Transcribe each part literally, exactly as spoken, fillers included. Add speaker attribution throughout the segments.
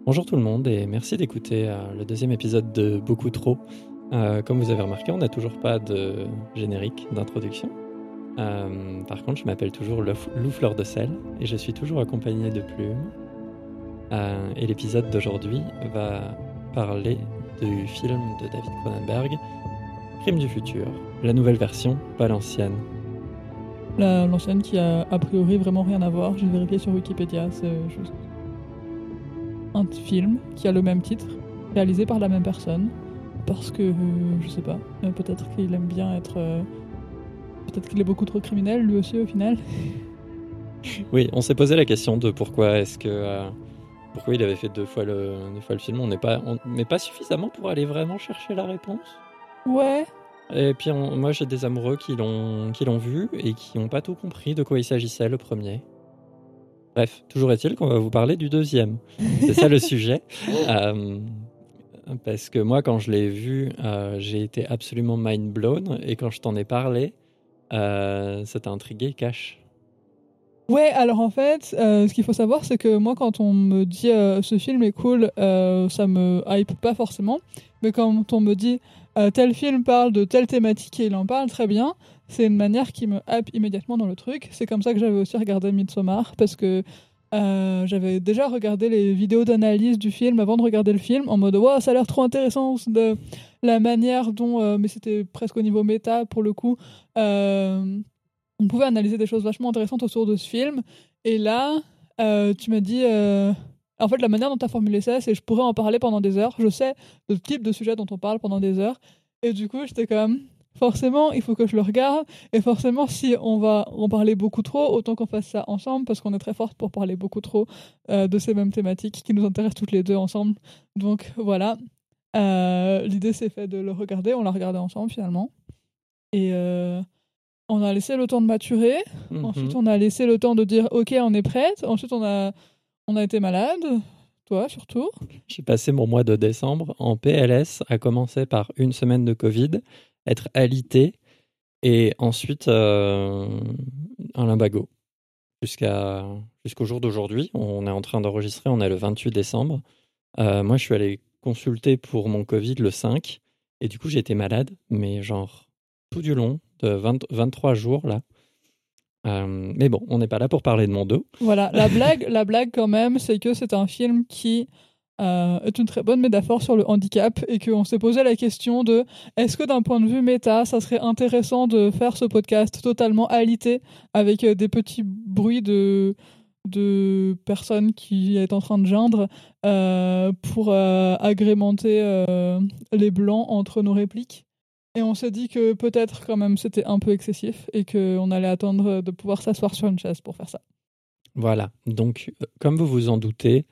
Speaker 1: Bonjour tout le monde et merci d'écouter euh, le deuxième épisode de Beaucoup Trop. Euh, comme vous avez remarqué, on n'a toujours pas de générique d'introduction. Euh, par contre, je m'appelle toujours Lou Lou Fleur de Sel et je suis toujours accompagné de Plume. Euh, et l'épisode d'aujourd'hui va parler du film de David Cronenberg, Crime du futur, la nouvelle version, pas l'ancienne.
Speaker 2: La, l'ancienne qui a a priori vraiment rien à voir, j'ai vérifié sur Wikipédia, c'est juste un film qui a le même titre, réalisé par la même personne, parce que, euh, je sais pas, euh, peut-être qu'il aime bien être... euh, peut-être qu'il est beaucoup trop criminel lui aussi au final.
Speaker 1: Oui, on s'est posé la question de pourquoi est-ce que... Euh, pourquoi il avait fait deux fois le, deux fois le film. On n'est pas, on, mais pas suffisamment pour aller vraiment chercher la réponse.
Speaker 2: Ouais.
Speaker 1: Et puis on, moi j'ai des amoureux qui l'ont, qui l'ont vu et qui n'ont pas tout compris de quoi il s'agissait le premier. Bref, toujours est-il qu'on va vous parler du deuxième. C'est ça le sujet. Euh, parce que moi quand je l'ai vu, euh, j'ai été absolument mind blown et quand je t'en ai parlé, euh, ça t'a intrigué, Cash.
Speaker 2: Ouais, alors en fait, euh, ce qu'il faut savoir, c'est que moi, quand on me dit euh, ce film est cool, euh, ça me hype pas forcément. Mais quand on me dit euh, tel film parle de telle thématique et il en parle très bien, c'est une manière qui me hype immédiatement dans le truc. C'est comme ça que j'avais aussi regardé Midsommar, parce que euh, j'avais déjà regardé les vidéos d'analyse du film avant de regarder le film, en mode wow, ça a l'air trop intéressant de la manière dont, euh, mais c'était presque au niveau méta pour le coup. Euh, on pouvait analyser des choses vachement intéressantes autour de ce film. Et là, euh, tu m'as dit... euh, En fait, la manière dont tu as formulé ça, c'est je pourrais en parler pendant des heures. Je sais le type de sujet dont on parle pendant des heures. Et du coup, j'étais comme... Forcément, il faut que je le regarde. Et forcément, si on va en parler beaucoup trop, autant qu'on fasse ça ensemble, parce qu'on est très fortes pour parler beaucoup trop euh, de ces mêmes thématiques qui nous intéressent toutes les deux ensemble. Donc voilà. Euh, l'idée, c'est fait de le regarder. On l'a regardé ensemble, finalement. Et... Euh... On a laissé le temps de maturer.
Speaker 1: Mm-hmm.
Speaker 2: Ensuite, on a laissé le temps de dire OK, on est prête. Ensuite, on a, on a été malade. Toi, surtout.
Speaker 1: J'ai passé mon mois de décembre en P L S, à commencer par une semaine de Covid, être alité et ensuite euh, un lumbago. Jusqu'à, jusqu'au jour d'aujourd'hui, on est en train d'enregistrer, on est le vingt-huit décembre. Euh, moi, je suis allé consulter pour mon Covid le cinq et du coup, j'ai été malade, mais genre tout du long de vingt, vingt-trois jours là. Euh, mais bon, on n'est pas là pour parler de mon dos.
Speaker 2: Voilà, la blague, la blague quand même, c'est que c'est un film qui euh, est une très bonne métaphore sur le handicap et qu'on s'est posé la question de est-ce que d'un point de vue méta, ça serait intéressant de faire ce podcast totalement alité avec euh, des petits bruits de de personnes qui est en train de geindre euh, pour euh, agrémenter euh, les blancs entre nos répliques. Et on s'est dit que peut-être quand même c'était un peu excessif et qu'on allait attendre de pouvoir s'asseoir sur une chaise pour faire ça.
Speaker 1: Voilà, donc comme vous vous en doutez,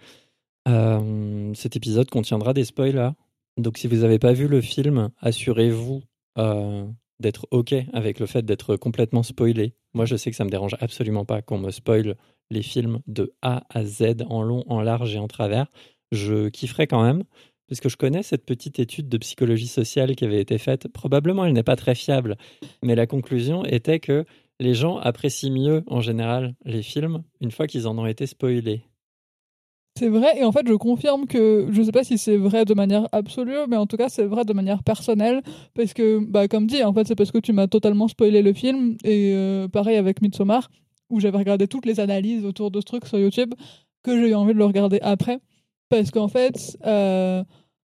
Speaker 1: euh, cet épisode contiendra des spoilers. Donc si vous n'avez pas vu le film, assurez-vous euh, d'être OK avec le fait d'être complètement spoilé. Moi, je sais que ça me dérange absolument pas qu'on me spoile les films de A à Z, en long, en large et en travers. Je kifferais quand même, parce que je connais cette petite étude de psychologie sociale qui avait été faite. Probablement, elle n'est pas très fiable, mais la conclusion était que les gens apprécient mieux, en général, les films une fois qu'ils en ont été spoilés.
Speaker 2: C'est vrai, et en fait, je confirme que je sais pas si c'est vrai de manière absolue, mais en tout cas, c'est vrai de manière personnelle, parce que, bah, comme dit, en fait, c'est parce que tu m'as totalement spoilé le film, et euh, pareil avec Midsommar, où j'avais regardé toutes les analyses autour de ce truc sur YouTube, que j'ai eu envie de le regarder après, parce qu'en fait, euh,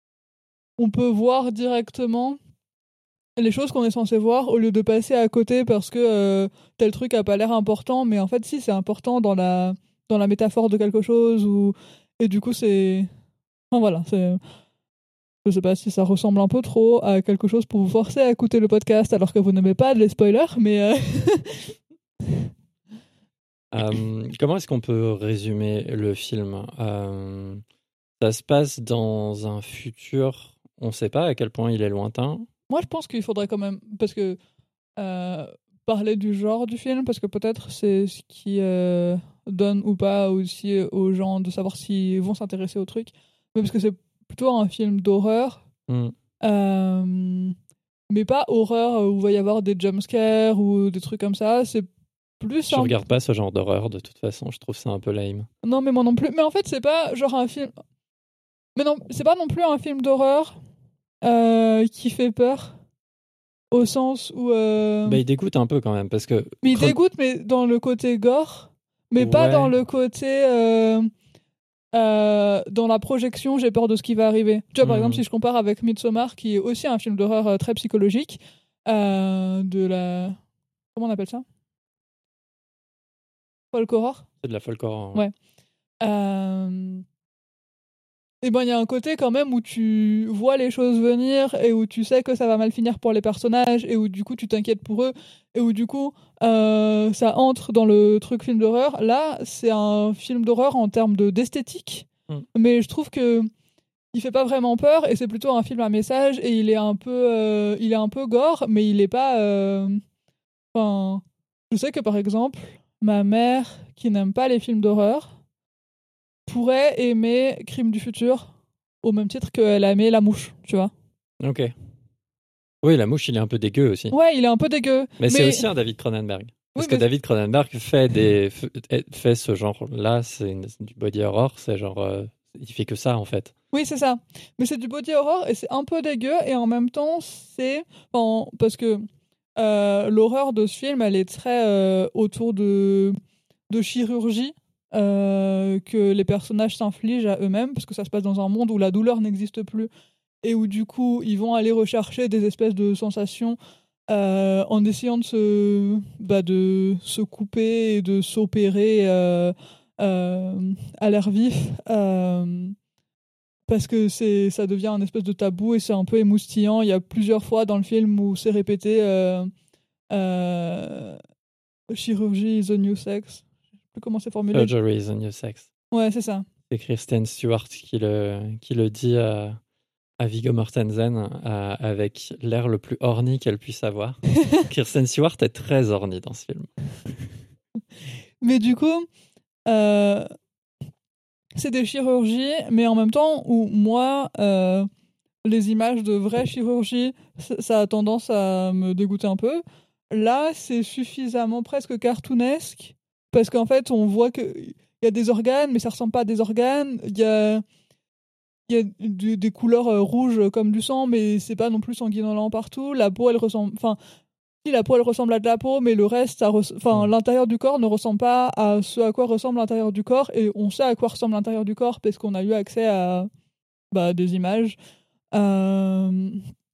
Speaker 2: on peut voir directement les choses qu'on est censé voir au lieu de passer à côté parce que euh, tel truc a pas l'air important, mais en fait, si, c'est important dans la, dans la métaphore de quelque chose, ou... et du coup, c'est. Enfin, voilà, c'est. Je sais pas si ça ressemble un peu trop à quelque chose pour vous forcer à écouter le podcast alors que vous n'aimez pas les spoilers, mais. Euh...
Speaker 1: Euh, comment est-ce qu'on peut résumer le film? Euh, ça se passe dans un futur, on ne sait pas à quel point il est lointain.
Speaker 2: Moi, je pense qu'il faudrait quand même. Parce que. Euh, parler du genre du film, parce que peut-être c'est ce qui euh, donne ou pas aussi aux gens de savoir s'ils vont s'intéresser au truc. Mais parce que c'est plutôt un film d'horreur.
Speaker 1: Mm.
Speaker 2: Euh, mais pas horreur où il va y avoir des jumpscares ou des trucs comme ça. C'est plus
Speaker 1: Je
Speaker 2: un...
Speaker 1: regarde pas ce genre d'horreur de toute façon, je trouve ça un peu lame.
Speaker 2: Non, mais moi non plus. Mais en fait, c'est pas genre un film. Mais non, c'est pas non plus un film d'horreur euh, qui fait peur, au sens où... euh,
Speaker 1: Bah, il dégoûte un peu quand même, parce que...
Speaker 2: Mais il
Speaker 1: Chron-
Speaker 2: dégoûte, mais dans le côté gore, mais pas dans
Speaker 1: Ouais.
Speaker 2: le côté... euh, euh, dans la projection, j'ai peur de ce qui va arriver. Tu vois, par exemple,
Speaker 1: Mhm.
Speaker 2: si je compare avec Midsommar, qui est aussi un film d'horreur euh, très psychologique, euh, de la... Comment on appelle ça? Folk horror?
Speaker 1: C'est de la folk horror, ouais.
Speaker 2: Ouais. Euh... Et ben, il y a un côté quand même où tu vois les choses venir et où tu sais que ça va mal finir pour les personnages et où du coup tu t'inquiètes pour eux et où du coup euh, ça entre dans le truc film d'horreur. Là, c'est un film d'horreur en termes de d'esthétique,
Speaker 1: Mm.
Speaker 2: mais je trouve que il fait pas vraiment peur et c'est plutôt un film à message et il est un peu, euh, il est un peu gore, mais il est pas. euh, Enfin, je sais que par exemple, ma mère qui n'aime pas les films d'horreur pourrait aimer Crime du futur au même titre qu'elle a aimé La Mouche, tu vois.
Speaker 1: Ok. Oui, La Mouche, il est un peu dégueu aussi.
Speaker 2: Ouais, il est un peu dégueu,
Speaker 1: Mais, c'est
Speaker 2: mais
Speaker 1: aussi un David Cronenberg.
Speaker 2: oui,
Speaker 1: Parce que
Speaker 2: mais
Speaker 1: David Cronenberg fait, des, f- fait ce genre-là, c'est une- c'est du body horror, c'est genre... euh, il fait que ça, en fait.
Speaker 2: oui, c'est ça. Mais c'est du body horror et c'est un peu dégueu et en même temps, c'est enfin, parce que euh, l'horreur de ce film, elle est très euh, autour de de chirurgie euh, que les personnages s'infligent à eux-mêmes parce que ça se passe dans un monde où la douleur n'existe plus et où du coup ils vont aller rechercher des espèces de sensations euh, en essayant de se, bah, de se couper et de s'opérer euh, euh, à l'air vif euh, parce que c'est, ça devient un espèce de tabou et c'est un peu émoustillant. Il y a plusieurs fois dans le film où c'est répété euh, euh, chirurgie is the new sex. Je sais plus comment c'est formulé.
Speaker 1: Surgery is a new sex.
Speaker 2: Ouais, c'est ça.
Speaker 1: C'est Kristen Stewart qui le, qui le dit à, à Viggo Mortensen à- avec l'air le plus orni qu'elle puisse avoir. Kristen Stewart est très ornie dans ce film.
Speaker 2: Mais du coup, euh, c'est des chirurgies, mais en même temps où moi, euh, les images de vraie chirurgie, ça, ça a tendance à me dégoûter un peu. Là, c'est suffisamment presque cartoonesque, parce qu'en fait, on voit qu'il y a des organes, mais ça ressemble pas à des organes. Il y a, il y a du- des couleurs euh, rouges comme du sang, mais c'est pas non plus sanguinolent partout. La peau, elle ressemble... Enfin, si la peau, elle ressemble à de la peau, mais le reste, ça res- enfin,
Speaker 1: Mm.
Speaker 2: l'intérieur du corps ne ressemble pas à ce à quoi ressemble l'intérieur du corps, et on sait à quoi ressemble l'intérieur du corps parce qu'on a eu accès à bah, des images. Euh,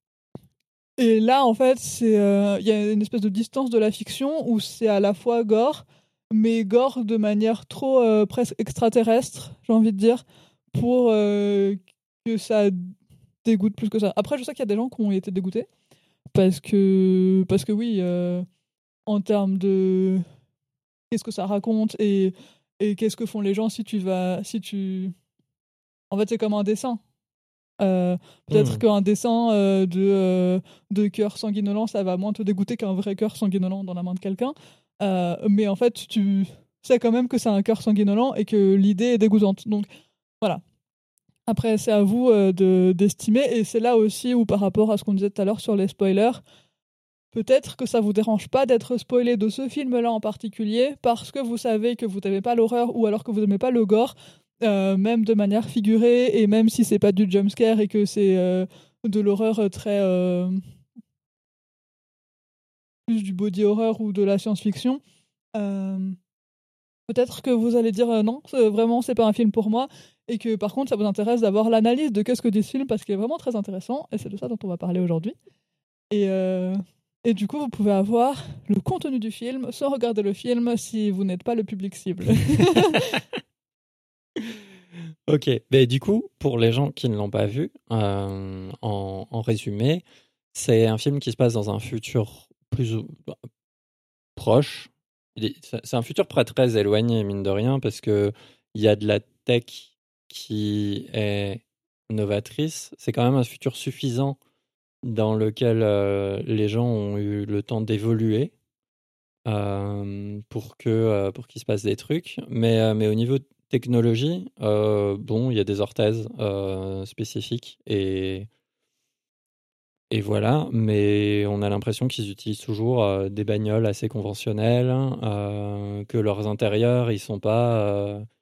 Speaker 2: Et là, en fait, c'est euh, il y a une espèce de distance de la fiction où c'est à la fois gore, mais gore de manière trop euh, presque extraterrestre, j'ai envie de dire, pour euh, que ça dégoûte plus que ça. Après, je sais qu'il y a des gens qui ont été dégoûtés parce que parce que oui, euh, en termes de qu'est-ce que ça raconte et et qu'est-ce que font les gens si tu vas si tu en fait c'est comme un dessin. Euh, peut-être
Speaker 1: Mm.
Speaker 2: qu'un dessin euh, de, euh, de cœur sanguinolent, ça va moins te dégoûter qu'un vrai cœur sanguinolent dans la main de quelqu'un. Euh, mais en fait, tu sais quand même que c'est un cœur sanguinolent et que l'idée est dégoûtante. Donc voilà. Après, c'est à vous euh, de, d'estimer. Et c'est là aussi où, par rapport à ce qu'on disait tout à l'heure sur les spoilers, peut-être que ça vous dérange pas d'être spoilé de ce film-là en particulier parce que vous savez que vous n'aimez pas l'horreur ou alors que vous n'aimez pas le gore, euh, même de manière figurée et même si c'est pas du jumpscare et que c'est euh, de l'horreur euh, très euh, plus du body horror ou de la science-fiction. euh, Peut-être que vous allez dire euh, non, c'est- vraiment c'est pas un film pour moi et que par contre ça vous intéresse d'avoir l'analyse de qu'est-ce que dit ce film parce qu'il est vraiment très intéressant et c'est de ça dont on va parler aujourd'hui. Et, euh, et du coup, vous pouvez avoir le contenu du film sans regarder le film si vous n'êtes pas le public cible.
Speaker 1: Ok, mais du coup, pour les gens qui ne l'ont pas vu, euh, en, en résumé, c'est un film qui se passe dans un futur plus ou- bah, proche. Il est- C'est c'est un futur pas très éloigné, mine de rien, parce que il y a de la tech qui est novatrice. C'est quand même un futur suffisant dans lequel euh, les gens ont eu le temps d'évoluer euh, pour que euh, pour qu'il se passe des trucs. Mais, euh, mais au niveau de technologie, euh, bon, il y a des orthèses euh, spécifiques et, et voilà. Mais on a l'impression qu'ils utilisent toujours euh, des bagnoles assez conventionnelles, euh, que leurs intérieurs, ils sont pas. euh,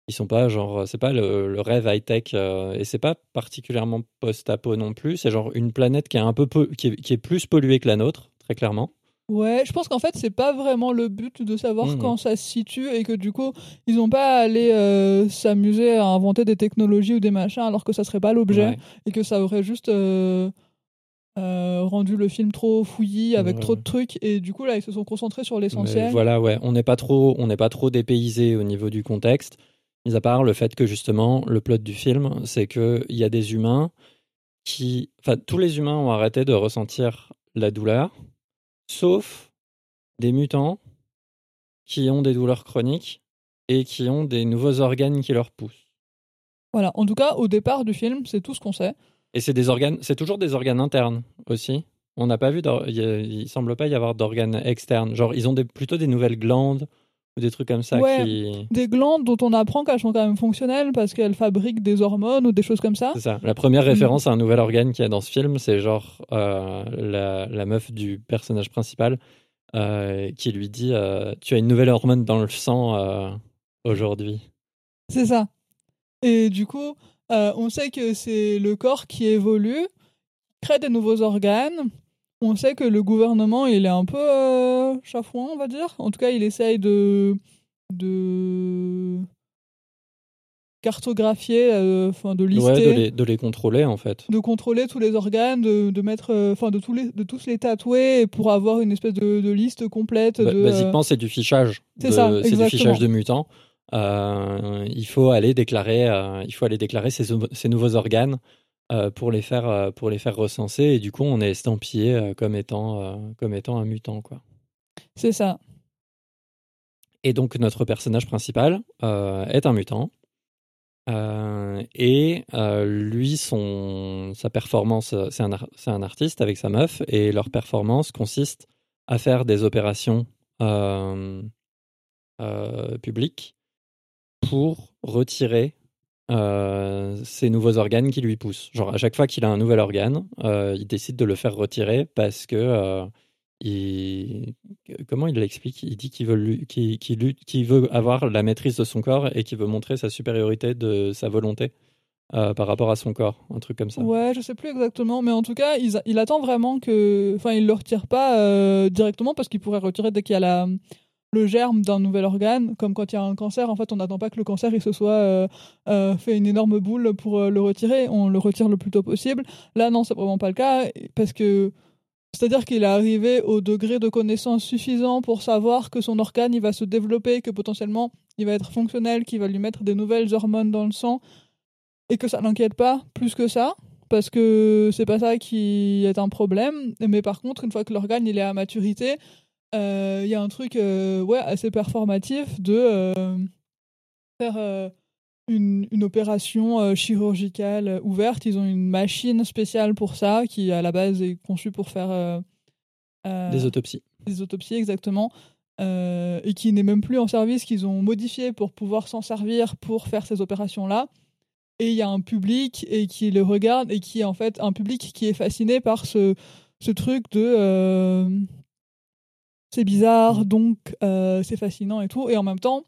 Speaker 1: Ils sont pas genre, c'est pas le, le rêve high-tech euh, et c'est pas particulièrement post-apo non plus. C'est genre une planète qui est un peu po- qui est, qui est plus polluée que la nôtre, très clairement.
Speaker 2: Ouais, je pense qu'en fait, c'est pas vraiment le but de savoir
Speaker 1: Mhm.
Speaker 2: quand ça se situe et que du coup, ils ont pas à aller euh, s'amuser à inventer des technologies ou des machins alors que ça serait pas l'objet
Speaker 1: Ouais.
Speaker 2: et que ça aurait juste euh, euh, rendu le film trop fouillis avec trop
Speaker 1: Ouais.
Speaker 2: de trucs et du coup là, ils se sont concentrés sur
Speaker 1: Mais
Speaker 2: l'essentiel.
Speaker 1: voilà, ouais, on n'est pas trop, on n'est pas trop dépaysé au niveau du contexte. Mis à part le fait que justement, le plot du film, c'est que il y a des humains qui, enfin, tous les humains ont arrêté de ressentir la douleur, sauf des mutants qui ont des douleurs chroniques et qui ont des nouveaux organes qui leur poussent.
Speaker 2: Voilà, en tout cas, au départ du film, c'est tout ce qu'on sait.
Speaker 1: Et c'est des organes, c'est toujours des organes internes aussi. On n'a pas vu, d'or- il, y a- il semble pas y avoir d'organes externes. Genre, ils ont des, plutôt des nouvelles glandes ou des trucs comme ça
Speaker 2: Ouais,
Speaker 1: qui.
Speaker 2: des glandes dont on apprend qu'elles sont quand même fonctionnelles parce qu'elles fabriquent des hormones ou des choses comme ça.
Speaker 1: C'est ça. La première
Speaker 2: Mm.
Speaker 1: référence à un nouvel organe qu'il y a dans ce film, c'est genre euh, la, la meuf du personnage principal euh, qui lui dit euh, tu as une nouvelle hormone dans le sang euh, aujourd'hui.
Speaker 2: C'est ça. Et du coup, euh, on sait que c'est le corps qui évolue, crée des nouveaux organes. On sait que le gouvernement, il est un peu euh, chafouin, on va dire. En tout cas, il essaye de, de cartographier, euh, enfin de
Speaker 1: Ouais, de
Speaker 2: lister,
Speaker 1: les, de les contrôler en fait.
Speaker 2: de contrôler tous les organes, de, de mettre, euh, enfin de tous les, de tous les tatouer pour avoir une espèce de, de liste complète
Speaker 1: Ba-
Speaker 2: de. euh,
Speaker 1: basiquement, c'est du fichage
Speaker 2: C'est ça,
Speaker 1: de, c'est du fichage
Speaker 2: exactement.
Speaker 1: de mutants. Euh, il faut aller déclarer, euh, il faut aller déclarer ces, ces nouveaux organes euh, pour les faire, euh, pour les faire recenser. Et du coup, on est estampillé euh, comme étant, euh, comme étant un mutant, quoi.
Speaker 2: C'est ça.
Speaker 1: Et donc, notre personnage principal euh, est un mutant. Euh, et euh, lui, son, sa performance, euh, c'est un, ar- c'est un artiste avec sa meuf, et leur performance consiste à faire des opérations euh, euh, publiques pour retirer euh, ces nouveaux organes qui lui poussent. Genre, à chaque fois qu'il a un nouvel organe, euh, il décide de le faire retirer parce que euh, il... comment il l'explique? Il dit qu'il veut, lu- qu'il, qu'il lutte- qu'il veut avoir la maîtrise de son corps et qu'il veut montrer sa supériorité de sa volonté euh, par rapport à son corps, un truc comme ça.
Speaker 2: Ouais, je sais plus exactement, mais en tout cas, il, il attend vraiment que. Enfin, il le retire pas euh, directement parce qu'il pourrait retirer dès qu'il y a la, le germe d'un nouvel organe. Comme quand il y a un cancer, en fait, on n'attend pas que le cancer il se soit euh, euh, fait une énorme boule pour euh, le retirer. On le retire le plus tôt possible. Là, non, c'est vraiment pas le cas parce que. C'est-à-dire qu'il est arrivé au degré de connaissance suffisant pour savoir que son organe il va se développer, que potentiellement il va être fonctionnel, qu'il va lui mettre des nouvelles hormones dans le sang et que ça n'inquiète pas plus que ça, parce que c'est pas ça qui est un problème. Mais par contre, une fois que l'organe il est à maturité, euh, il y a un truc euh, ouais, assez performatif de euh, faire euh, une, une opération euh, chirurgicale ouverte. Ils ont une machine spéciale pour ça, qui à la base est conçue pour faire euh, euh,
Speaker 1: Des autopsies.
Speaker 2: des autopsies exactement. Euh, et qui n'est même plus en service, qu'ils ont modifié pour pouvoir s'en servir pour faire ces opérations-là. Et il y a un public et qui le regarde et qui est en fait un public qui est fasciné par ce, ce truc de euh, c'est bizarre donc euh, c'est fascinant et tout et en même temps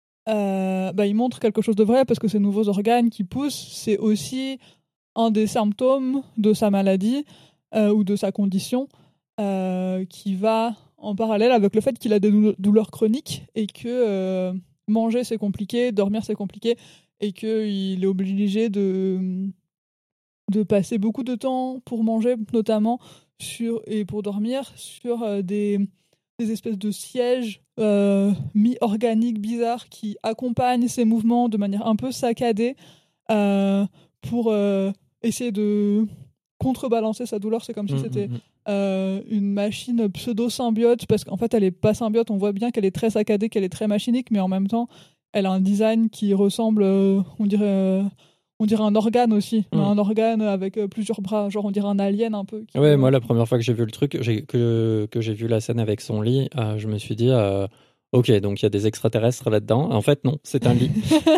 Speaker 2: euh, bah, il montre quelque chose de vrai parce que ces nouveaux organes qui poussent c'est aussi un des symptômes de sa maladie euh, ou de sa condition euh, qui va en parallèle avec le fait qu'il a des dou- douleurs chroniques et que euh, manger c'est compliqué, dormir c'est compliqué et qu'il est obligé de, de passer beaucoup de temps pour manger notamment sur, et pour dormir sur euh, des, des espèces de sièges euh, mi-organiques bizarres qui accompagnent ses mouvements de manière un peu saccadée euh, pour euh, essayer de contrebalancer sa douleur. C'est comme
Speaker 1: Mm,
Speaker 2: si
Speaker 1: mm,
Speaker 2: c'était
Speaker 1: mm.
Speaker 2: euh, une machine pseudo-symbiote, parce qu'en fait, elle est pas symbiote. On voit bien qu'elle est très saccadée, qu'elle est très machinique, mais en même temps, elle a un design qui ressemble, euh, on dirait, euh, on dirait un organe aussi, mais
Speaker 1: Mm.
Speaker 2: un organe avec euh, plusieurs bras, genre on dirait un alien un peu. Qui,
Speaker 1: Ouais,
Speaker 2: euh,
Speaker 1: moi, la première fois que j'ai vu le truc, j'ai, que, que j'ai vu la scène avec son lit, euh, je me suis dit, euh, ok, donc il y a des extraterrestres là-dedans. En fait, non, c'est un lit.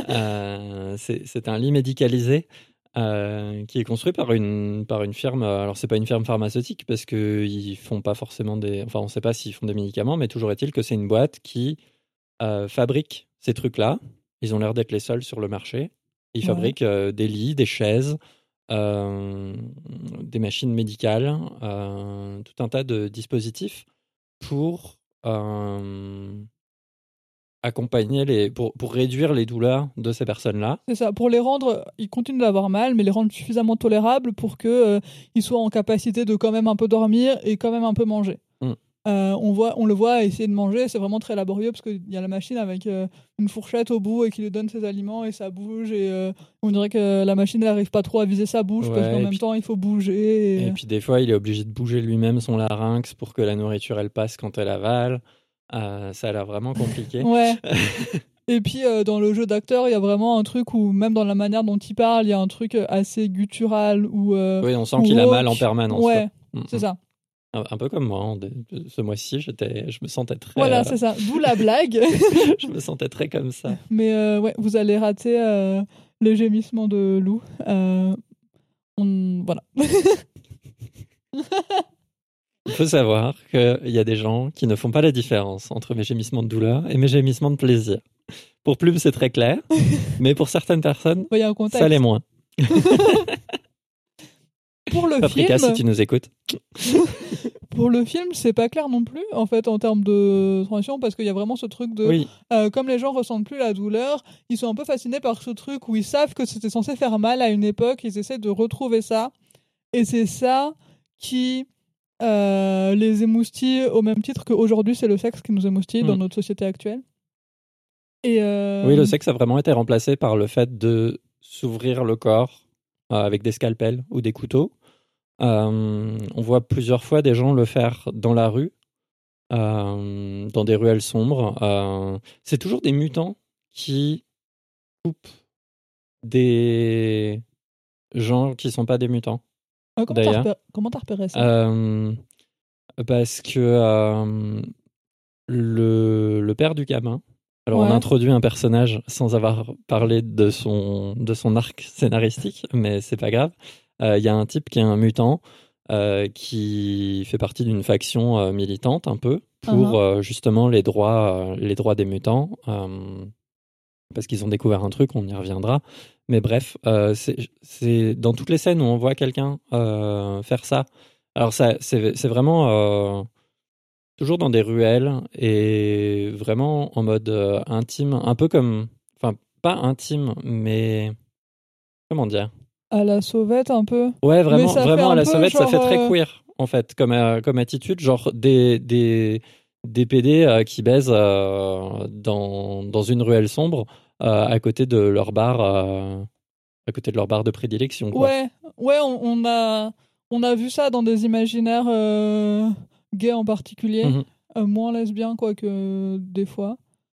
Speaker 1: Euh, c'est, c'est un lit médicalisé euh, qui est construit par une, par une firme. euh, Alors, c'est pas une firme pharmaceutique parce qu'ils font pas forcément des. Enfin, on sait pas s'ils font des médicaments, mais toujours est-il que c'est une boîte qui euh, fabrique ces trucs-là ils ont l'air d'être les seuls sur le marché. Ils
Speaker 2: Ouais.
Speaker 1: fabriquent euh, des lits, des chaises, euh, des machines médicales, euh, tout un tas de dispositifs pour euh, accompagner les, pour, pour réduire les douleurs de ces personnes-là.
Speaker 2: C'est ça, pour les rendre, ils continuent d'avoir mal, mais les rendre suffisamment tolérables pour qu'ils euh, soient en capacité de quand même un peu dormir et quand même un peu manger.
Speaker 1: Mm.
Speaker 2: Euh, on, voit, on le voit essayer de manger, c'est vraiment très laborieux parce qu'il y a la machine avec euh, une fourchette au bout et qui lui donne ses aliments et ça bouge. Et euh, on dirait que la machine n'arrive pas trop à viser sa bouche parce
Speaker 1: Ouais,
Speaker 2: qu'en
Speaker 1: et
Speaker 2: même
Speaker 1: puis-
Speaker 2: temps il faut bouger. Et,
Speaker 1: Et puis des fois, il est obligé de bouger lui-même son larynx pour que la nourriture elle passe quand elle avale. Euh, ça a l'air vraiment compliqué.
Speaker 2: Ouais. Et puis euh, dans le jeu d'acteur, il y a vraiment un truc où même dans la manière dont il parle, il y a un truc assez guttural où euh,
Speaker 1: Oui, on sent
Speaker 2: ou
Speaker 1: qu'il a mal en
Speaker 2: rauque.
Speaker 1: permanence.
Speaker 2: Ouais,
Speaker 1: quoi. Mm,
Speaker 2: c'est
Speaker 1: mm.
Speaker 2: ça.
Speaker 1: Un, un peu comme moi. hein, de- de- ce mois-ci, j'étais, je me sentais très.
Speaker 2: Voilà,
Speaker 1: euh,
Speaker 2: c'est ça. D'où la blague.
Speaker 1: je me sentais très comme ça.
Speaker 2: Mais euh, ouais, vous allez rater euh, les gémissements de loup. Euh, on... Voilà.
Speaker 1: Il faut savoir qu'il y a des gens qui ne font pas la différence entre mes gémissements de douleur et mes gémissements de plaisir. Pour Plume, c'est très clair, mais pour certaines personnes,
Speaker 2: Il y a un contexte.
Speaker 1: ça l'est moins.
Speaker 2: Pour le
Speaker 1: Paprika,
Speaker 2: film,
Speaker 1: si tu nous écoutes.
Speaker 2: pour le film, c'est pas clair non plus en fait en termes de transition parce qu'il y a vraiment ce truc de
Speaker 1: Oui,
Speaker 2: euh, comme les gens ressentent plus la douleur, ils sont un peu fascinés par ce truc où ils savent que c'était censé faire mal à une époque, ils essaient de retrouver ça et c'est ça qui euh, les émoustille au même titre qu'aujourd'hui c'est le sexe qui nous émoustille
Speaker 1: Mm.
Speaker 2: dans notre société actuelle. Et euh,
Speaker 1: oui, le sexe a vraiment été remplacé par le fait de s'ouvrir le corps euh, avec des scalpels ou des couteaux. Euh, on voit plusieurs fois des gens le faire dans la rue, euh, dans des ruelles sombres. Euh, c'est toujours des mutants qui coupent des gens qui sont pas des mutants.
Speaker 2: euh, comment t'as
Speaker 1: D'ailleurs.
Speaker 2: repéré, comment t'as repéré ça
Speaker 1: Euh, parce que euh, le, le père du gamin, alors
Speaker 2: Ouais.
Speaker 1: on introduit un personnage sans avoir parlé de son, de son arc scénaristique, mais c'est pas grave. Il euh, y a un type qui est un mutant euh, qui fait partie d'une faction euh, militante un peu pour
Speaker 2: Uh-huh.
Speaker 1: euh, justement les droits, euh, les droits des mutants. Euh, parce qu'ils ont découvert un truc, on y reviendra. Mais bref, euh, c'est, c'est dans toutes les scènes où on voit quelqu'un euh, faire ça. Alors ça, c'est, c'est vraiment euh, toujours dans des ruelles et vraiment en mode euh, intime, un peu comme, enfin pas intime, mais comment dire?
Speaker 2: À la sauvette un peu.
Speaker 1: Ouais, vraiment,
Speaker 2: ça fait
Speaker 1: vraiment
Speaker 2: un
Speaker 1: à la
Speaker 2: peu
Speaker 1: sauvette, ça
Speaker 2: genre,
Speaker 1: fait très
Speaker 2: euh,
Speaker 1: queer en fait, comme euh, comme attitude, genre des des des P D euh, qui baisent euh, dans dans une ruelle sombre euh, à côté de leur bar. euh, à côté de leur bar de prédilection. Quoi.
Speaker 2: Ouais, ouais, on, on a, on a vu ça dans des imaginaires euh, gays en particulier,
Speaker 1: Mhm.
Speaker 2: euh, moins lesbiens quoi que des fois.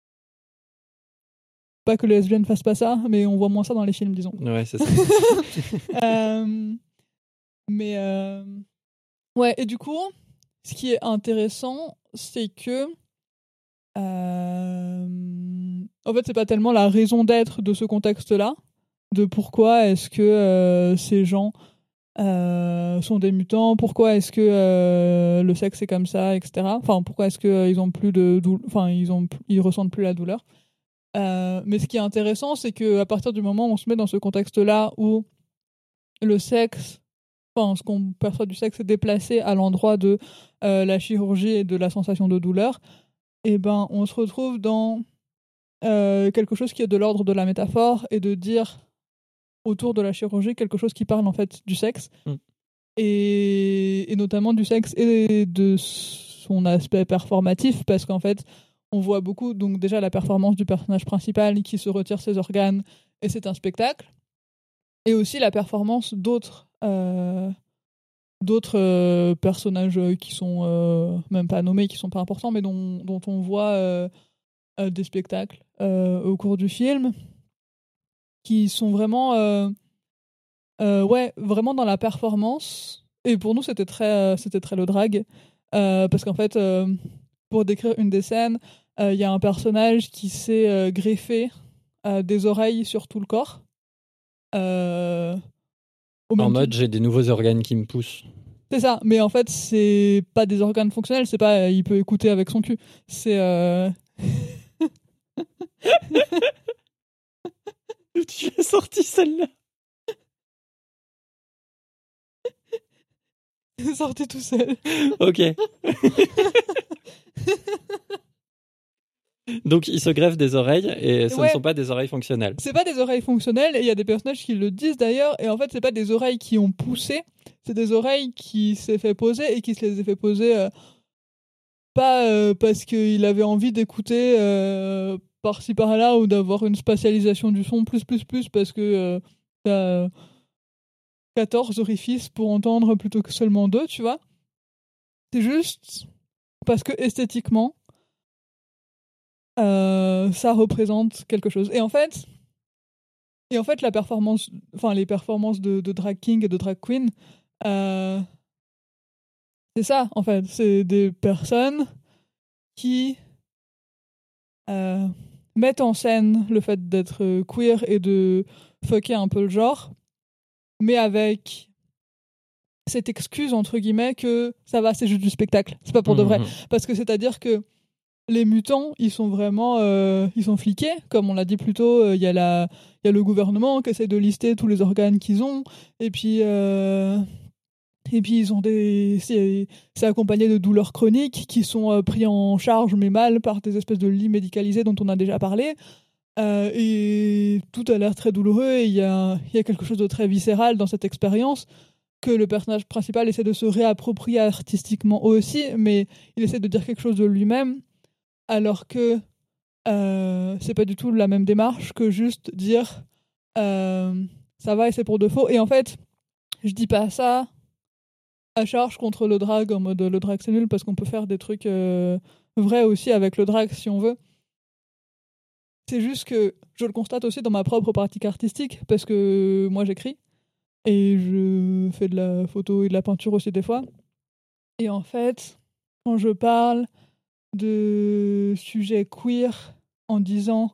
Speaker 2: Pas que les lesbiennes fassent pas ça, mais on voit moins ça dans les films, disons.
Speaker 1: Ouais, c'est ça.
Speaker 2: Euh, mais euh, ouais, et du coup, ce qui est intéressant, c'est que euh, en fait, c'est pas tellement la raison d'être de ce contexte-là, de pourquoi est-ce que euh, ces gens euh, sont des mutants, pourquoi est-ce que euh, le sexe est comme ça, et cetera. Enfin, pourquoi est-ce qu'ils euh, ont plus de douleur, enfin, ils ont, ils ressentent plus la douleur. Euh, mais ce qui est intéressant, c'est que à partir du moment où on se met dans ce contexte-là où le sexe, enfin, ce qu'on perçoit du sexe est déplacé à l'endroit de euh, la chirurgie et de la sensation de douleur, et ben, on se retrouve dans euh, quelque chose qui est de l'ordre de la métaphore et de dire autour de la chirurgie quelque chose qui parle en fait du sexe
Speaker 1: Mm.
Speaker 2: et, et notamment du sexe et de son aspect performatif parce qu'en fait on voit beaucoup donc déjà la performance du personnage principal qui se retire ses organes et c'est un spectacle et aussi la performance d'autres euh, d'autres euh, personnages qui sont euh, même pas nommés qui sont pas importants mais dont, dont on voit euh, euh, des spectacles euh, au cours du film qui sont vraiment euh, euh, ouais vraiment dans la performance et pour nous c'était très euh, c'était très le drag euh, parce qu'en fait euh, pour décrire une des scènes il euh, y a un personnage qui s'est euh, greffé euh, des oreilles sur tout le corps euh, au même
Speaker 1: En mode,
Speaker 2: titre-
Speaker 1: j'ai des nouveaux organes qui me poussent.
Speaker 2: c'est ça mais en fait c'est pas des organes fonctionnels c'est pas euh, il peut écouter avec son cul c'est euh...
Speaker 1: Tu as sorti celle-là.
Speaker 2: Sortez tout seul.
Speaker 1: Ok. Donc, il se greffe des oreilles et ce
Speaker 2: Ouais.
Speaker 1: ne sont pas des oreilles fonctionnelles.
Speaker 2: C'est pas des oreilles fonctionnelles, et il y a des personnages qui le disent d'ailleurs, et en fait, c'est pas des oreilles qui ont poussé, c'est des oreilles qui s'est fait poser et qui se les a fait poser euh, pas euh, parce qu'il avait envie d'écouter euh, par-ci par-là ou d'avoir une spatialisation du son plus plus plus parce que euh, t'as quatorze orifices pour entendre plutôt que seulement deux, tu vois. C'est juste parce que esthétiquement, euh, ça représente quelque chose. Et en fait, et en fait, la performance, enfin les performances de, de drag king et de drag queen, euh, c'est ça en fait. C'est des personnes qui euh, mettent en scène le fait d'être queer et de fucker un peu le genre, mais avec cette excuse entre guillemets que ça va, c'est juste du spectacle, c'est pas pour de vrai.
Speaker 1: Mmh.
Speaker 2: Parce que c'est-à-dire que les mutants, ils sont vraiment, euh, ils sont fliqués, comme on l'a dit plus tôt. Il euh, y a la, il y a le gouvernement qui essaie de lister tous les organes qu'ils ont, et puis. Euh... Et puis ils ont des, c'est, c'est accompagné de douleurs chroniques qui sont euh, pris en charge mais mal par des espèces de lits médicalisés dont on a déjà parlé. Euh, et tout a l'air très douloureux et il y a, y a quelque chose de très viscéral dans cette expérience que le personnage principal essaie de se réapproprier artistiquement aussi, mais il essaie de dire quelque chose de lui-même, alors que euh, c'est pas du tout la même démarche que juste dire euh, ça va et c'est pour de faux. Et en fait, je dis pas ça à charge contre le drag en mode le drag c'est nul parce qu'on peut faire des trucs euh, vrais aussi avec le drag si on veut. C'est juste que je le constate aussi dans ma propre pratique artistique parce que moi j'écris et je fais de la photo et de la peinture aussi des fois. Et en fait, quand je parle de sujets queer en disant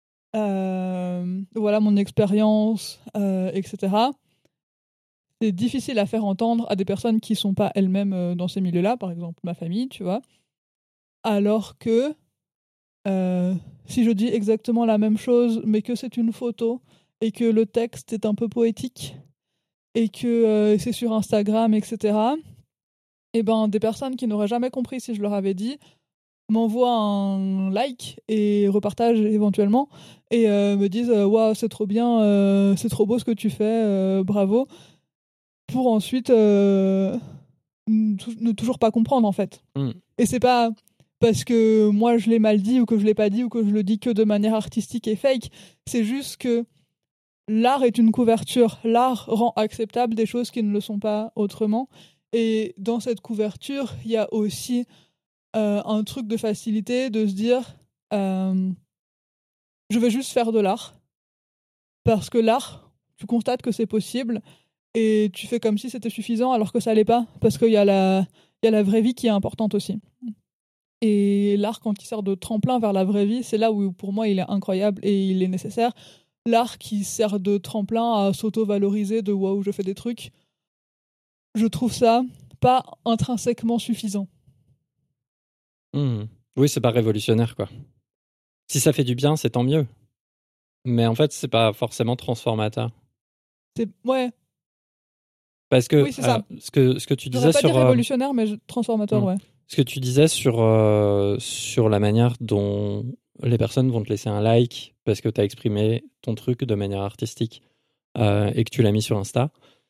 Speaker 2: euh, voilà mon expérience, euh, et cetera, c'est difficile à faire entendre à des personnes qui sont pas elles-mêmes euh, dans ces milieux-là, par exemple ma famille, tu vois. Alors que euh, si je dis exactement la même chose, mais que c'est une photo et que le texte est un peu poétique et que euh, c'est sur Instagram, et cetera, et ben des personnes qui n'auraient jamais compris si je leur avais dit m'envoient un like et repartagent éventuellement et euh, me disent waouh, c'est trop bien, euh, c'est trop beau ce que tu fais, euh, bravo, pour ensuite euh, ne toujours pas comprendre en fait.
Speaker 1: Mm.
Speaker 2: Et c'est pas parce que moi je l'ai mal dit ou que je l'ai pas dit ou que je le dis que de manière artistique et fake, c'est juste que l'art est une couverture, l'art rend acceptable des choses qui ne le sont pas autrement, et dans cette couverture il y a aussi euh, un truc de facilité de se dire euh, je vais juste faire de l'art parce que l'art tu constates que c'est possible et tu fais comme si c'était suffisant alors que ça l'est pas parce qu'il y a la il y a la vraie vie qui est importante aussi. Et l'art, quand il sert de tremplin vers la vraie vie, c'est là où pour moi il est incroyable et il est nécessaire. L'art qui sert de tremplin à s'auto-valoriser de waouh, je fais des trucs, je trouve ça pas intrinsèquement suffisant.
Speaker 1: Mmh. Oui, c'est pas révolutionnaire, quoi. Si ça fait du bien, c'est tant mieux. Mais en fait, c'est pas forcément transformateur.
Speaker 2: C'est ouais.
Speaker 1: Parce que,
Speaker 2: Oui, c'est ça.
Speaker 1: euh, ce que ce que tu
Speaker 2: J'aurais
Speaker 1: disais
Speaker 2: pas
Speaker 1: sur
Speaker 2: dit révolutionnaire, mais transformateur,
Speaker 1: mmh.
Speaker 2: ouais.
Speaker 1: Ce que tu disais sur euh, sur la manière dont les personnes vont te laisser un like parce que tu as exprimé ton truc de manière artistique euh, et que tu l'as mis sur Insta.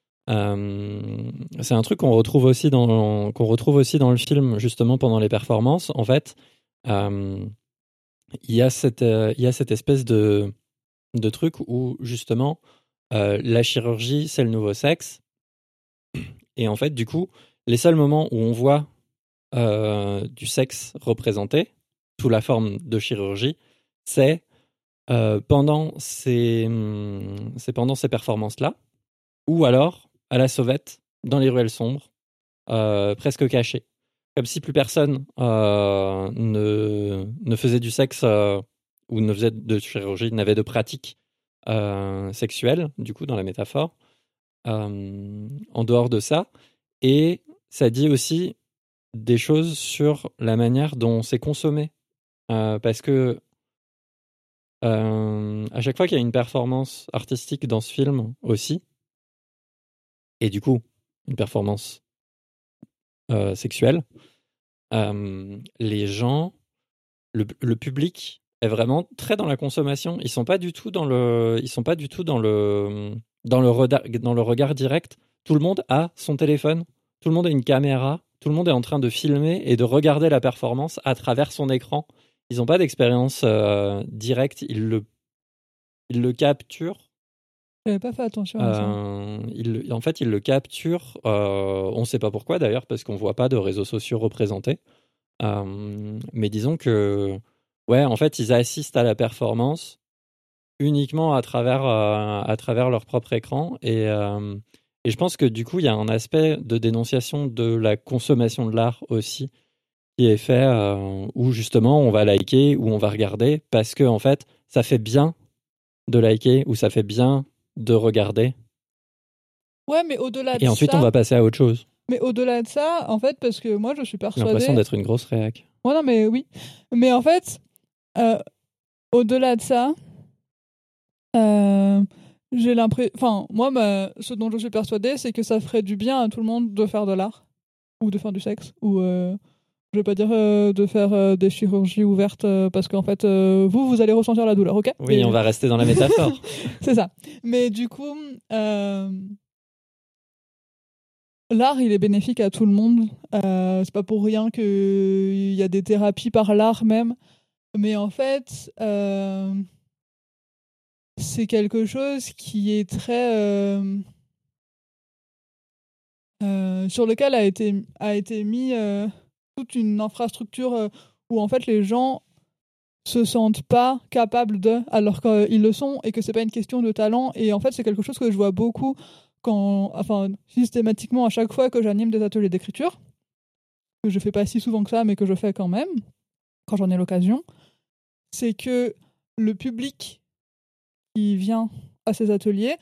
Speaker 1: Euh, c'est un truc qu'on retrouve aussi dans qu'on retrouve aussi dans le film justement pendant les performances. En fait, euh, il y a cette euh, il y a cette espèce de de truc où justement euh, la chirurgie c'est le nouveau sexe et en fait du coup les seuls moments où on voit euh, du sexe représenté sous la forme de chirurgie, c'est euh, pendant ces hum, c'est pendant ces performances là ou alors à la sauvette dans les ruelles sombres euh, presque cachées comme si plus personne euh, ne ne faisait du sexe euh, ou ne faisait de chirurgie, n'avait de pratique euh, sexuelle, du coup, dans la métaphore, euh, en dehors de ça. Et ça dit aussi des choses sur la manière dont c'est consommé. Euh, parce que Euh, à chaque fois qu'il y a une performance artistique dans ce film aussi, et du coup, une performance euh, sexuelle, euh, les gens, le, le public est vraiment très dans la consommation. Ils sont pas du tout dans le, ils sont pas du tout dans le, dans le, reda- dans le regard direct. Tout le monde a son téléphone, tout le monde a une caméra, tout le monde est en train de filmer et de regarder la performance à travers son écran. Ils n'ont pas d'expérience euh, directe, ils le, ils le capturent.
Speaker 2: J'avais pas fait attention à ça.
Speaker 1: Euh, ils- en fait, ils le capturent. Euh, on ne sait pas pourquoi d'ailleurs, parce qu'on voit pas de réseaux sociaux représentés. Euh, mais disons que, ouais, en fait, ils assistent à la performance uniquement à travers, euh, à travers leur propre écran. Et, euh, et je pense que du coup, il y a un aspect de dénonciation de la consommation de l'art aussi qui est fait, euh, où justement on va liker, ou on va regarder, parce que en fait, ça fait bien de liker, ou ça fait bien de regarder.
Speaker 2: Ouais, mais au-delà de
Speaker 1: Et ensuite, on
Speaker 2: ça,
Speaker 1: va passer à autre chose.
Speaker 2: mais au-delà de ça, en fait, parce que moi, je suis
Speaker 1: J'ai l'impression
Speaker 2: persuadée.
Speaker 1: d'être une grosse réac.
Speaker 2: Ouais, non, mais oui. Mais en fait, euh, au-delà de ça, euh, j'ai l'impression. Enfin, moi, ma- ce dont je suis persuadée, c'est que ça ferait du bien à tout le monde de faire de l'art, ou de faire du sexe, ou. Euh, je vais pas dire euh, de faire euh, des chirurgies ouvertes, euh, parce qu'en fait, euh, vous, vous allez ressentir la douleur, ok?
Speaker 1: Oui,
Speaker 2: Et-
Speaker 1: on va rester dans la métaphore.
Speaker 2: C'est ça. Mais du coup, euh, l'art, il est bénéfique à tout le monde. Euh, c'est pas pour rien qu'il y a des thérapies par l'art même. Mais en fait, euh, c'est quelque chose qui est très... euh, euh, sur lequel a été, a été mis euh, toute une infrastructure euh, où en fait les gens se sentent pas capables de, alors qu'ils le sont, et que c'est pas une question de talent. Et en fait, c'est quelque chose que je vois beaucoup quand, enfin, systématiquement à chaque fois que j'anime des ateliers d'écriture, que je fais pas si souvent que ça, mais que je fais quand même, quand j'en ai l'occasion, c'est que le public qui vient à ces ateliers,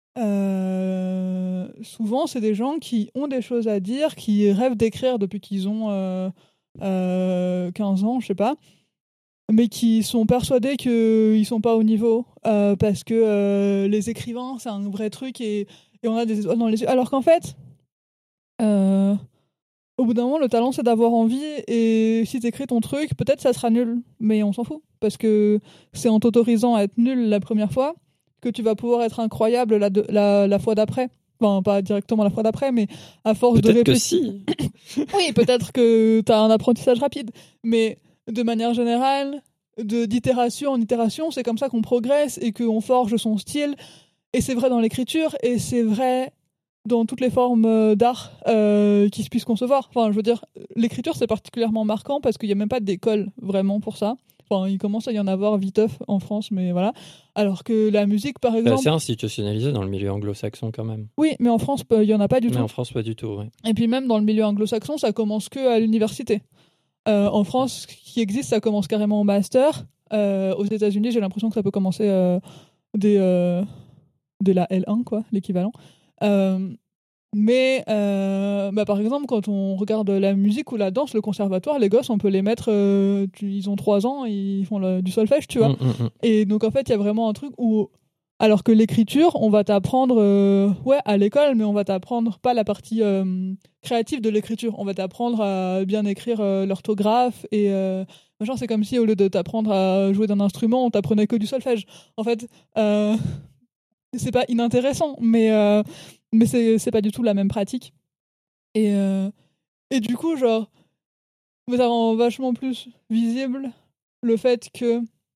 Speaker 2: euh, souvent, c'est des gens qui ont des choses à dire, qui rêvent d'écrire depuis qu'ils ont euh, euh, quinze ans, je sais pas, mais qui sont persuadés qu'ils sont pas au niveau euh, parce que euh, les écrivains, c'est un vrai truc et, et on a des étoiles dans les yeux. Alors qu'en fait, euh, au bout d'un moment, le talent, c'est d'avoir envie et si t'écris ton truc, peut-être ça sera nul, mais on s'en fout parce que c'est en t'autorisant à être nul la première fois que tu vas pouvoir être incroyable la, de- la, la fois d'après. Enfin, pas directement la fois d'après, mais à force de
Speaker 1: Peut-être que
Speaker 2: répéter.
Speaker 1: si.
Speaker 2: Oui, peut-être que tu as un apprentissage rapide, mais de manière générale, de d'itération en itération, c'est comme ça qu'on progresse et qu'on forge son style. Et c'est vrai dans l'écriture, et c'est vrai dans toutes les formes euh, d'art euh, qui se puissent concevoir. Enfin, je veux dire, l'écriture, c'est particulièrement marquant parce qu'il n'y a même pas d'école vraiment pour ça. Enfin, il commence à y en avoir viteuf en France, mais voilà. Alors que la musique, par
Speaker 1: C'est
Speaker 2: exemple...
Speaker 1: assez institutionnalisé dans le milieu anglo-saxon quand même.
Speaker 2: Oui, mais en France, il n'y en a pas du
Speaker 1: Mais
Speaker 2: tout.
Speaker 1: en France, pas du tout, ouais.
Speaker 2: Et puis même dans le milieu anglo-saxon, ça commence que à l'université. Euh, en France, ce qui existe, ça commence carrément au master. Euh, aux États-Unis, j'ai l'impression que ça peut commencer euh, dès, euh, dès la L un, quoi, l'équivalent. Euh, mais euh, bah, par exemple, quand on regarde la musique ou la danse, le conservatoire, les gosses, on peut les mettre. Euh, tu- ils ont trois ans, ils font le- du solfège, tu vois.
Speaker 1: Mm, mm, mm.
Speaker 2: Et donc en fait, il y a vraiment un truc où, alors que l'écriture, on va t'apprendre, euh, ouais, à l'école, mais on va t'apprendre pas la partie euh, créative de l'écriture. On va t'apprendre à bien écrire euh, l'orthographe et euh, machin. C'est comme si au lieu de t'apprendre à jouer d'un instrument, on t'apprenait que du solfège. En fait, euh, c'est pas inintéressant, mais euh, mais c'est c'est pas du tout la même pratique. Et euh, et du coup, genre, ça rend vachement plus visible le fait que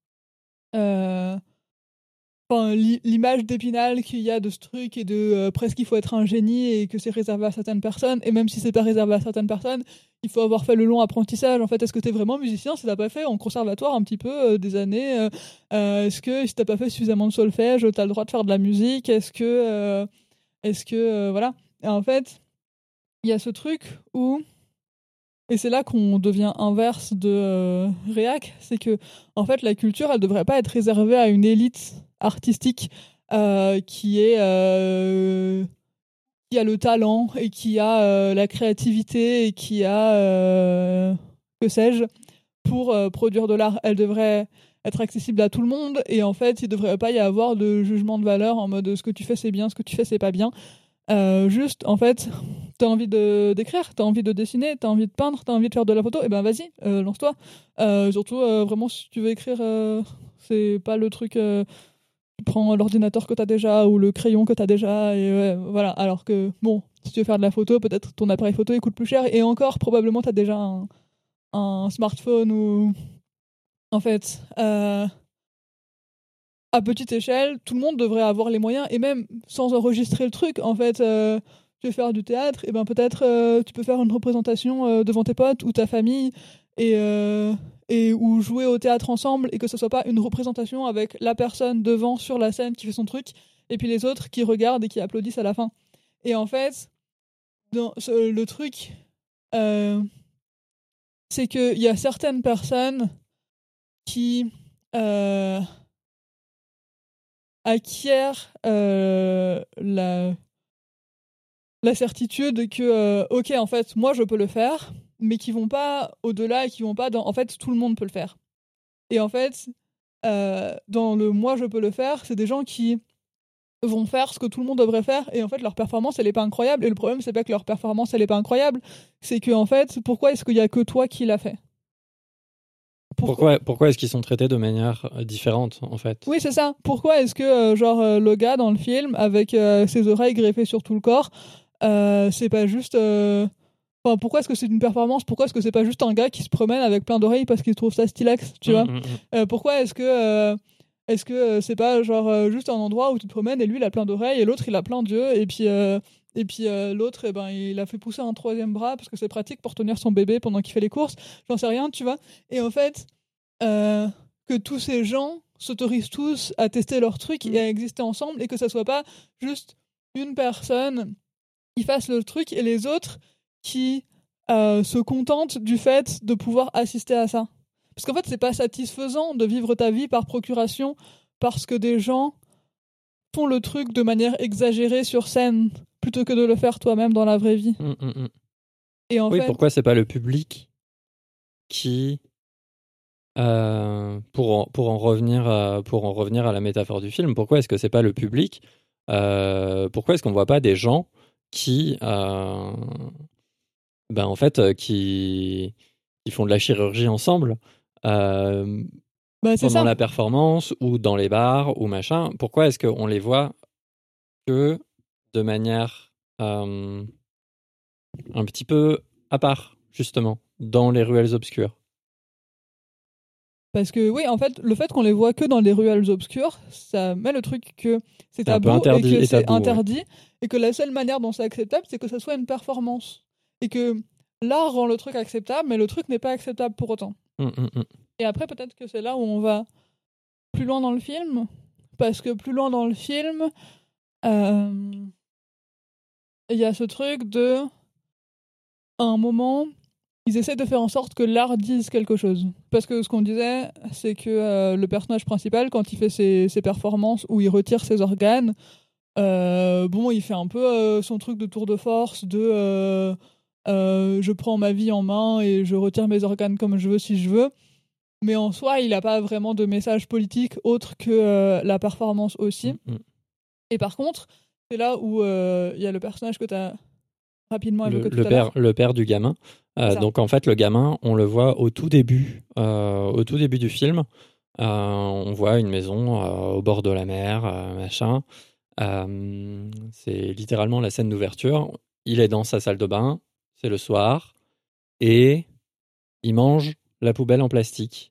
Speaker 2: euh, enfin, l'i- l'image d'Épinal qu'il y a de ce truc et de euh, presque il faut être un génie et que c'est réservé à certaines personnes, et même si c'est pas réservé à certaines personnes, il faut avoir fait le long apprentissage. En fait, est-ce que t'es vraiment musicien si t'as pas fait en conservatoire un petit peu euh, des années euh, euh, est-ce que si t'as pas fait suffisamment de solfège, t'as le droit de faire de la musique? Est-ce que euh, est-ce que euh, voilà. Et en fait, il y a ce truc où, et c'est là qu'on devient inverse de euh, réac, c'est que en fait la culture, elle devrait pas être réservée à une élite artistique euh, qui est euh, qui a le talent et qui a euh, la créativité et qui a euh, que sais-je pour euh, produire de l'art. Elle devrait être accessible à tout le monde. Et en fait, il devrait pas y avoir de jugement de valeur en mode ce que tu fais c'est bien, ce que tu fais c'est pas bien. Euh, juste, en fait, t'as envie de, d'écrire, t'as envie de dessiner, t'as envie de peindre, t'as envie de faire de la photo, et ben vas-y, euh, lance-toi. Euh, surtout, euh, vraiment, si tu veux écrire, euh, c'est pas le truc. Euh, tu prends l'ordinateur que t'as déjà ou le crayon que t'as déjà, et ouais, voilà. Alors que, bon, si tu veux faire de la photo, peut-être ton appareil photo il coûte plus cher, et encore, probablement, t'as déjà un, un smartphone ou. En fait. Euh, à petite échelle, tout le monde devrait avoir les moyens, et même sans enregistrer le truc, en fait, euh, tu veux faire du théâtre, et ben peut-être euh, tu peux faire une représentation euh, devant tes potes ou ta famille, et, euh, et ou jouer au théâtre ensemble, et que ce soit pas une représentation avec la personne devant sur la scène qui fait son truc, et puis les autres qui regardent et qui applaudissent à la fin. Et en fait, dans ce- le truc, euh, c'est qu'il y a certaines personnes qui... euh, acquièrent euh, la, la certitude que, euh, ok, en fait, moi, je peux le faire, mais qui vont pas au-delà et qui vont pas dans, en fait, tout le monde peut le faire. Et en fait, euh, dans le moi, je peux le faire, c'est des gens qui vont faire ce que tout le monde devrait faire, et en fait, leur performance, elle est pas incroyable. Et le problème, c'est pas que leur performance, elle est pas incroyable, c'est que, en fait, pourquoi est-ce qu'il y a que toi qui l'a fait?
Speaker 1: Pourquoi, pourquoi, pourquoi est-ce qu'ils sont traités de manière différente, en fait?
Speaker 2: Oui, c'est ça. Pourquoi est-ce que, euh, genre, euh, le gars dans le film, avec euh, ses oreilles greffées sur tout le corps, euh, c'est pas juste... euh, Enfin, pourquoi est-ce que c'est une performance? Pourquoi est-ce que c'est pas juste un gars qui se promène avec plein d'oreilles parce qu'il trouve ça stylax, tu
Speaker 1: Mmh,
Speaker 2: vois?
Speaker 1: mmh, mmh.
Speaker 2: Euh, pourquoi est-ce que... euh, Est-ce que euh, c'est pas, genre, euh, juste un endroit où tu te promènes et lui, il a plein d'oreilles et l'autre, il a plein d'yeux, et puis... euh, Et puis euh, l'autre, eh ben, il a fait pousser un troisième bras parce que c'est pratique pour tenir son bébé pendant qu'il fait les courses. J'en sais rien, tu vois. Et en fait, euh, que tous ces gens s'autorisent tous à tester leur truc et à exister ensemble, et que ça soit pas juste une personne qui fasse le truc et les autres qui euh, se contentent du fait de pouvoir assister à ça. Parce qu'en fait, c'est pas satisfaisant de vivre ta vie par procuration parce que des gens font le truc de manière exagérée sur scène plutôt que de le faire toi-même dans la vraie vie.
Speaker 1: Mmh, mmh, mmh.
Speaker 2: Et en
Speaker 1: Oui,
Speaker 2: fait,
Speaker 1: pourquoi c'est pas le public qui, euh, pour en, pour en revenir à, pour en revenir à la métaphore du film, pourquoi est-ce que c'est pas le public, euh, pourquoi est-ce qu'on voit pas des gens qui, euh, ben en fait, euh, qui, qui font de la chirurgie ensemble euh,
Speaker 2: bah, c'est
Speaker 1: pendant
Speaker 2: ça.
Speaker 1: la performance ou dans les bars ou machin? Pourquoi est-ce qu'on les voit que de manière euh, un petit peu à part, justement, dans les ruelles obscures?
Speaker 2: Parce que oui, en fait, le fait qu'on les voit que dans les ruelles obscures, ça met le truc que c'est
Speaker 1: C'est un peu
Speaker 2: tabou et
Speaker 1: interdit
Speaker 2: que
Speaker 1: et
Speaker 2: c'est
Speaker 1: tabou, ouais.
Speaker 2: interdit, et que la seule manière dont c'est acceptable, c'est que ça soit une performance. Et que l'art rend le truc acceptable, mais le truc n'est pas acceptable pour autant.
Speaker 1: Hum, hum, hum.
Speaker 2: Et après, peut-être que c'est là où on va plus loin dans le film, parce que plus loin dans le film, euh, il y a ce truc de, à un moment, ils essaient de faire en sorte que l'art dise quelque chose. Parce que ce qu'on disait, c'est que euh, le personnage principal, quand il fait ses, ses performances où il retire ses organes, euh, bon, il fait un peu euh, son truc de tour de force, de euh, euh, je prends ma vie en main et je retire mes organes comme je veux si je veux. Mais en soi, il n'a pas vraiment de message politique autre que euh, la performance aussi.
Speaker 1: Hum, hum.
Speaker 2: Et par contre, c'est là où euh, il y a le personnage que tu as rapidement
Speaker 1: Le,
Speaker 2: évoqué tout
Speaker 1: le
Speaker 2: à l'heure.
Speaker 1: père, le père du gamin. Euh,
Speaker 2: C'est ça.
Speaker 1: donc en fait, le gamin, on le voit au tout début, euh, au tout début du film. Euh, on voit une maison euh, au bord de la mer, euh, machin. Euh, c'est littéralement la scène d'ouverture. Il est dans sa salle de bain, c'est le soir, et il mange la poubelle en plastique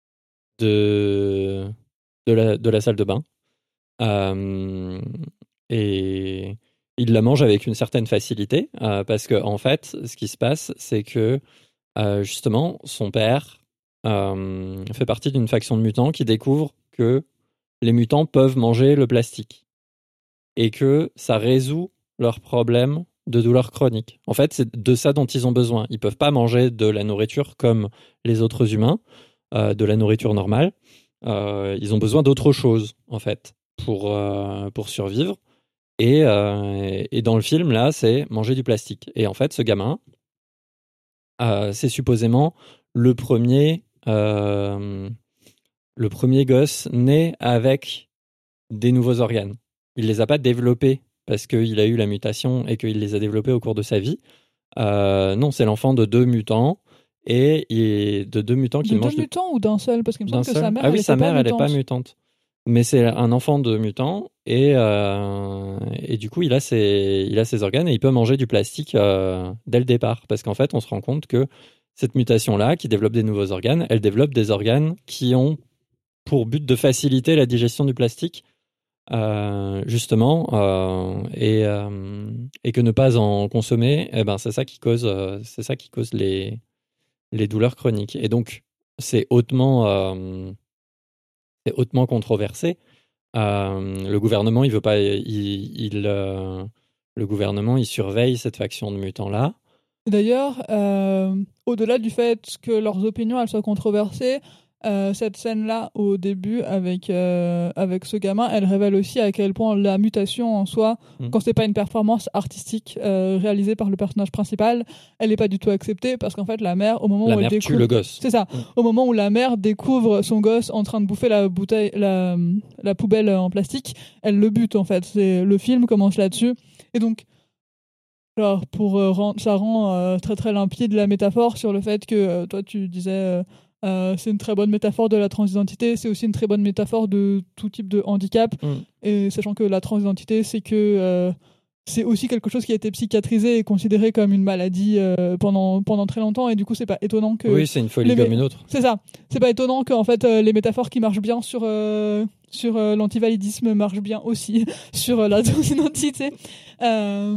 Speaker 1: de, de, la, de la salle de bain. Euh, et il la mange avec une certaine facilité, euh, parce que en fait, ce qui se passe, c'est que euh, justement, son père euh, fait partie d'une faction de mutants qui découvre que les mutants peuvent manger le plastique et que ça résout leurs problèmes de douleur chronique. En fait, c'est de ça dont ils ont besoin. Ils peuvent pas manger de la nourriture comme les autres humains, euh, de la nourriture normale. Euh, ils ont besoin d'autre chose, en fait, pour, euh, pour survivre. Et, euh, et dans le film, là, c'est manger du plastique. Et en fait, ce gamin, euh, c'est supposément le premier, euh, le premier gosse naît avec des nouveaux organes. Il les a pas développés parce qu'il a eu la mutation et qu'il les a développés au cours de sa vie. Euh, non, c'est l'enfant de deux mutants et, et de deux mutants qui
Speaker 2: de
Speaker 1: mangent
Speaker 2: deux
Speaker 1: du...
Speaker 2: mutants ou d'un seul? Parce qu'il me semble
Speaker 1: d'un
Speaker 2: que
Speaker 1: seul.
Speaker 2: sa mère,
Speaker 1: Ah
Speaker 2: elle
Speaker 1: oui,
Speaker 2: était
Speaker 1: sa mère,
Speaker 2: pas
Speaker 1: elle est
Speaker 2: mutante.
Speaker 1: pas mutante. Mais c'est un enfant de mutant et, euh, et du coup, il a, ses, il a ses organes et il peut manger du plastique euh, dès le départ. Parce qu'en fait, on se rend compte que cette mutation-là, qui développe des nouveaux organes, elle développe des organes qui ont pour but de faciliter la digestion du plastique, euh, justement, euh, et, euh, et que ne pas en consommer, eh ben, c'est ça qui cause, euh, c'est ça qui cause les, les douleurs chroniques. Et donc, c'est hautement, euh, c'est hautement controversé. Euh, le gouvernement, il veut pas, il, il, euh, le gouvernement, il surveille cette faction de mutants-là.
Speaker 2: D'ailleurs, euh, au-delà du fait que leurs opinions elles soient controversées, euh, cette scène-là au début avec euh, avec ce gamin, elle révèle aussi à quel point la mutation en soi,
Speaker 1: Mm.
Speaker 2: quand c'est pas une performance artistique euh, réalisée par le personnage principal, elle est pas du tout acceptée parce qu'en fait la mère, au moment
Speaker 1: La
Speaker 2: où
Speaker 1: mère
Speaker 2: elle
Speaker 1: tue
Speaker 2: découvre,
Speaker 1: le gosse.
Speaker 2: c'est ça,
Speaker 1: Mm.
Speaker 2: au moment où la mère découvre son gosse en train de bouffer la bouteille, la la poubelle en plastique, elle le bute en fait. C'est le film commence là-dessus et donc. Genre, pour euh, rend- ça rend euh, très très limpide la métaphore sur le fait que euh, toi tu disais euh, euh, c'est une très bonne métaphore de la transidentité, c'est aussi une très bonne métaphore de tout type de handicap.
Speaker 1: Mm.
Speaker 2: Et sachant que la transidentité, c'est que euh, c'est aussi quelque chose qui a été psychiatrisé et considéré comme une maladie euh, pendant, pendant très longtemps. Et du coup, c'est pas étonnant que.
Speaker 1: Oui, c'est une folie
Speaker 2: les mé-
Speaker 1: comme une autre.
Speaker 2: C'est ça. C'est pas étonnant que en fait, euh, les métaphores qui marchent bien sur, euh, sur euh, l'antivalidisme marchent bien aussi sur euh, la transidentité. Euh.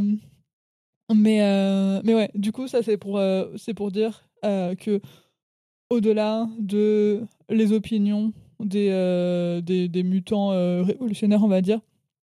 Speaker 2: Mais, euh, mais ouais, du coup, ça c'est pour, euh, c'est pour dire euh, que au-delà de les opinions des, euh, des, des mutants euh, révolutionnaires, on va dire,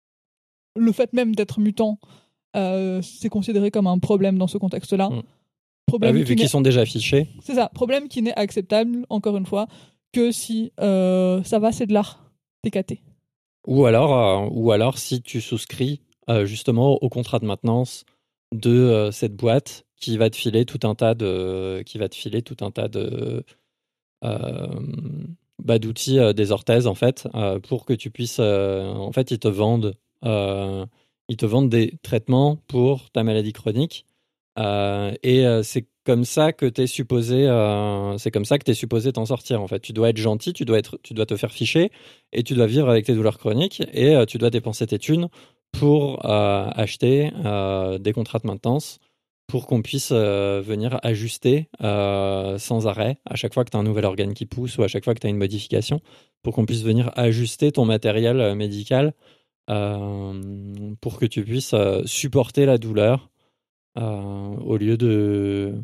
Speaker 2: le fait même d'être mutant, euh, c'est considéré comme un problème dans ce contexte-là.
Speaker 1: Mm.
Speaker 2: Problème
Speaker 1: Ah oui,
Speaker 2: qui
Speaker 1: vu
Speaker 2: n'est-
Speaker 1: qu'ils sont déjà affichés.
Speaker 2: C'est ça, problème qui n'est acceptable, encore une fois, que si euh, ça va, c'est de l'art. T K T.
Speaker 1: Ou alors, euh, ou alors si tu souscris euh, justement au contrat de maintenance de euh, cette boîte qui va te filer tout un tas de, qui va te filer tout un tas de euh, bah, d'outils, euh, des orthèses en fait, euh, pour que tu puisses, euh, en fait, ils te vendent, euh, ils te vendent des traitements pour ta maladie chronique. Euh, et euh, c'est comme ça que t'es supposé, euh, c'est comme ça que t'es supposé t'en sortir en fait. Tu dois être gentil, tu dois être, tu dois te faire ficher et tu dois vivre avec tes douleurs chroniques et euh, tu dois dépenser tes thunes pour euh, acheter euh, des contrats de maintenance pour qu'on puisse euh, venir ajuster euh, sans arrêt à chaque fois que tu as un nouvel organe qui pousse ou à chaque fois que tu as une modification, pour qu'on puisse venir ajuster ton matériel euh, médical euh, pour que tu puisses euh, supporter la douleur euh, au lieu de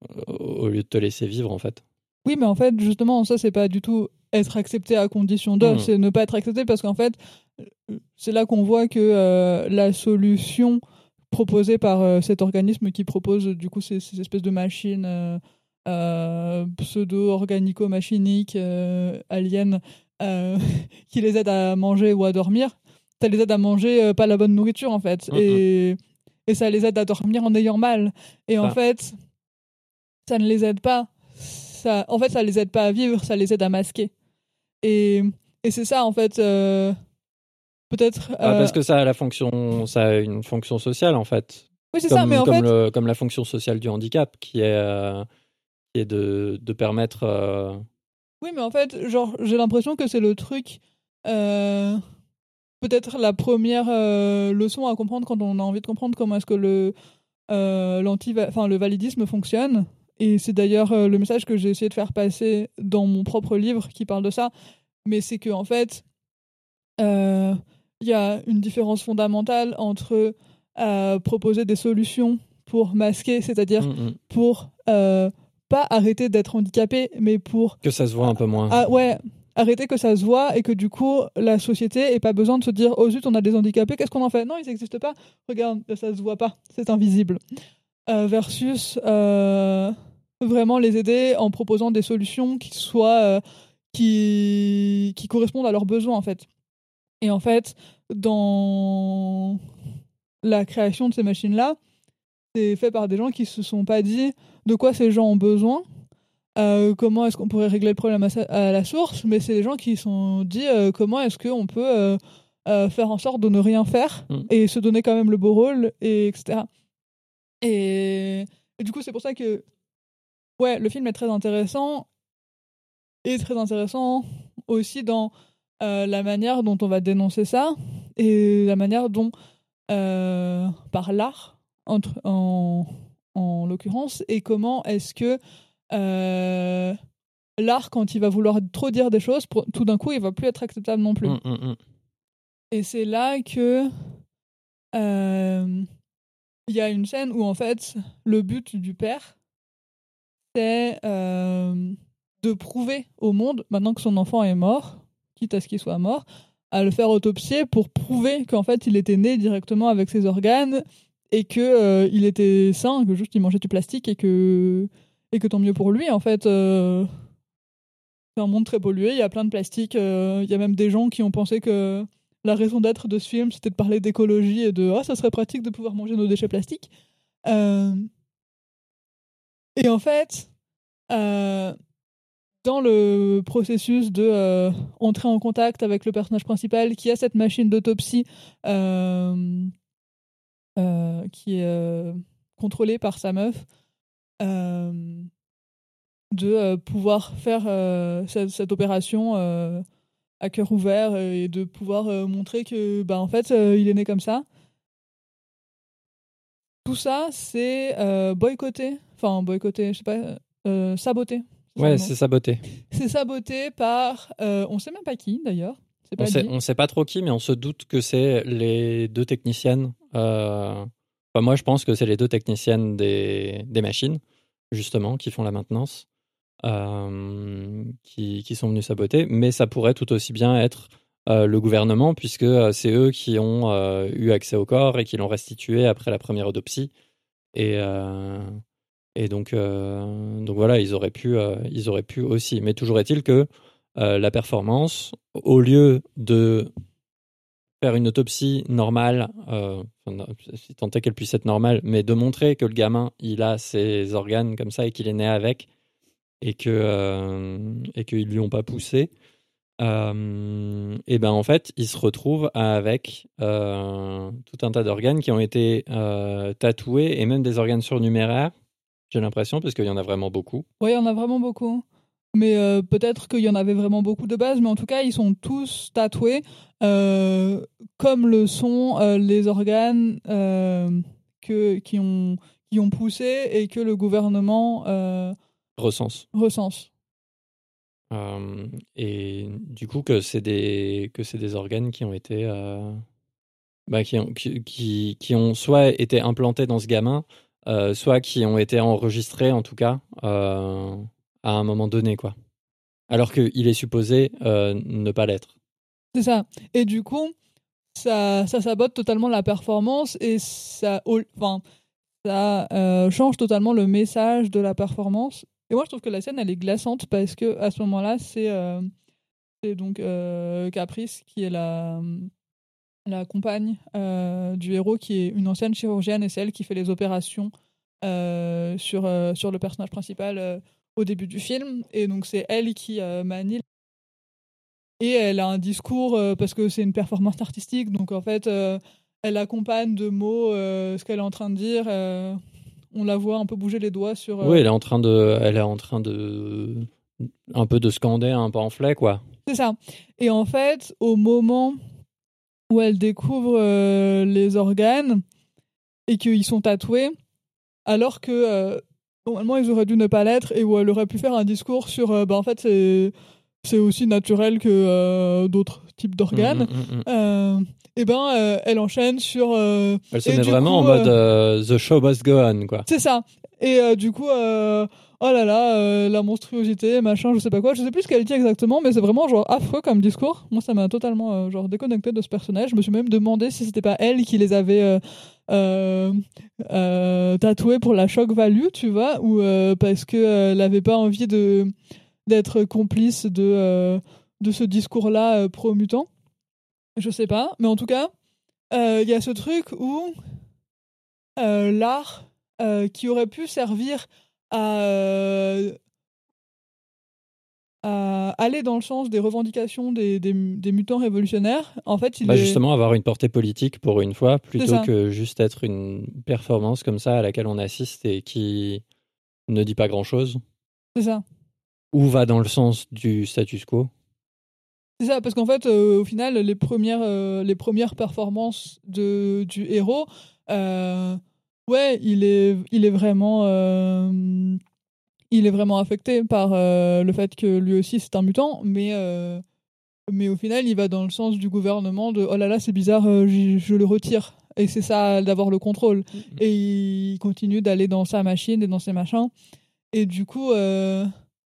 Speaker 1: au lieu de te laisser vivre en fait.
Speaker 2: Oui, mais en fait, justement, ça, c'est pas du tout être accepté à condition de,
Speaker 1: Mmh.
Speaker 2: c'est ne pas être accepté parce qu'en fait, c'est là qu'on voit que euh, la solution proposée par euh, cet organisme qui propose du coup ces, ces espèces de machines euh, euh, pseudo-organico-machiniques, euh, aliens, euh, qui les aident à manger ou à dormir, ça les aide à manger euh, pas la bonne nourriture en fait.
Speaker 1: Mmh.
Speaker 2: Et, et ça les aide à dormir en ayant mal. Et en
Speaker 1: Ah.
Speaker 2: fait, ça ne les aide pas. Ça, en fait, ça les aide pas à vivre, ça les aide à masquer. Et, et c'est ça, en fait, euh, peut-être.
Speaker 1: Ah,
Speaker 2: euh,
Speaker 1: parce que ça a la fonction, ça a une fonction sociale en fait,
Speaker 2: Oui, c'est
Speaker 1: comme
Speaker 2: ça, mais en
Speaker 1: comme
Speaker 2: fait.
Speaker 1: le comme la fonction sociale du handicap qui est euh, qui est de de permettre. Euh...
Speaker 2: Oui, mais en fait, genre, j'ai l'impression que c'est le truc. euh, Peut-être la première euh, leçon à comprendre quand on a envie de comprendre comment est-ce que le, euh, l'anti enfin, le validisme fonctionne. Et c'est d'ailleurs euh, le message que j'ai essayé de faire passer dans mon propre livre qui parle de ça. Mais c'est que en fait, il euh, y a une différence fondamentale entre euh, proposer des solutions pour masquer, c'est-à-dire
Speaker 1: Mmh, mmh.
Speaker 2: pour euh, pas arrêter d'être handicapé, mais pour
Speaker 1: Que ça se voit un peu moins.
Speaker 2: ah, ouais, arrêter que ça se voit et que du coup la société ait pas besoin de se dire oh zut on a des handicapés, qu'est-ce qu'on en fait? Non, ils n'existent pas. Regarde, ça se voit pas, c'est invisible. Euh, versus euh, vraiment les aider en proposant des solutions qui soient euh, qui qui correspondent à leurs besoins en fait. Et en fait, dans la création de ces machines-là, c'est fait par des gens qui se sont pas dit de quoi ces gens ont besoin, euh, comment est-ce qu'on pourrait régler le problème à, sa- à la source, mais c'est des gens qui se sont dit euh, comment est-ce qu'on peut euh, euh, faire en sorte de ne rien faire
Speaker 1: Mm.
Speaker 2: et se donner quand même le beau rôle, et etc. Et, et du coup, c'est pour ça que ouais, le film est très intéressant, et très intéressant aussi dans euh, la manière dont on va dénoncer ça, et la manière dont, euh, par l'art, entre, en, en l'occurrence, et comment est-ce que euh, l'art, quand il va vouloir trop dire des choses, pour- tout d'un coup, il va plus être acceptable non plus.
Speaker 1: Mm, mm, mm.
Speaker 2: Et c'est là que euh, il y a une scène où en fait le but du père, c'est euh, de prouver au monde, maintenant que son enfant est mort, quitte à ce qu'il soit mort, à le faire autopsier pour prouver qu'en fait il était né directement avec ses organes et que euh, il était sain, que juste il mangeait du plastique, et que et que tant mieux pour lui en fait. euh, C'est un monde très pollué, il y a plein de plastique, euh, il y a même des gens qui ont pensé que la raison d'être de ce film, c'était de parler d'écologie et de « Ah, ça serait pratique de pouvoir manger nos déchets plastiques euh, ». Et en fait, euh, dans le processus de euh, entrer en contact avec le personnage principal qui a cette machine d'autopsie euh, euh, qui est euh, contrôlée par sa meuf, euh, de euh, pouvoir faire euh, cette, cette opération euh, à cœur ouvert, et de pouvoir euh, montrer que bah en fait euh, il est né comme ça. Tout ça c'est euh, boycotté, enfin boycotté, je sais pas, euh, saboté, c'est ça le
Speaker 1: Ouais,
Speaker 2: mot.
Speaker 1: c'est saboté.
Speaker 2: C'est saboté par euh, on sait même pas qui d'ailleurs, c'est
Speaker 1: On
Speaker 2: pas
Speaker 1: sait,
Speaker 2: dit.
Speaker 1: on sait pas trop qui, mais on se doute que c'est les deux techniciennes. euh, Enfin, moi, je pense que c'est les deux techniciennes des, des machines, justement, qui font la maintenance, euh, qui, qui sont venus saboter. Mais ça pourrait tout aussi bien être euh, le gouvernement, puisque euh, c'est eux qui ont euh, eu accès au corps et qui l'ont restitué après la première autopsie. Et, euh, et donc, euh, donc voilà, ils auraient pu, euh, ils auraient pu aussi. Mais toujours est-il que euh, la performance, au lieu de faire une autopsie normale, euh, enfin, si tant est qu'elle puisse être normale, mais de montrer que le gamin, il a ses organes comme ça et qu'il est né avec, et que euh, et qu'ils lui ont pas poussé, euh, et ben en fait, il se retrouve avec euh, tout un tas d'organes qui ont été euh, tatoués, et même des organes surnuméraires, j'ai l'impression, parce qu'il y en a vraiment beaucoup.
Speaker 2: Ouais, il y en a vraiment beaucoup. Mais euh, peut-être qu'il y en avait vraiment beaucoup de base, mais en tout cas, ils sont tous tatoués, euh, comme le sont euh, les organes euh, que, qui, ont, qui ont poussé et que le gouvernement euh,
Speaker 1: Recense.
Speaker 2: recense.
Speaker 1: Euh, et du coup, que c'est des, que c'est des organes qui ont été. euh, bah, qui, ont, qui, qui, qui ont soit été implantés dans ce gamin, euh, soit qui ont été enregistrés, en tout cas, euh, à un moment donné, quoi. Alors qu'il est supposé euh, ne pas l'être.
Speaker 2: C'est ça. Et du coup, ça, ça sabote totalement la performance, et ça, enfin, ça euh, change totalement le message de la performance. Et moi, je trouve que la scène, elle est glaçante parce que à ce moment-là, c'est euh, c'est donc euh, Caprice qui est la, la compagne euh, du héros, qui est une ancienne chirurgienne, et c'est elle qui fait les opérations euh, sur, euh, sur le personnage principal euh, au début du film. Et donc, c'est elle qui euh, manie. Et elle a un discours, euh, parce que c'est une performance artistique, donc en fait, euh, elle accompagne de mots euh, ce qu'elle est en train de dire. Euh, on la voit un peu bouger les doigts sur. euh,
Speaker 1: Oui, elle est en train de, elle est en train de, un peu de scander un pamphlet, quoi.
Speaker 2: C'est ça. Et en fait, au moment où elle découvre euh, les organes et qu'ils sont tatoués, alors que euh, normalement ils auraient dû ne pas l'être, et où elle aurait pu faire un discours sur euh, bah, en fait c'est c'est aussi naturel que euh, d'autres types
Speaker 1: Mm,
Speaker 2: d'organes,
Speaker 1: mm, mm, mm.
Speaker 2: euh, et ben euh, elle enchaîne sur euh,
Speaker 1: Elle se
Speaker 2: et
Speaker 1: met
Speaker 2: du
Speaker 1: vraiment
Speaker 2: coup,
Speaker 1: en mode
Speaker 2: euh,
Speaker 1: euh, The show must go on, quoi.
Speaker 2: c'est ça. Et euh, du coup, euh, oh là là, euh, la monstruosité, machin, je sais pas quoi. Je sais plus ce qu'elle dit exactement, mais c'est vraiment genre affreux comme discours. Moi, ça m'a totalement euh, genre déconnecté de ce personnage. Je me suis même demandé si c'était pas elle qui les avait euh, euh, euh, tatoués pour la shock value, tu vois, ou euh, parce que euh, elle avait pas envie de d'être complice de euh, de ce discours-là euh, pro-mutant. Je sais pas, mais en tout cas, il y a ce truc où euh, l'art euh, qui aurait pu servir à, euh, à aller dans le sens des revendications des, des, des mutants révolutionnaires. En fait, il
Speaker 1: Bah
Speaker 2: est...
Speaker 1: justement, avoir une portée politique pour une fois,
Speaker 2: C'est
Speaker 1: plutôt
Speaker 2: ça,
Speaker 1: que juste être une performance comme ça à laquelle on assiste et qui ne dit pas grand-chose,
Speaker 2: c'est ça.
Speaker 1: ou va dans le sens du status quo.
Speaker 2: C'est ça, parce qu'en fait, euh, au final, les premières, euh, les premières performances de, du héros, euh, ouais, il est, il est vraiment, euh, il est vraiment affecté par euh, le fait que lui aussi c'est un mutant, mais, euh, mais au final, il va dans le sens du gouvernement de oh là là, c'est bizarre, euh, j'y- je le retire. Et c'est ça, d'avoir le contrôle. Et il continue d'aller dans sa machine et dans ses machins. Et du coup, euh,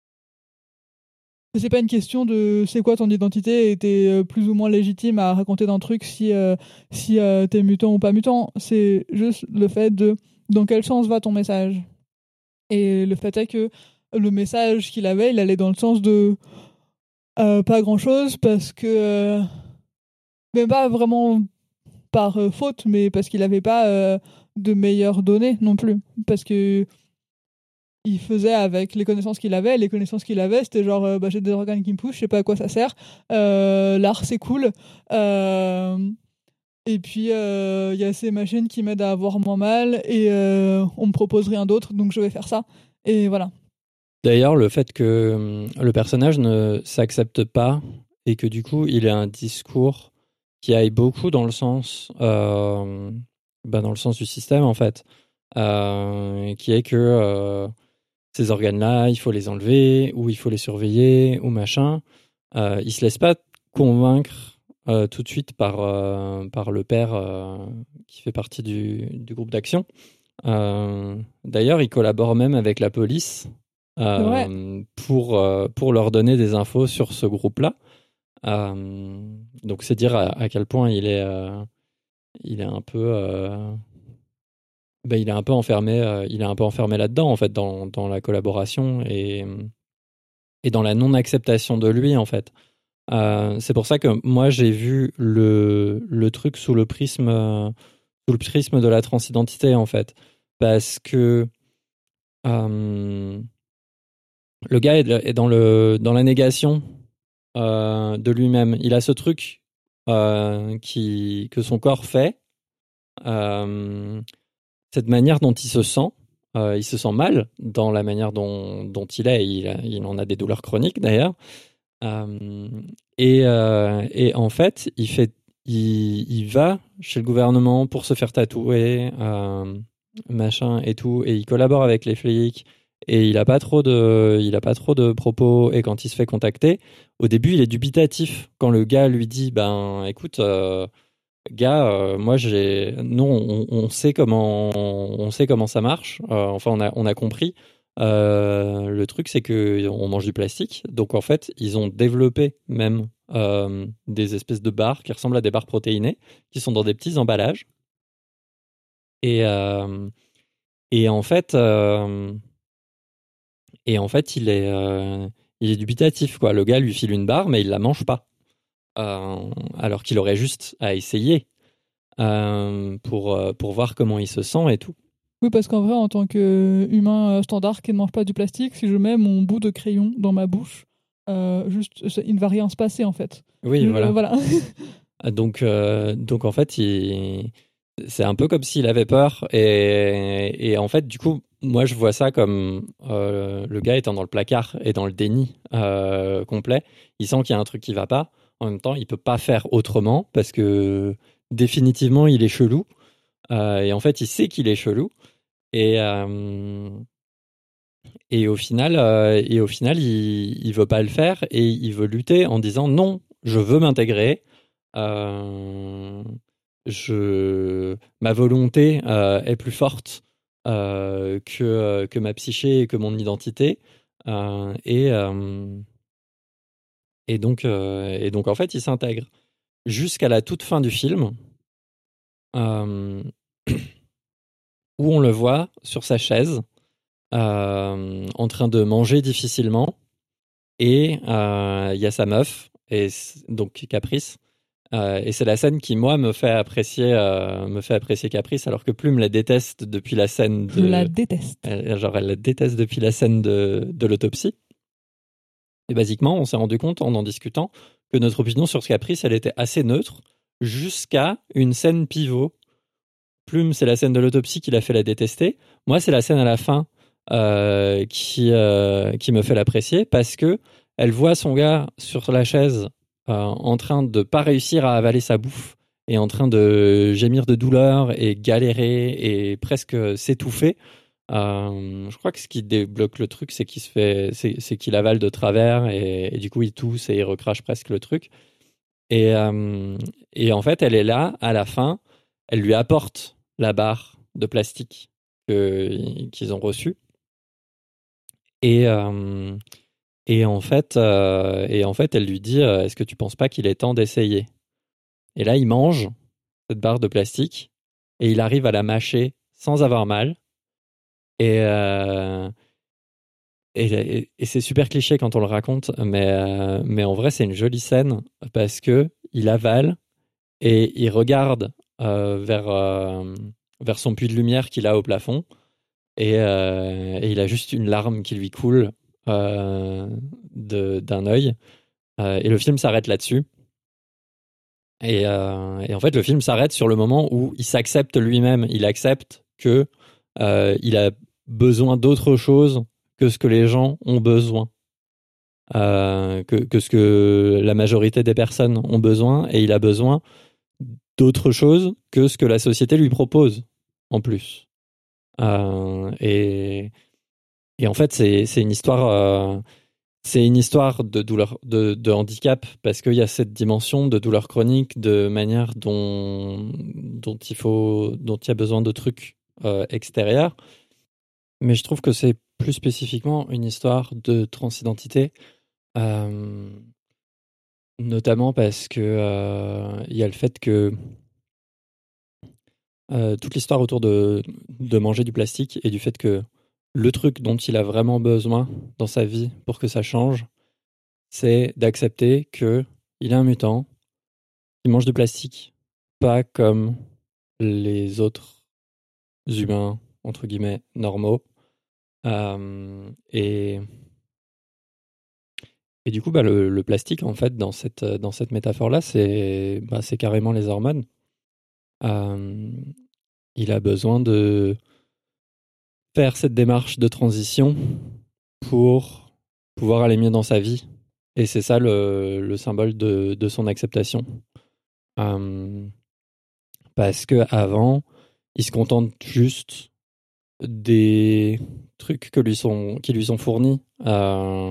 Speaker 2: c'est pas une question de c'est quoi ton identité et t'es euh, plus ou moins légitime à raconter d'un truc si, euh, si euh, t'es mutant ou pas mutant. C'est juste le fait de dans quel sens va ton message. Et le fait est que le message qu'il avait, il allait dans le sens de euh, pas grand chose parce que. Euh, même pas vraiment par euh, faute, mais parce qu'il avait pas euh, de meilleures données non plus. Parce que il faisait avec les connaissances qu'il avait. Les connaissances qu'il avait, c'était genre, euh, bah, j'ai des organes qui me poussent, je sais pas à quoi ça sert. Euh, l'art, c'est cool. Euh, et puis, euh, il y a ces machines qui m'aident à avoir moins mal. Et euh, on me propose rien d'autre, donc je vais faire ça. Et voilà.
Speaker 1: D'ailleurs, le fait que hum, le personnage ne s'accepte pas et que du coup, il ait un discours qui aille beaucoup dans le sens, euh, bah, dans le sens du système en fait, euh, qui est que euh, ces organes-là, il faut les enlever ou il faut les surveiller ou machin. Euh, il se laisse pas convaincre euh, tout de suite par euh, par le père euh, qui fait partie du, du groupe d'action. Euh, D'ailleurs, il collabore même avec la police
Speaker 2: C'est vrai.
Speaker 1: euh, pour, euh, pour leur donner des infos sur ce groupe-là. Euh, donc c'est dire à, à quel point il est, euh, il est un peu, euh, ben, il est un peu enfermé, euh, il est un peu enfermé là-dedans en fait, dans, dans la collaboration et, et dans la non-acceptation de lui en fait. Euh, c'est pour ça que moi j'ai vu le, le truc sous le prisme, euh, sous le prisme de la transidentité en fait, parce que euh, le gars est, est dans le dans la négation euh, de lui-même. Il a ce truc euh, qui, que son corps fait, euh, cette manière dont il se sent. Euh, il se sent mal dans la manière dont, dont il est. Il, a- il en a des douleurs chroniques d'ailleurs. Euh, et, euh, et en fait, il, fait il, il va chez le gouvernement pour se faire tatouer, euh, machin et tout. Et il collabore avec les flics. Et il a pas trop de, il a pas trop de propos. Et quand il se fait contacter, au début, il est dubitatif. Quand le gars lui dit, ben, écoute, euh, gars, euh, moi, j'ai, non, on, on sait comment, on sait comment ça marche. Euh, enfin, on a, on a compris. Euh, le truc, c'est que on mange du plastique. Donc, en fait, ils ont développé même euh, des espèces de barres qui ressemblent à des barres protéinées, qui sont dans des petits emballages. Et, euh, et en fait, euh, Et en fait, il est, euh, il est dubitatif, quoi. Le gars lui file une barre, mais il la mange pas. Euh, alors qu'il aurait juste à essayer euh, pour, euh, pour voir comment il se sent et tout.
Speaker 2: Oui, parce qu'en vrai, en tant qu'humain standard qui ne mange pas du plastique, si je mets mon bout de crayon dans ma bouche, euh, juste, ça- il ne va rien se passer en fait.
Speaker 1: Oui,
Speaker 2: Je- euh,
Speaker 1: voilà.
Speaker 2: voilà.
Speaker 1: Donc, euh, donc en fait, il... c'est un peu comme s'il avait peur. Et, et en fait, du coup, moi, je vois ça comme euh, le gars étant dans le placard et dans le déni euh, complet. Il sent qu'il y a un truc qui va pas. En même temps, il peut pas faire autrement parce que définitivement, il est chelou. Euh, et en fait, il sait qu'il est chelou. Et, euh, et au final, euh, et au final il, il veut pas le faire et il veut lutter en disant non, je veux m'intégrer. Euh, je, ma volonté euh, est plus forte euh, que, euh, que ma psyché et que mon identité. Euh, et, euh, et, donc, euh, et donc, en fait, il s'intègre jusqu'à la toute fin du film euh, où on le voit sur sa chaise euh, en train de manger difficilement. Et euh, il y a sa meuf, et donc Caprice. Euh, et c'est la scène qui, moi, me fait apprécier, euh, me fait apprécier Caprice, alors que Plume la déteste depuis la scène
Speaker 2: Je la
Speaker 1: de.
Speaker 2: déteste.
Speaker 1: Elle- genre, elle la déteste depuis la scène de, de l'autopsie. Et basiquement, on s'est rendu compte en en discutant que notre opinion sur ce caprice, elle était assez neutre jusqu'à une scène pivot. Plume, c'est la scène de l'autopsie qui l'a fait la détester. Moi, c'est la scène à la fin euh, qui, euh, qui me fait l'apprécier parce que elle voit son gars sur la chaise euh, en train de pas réussir à avaler sa bouffe et en train de gémir de douleur et galérer et presque s'étouffer. Euh, je crois que ce qui débloque le truc, c'est qu'il se fait, c'est, c'est qu'il avale de travers et, et du coup il tousse et il recrache presque le truc. Et, euh, et en fait, elle est là à la fin. Elle lui apporte la barre de plastique que, qu'ils ont reçue. Et, euh, et, en fait, euh, et en fait, elle lui dit euh, est-ce que tu penses pas qu'il est temps d'essayer? Et là, il mange cette barre de plastique et il arrive à la mâcher sans avoir mal. Et, euh, et, et, et c'est super cliché quand on le raconte, mais, euh, mais en vrai, c'est une jolie scène parce que il avale et il regarde euh, vers, euh, vers son puits de lumière qu'il a au plafond et, euh, et il a juste une larme qui lui coule euh, de, d'un œil. Euh, et le film s'arrête là-dessus. Et, euh, et en fait, le film s'arrête sur le moment où il s'accepte lui-même. Il accepte que euh, il a besoin d'autre chose que ce que les gens ont besoin, euh, que, que ce que la majorité des personnes ont besoin, et il a besoin d'autre chose que ce que la société lui propose, en plus. Euh, et, et en fait, c'est, c'est une histoire... Euh, C'est une histoire de douleur, de, de handicap, parce qu'il y a cette dimension de douleur chronique, de manière dont, dont, il, faut, dont il y a besoin de trucs euh, extérieurs. Mais je trouve que c'est plus spécifiquement une histoire de transidentité, euh, notamment parce que euh, il y a le fait que euh, toute l'histoire autour de, de manger du plastique et du fait que le truc dont il a vraiment besoin dans sa vie pour que ça change, c'est d'accepter que il est un mutant, il mange du plastique, pas comme les autres humains, entre guillemets, normaux. Euh, et, et du coup, bah, le, le plastique, en fait, dans cette, dans cette métaphore-là, c'est, bah, c'est carrément les hormones. Euh, il a besoin de faire cette démarche de transition pour pouvoir aller mieux dans sa vie. Et c'est ça le, le symbole de, de son acceptation. Euh, parce que avant, il se contente juste des trucs que lui sont, qui lui sont fournis euh,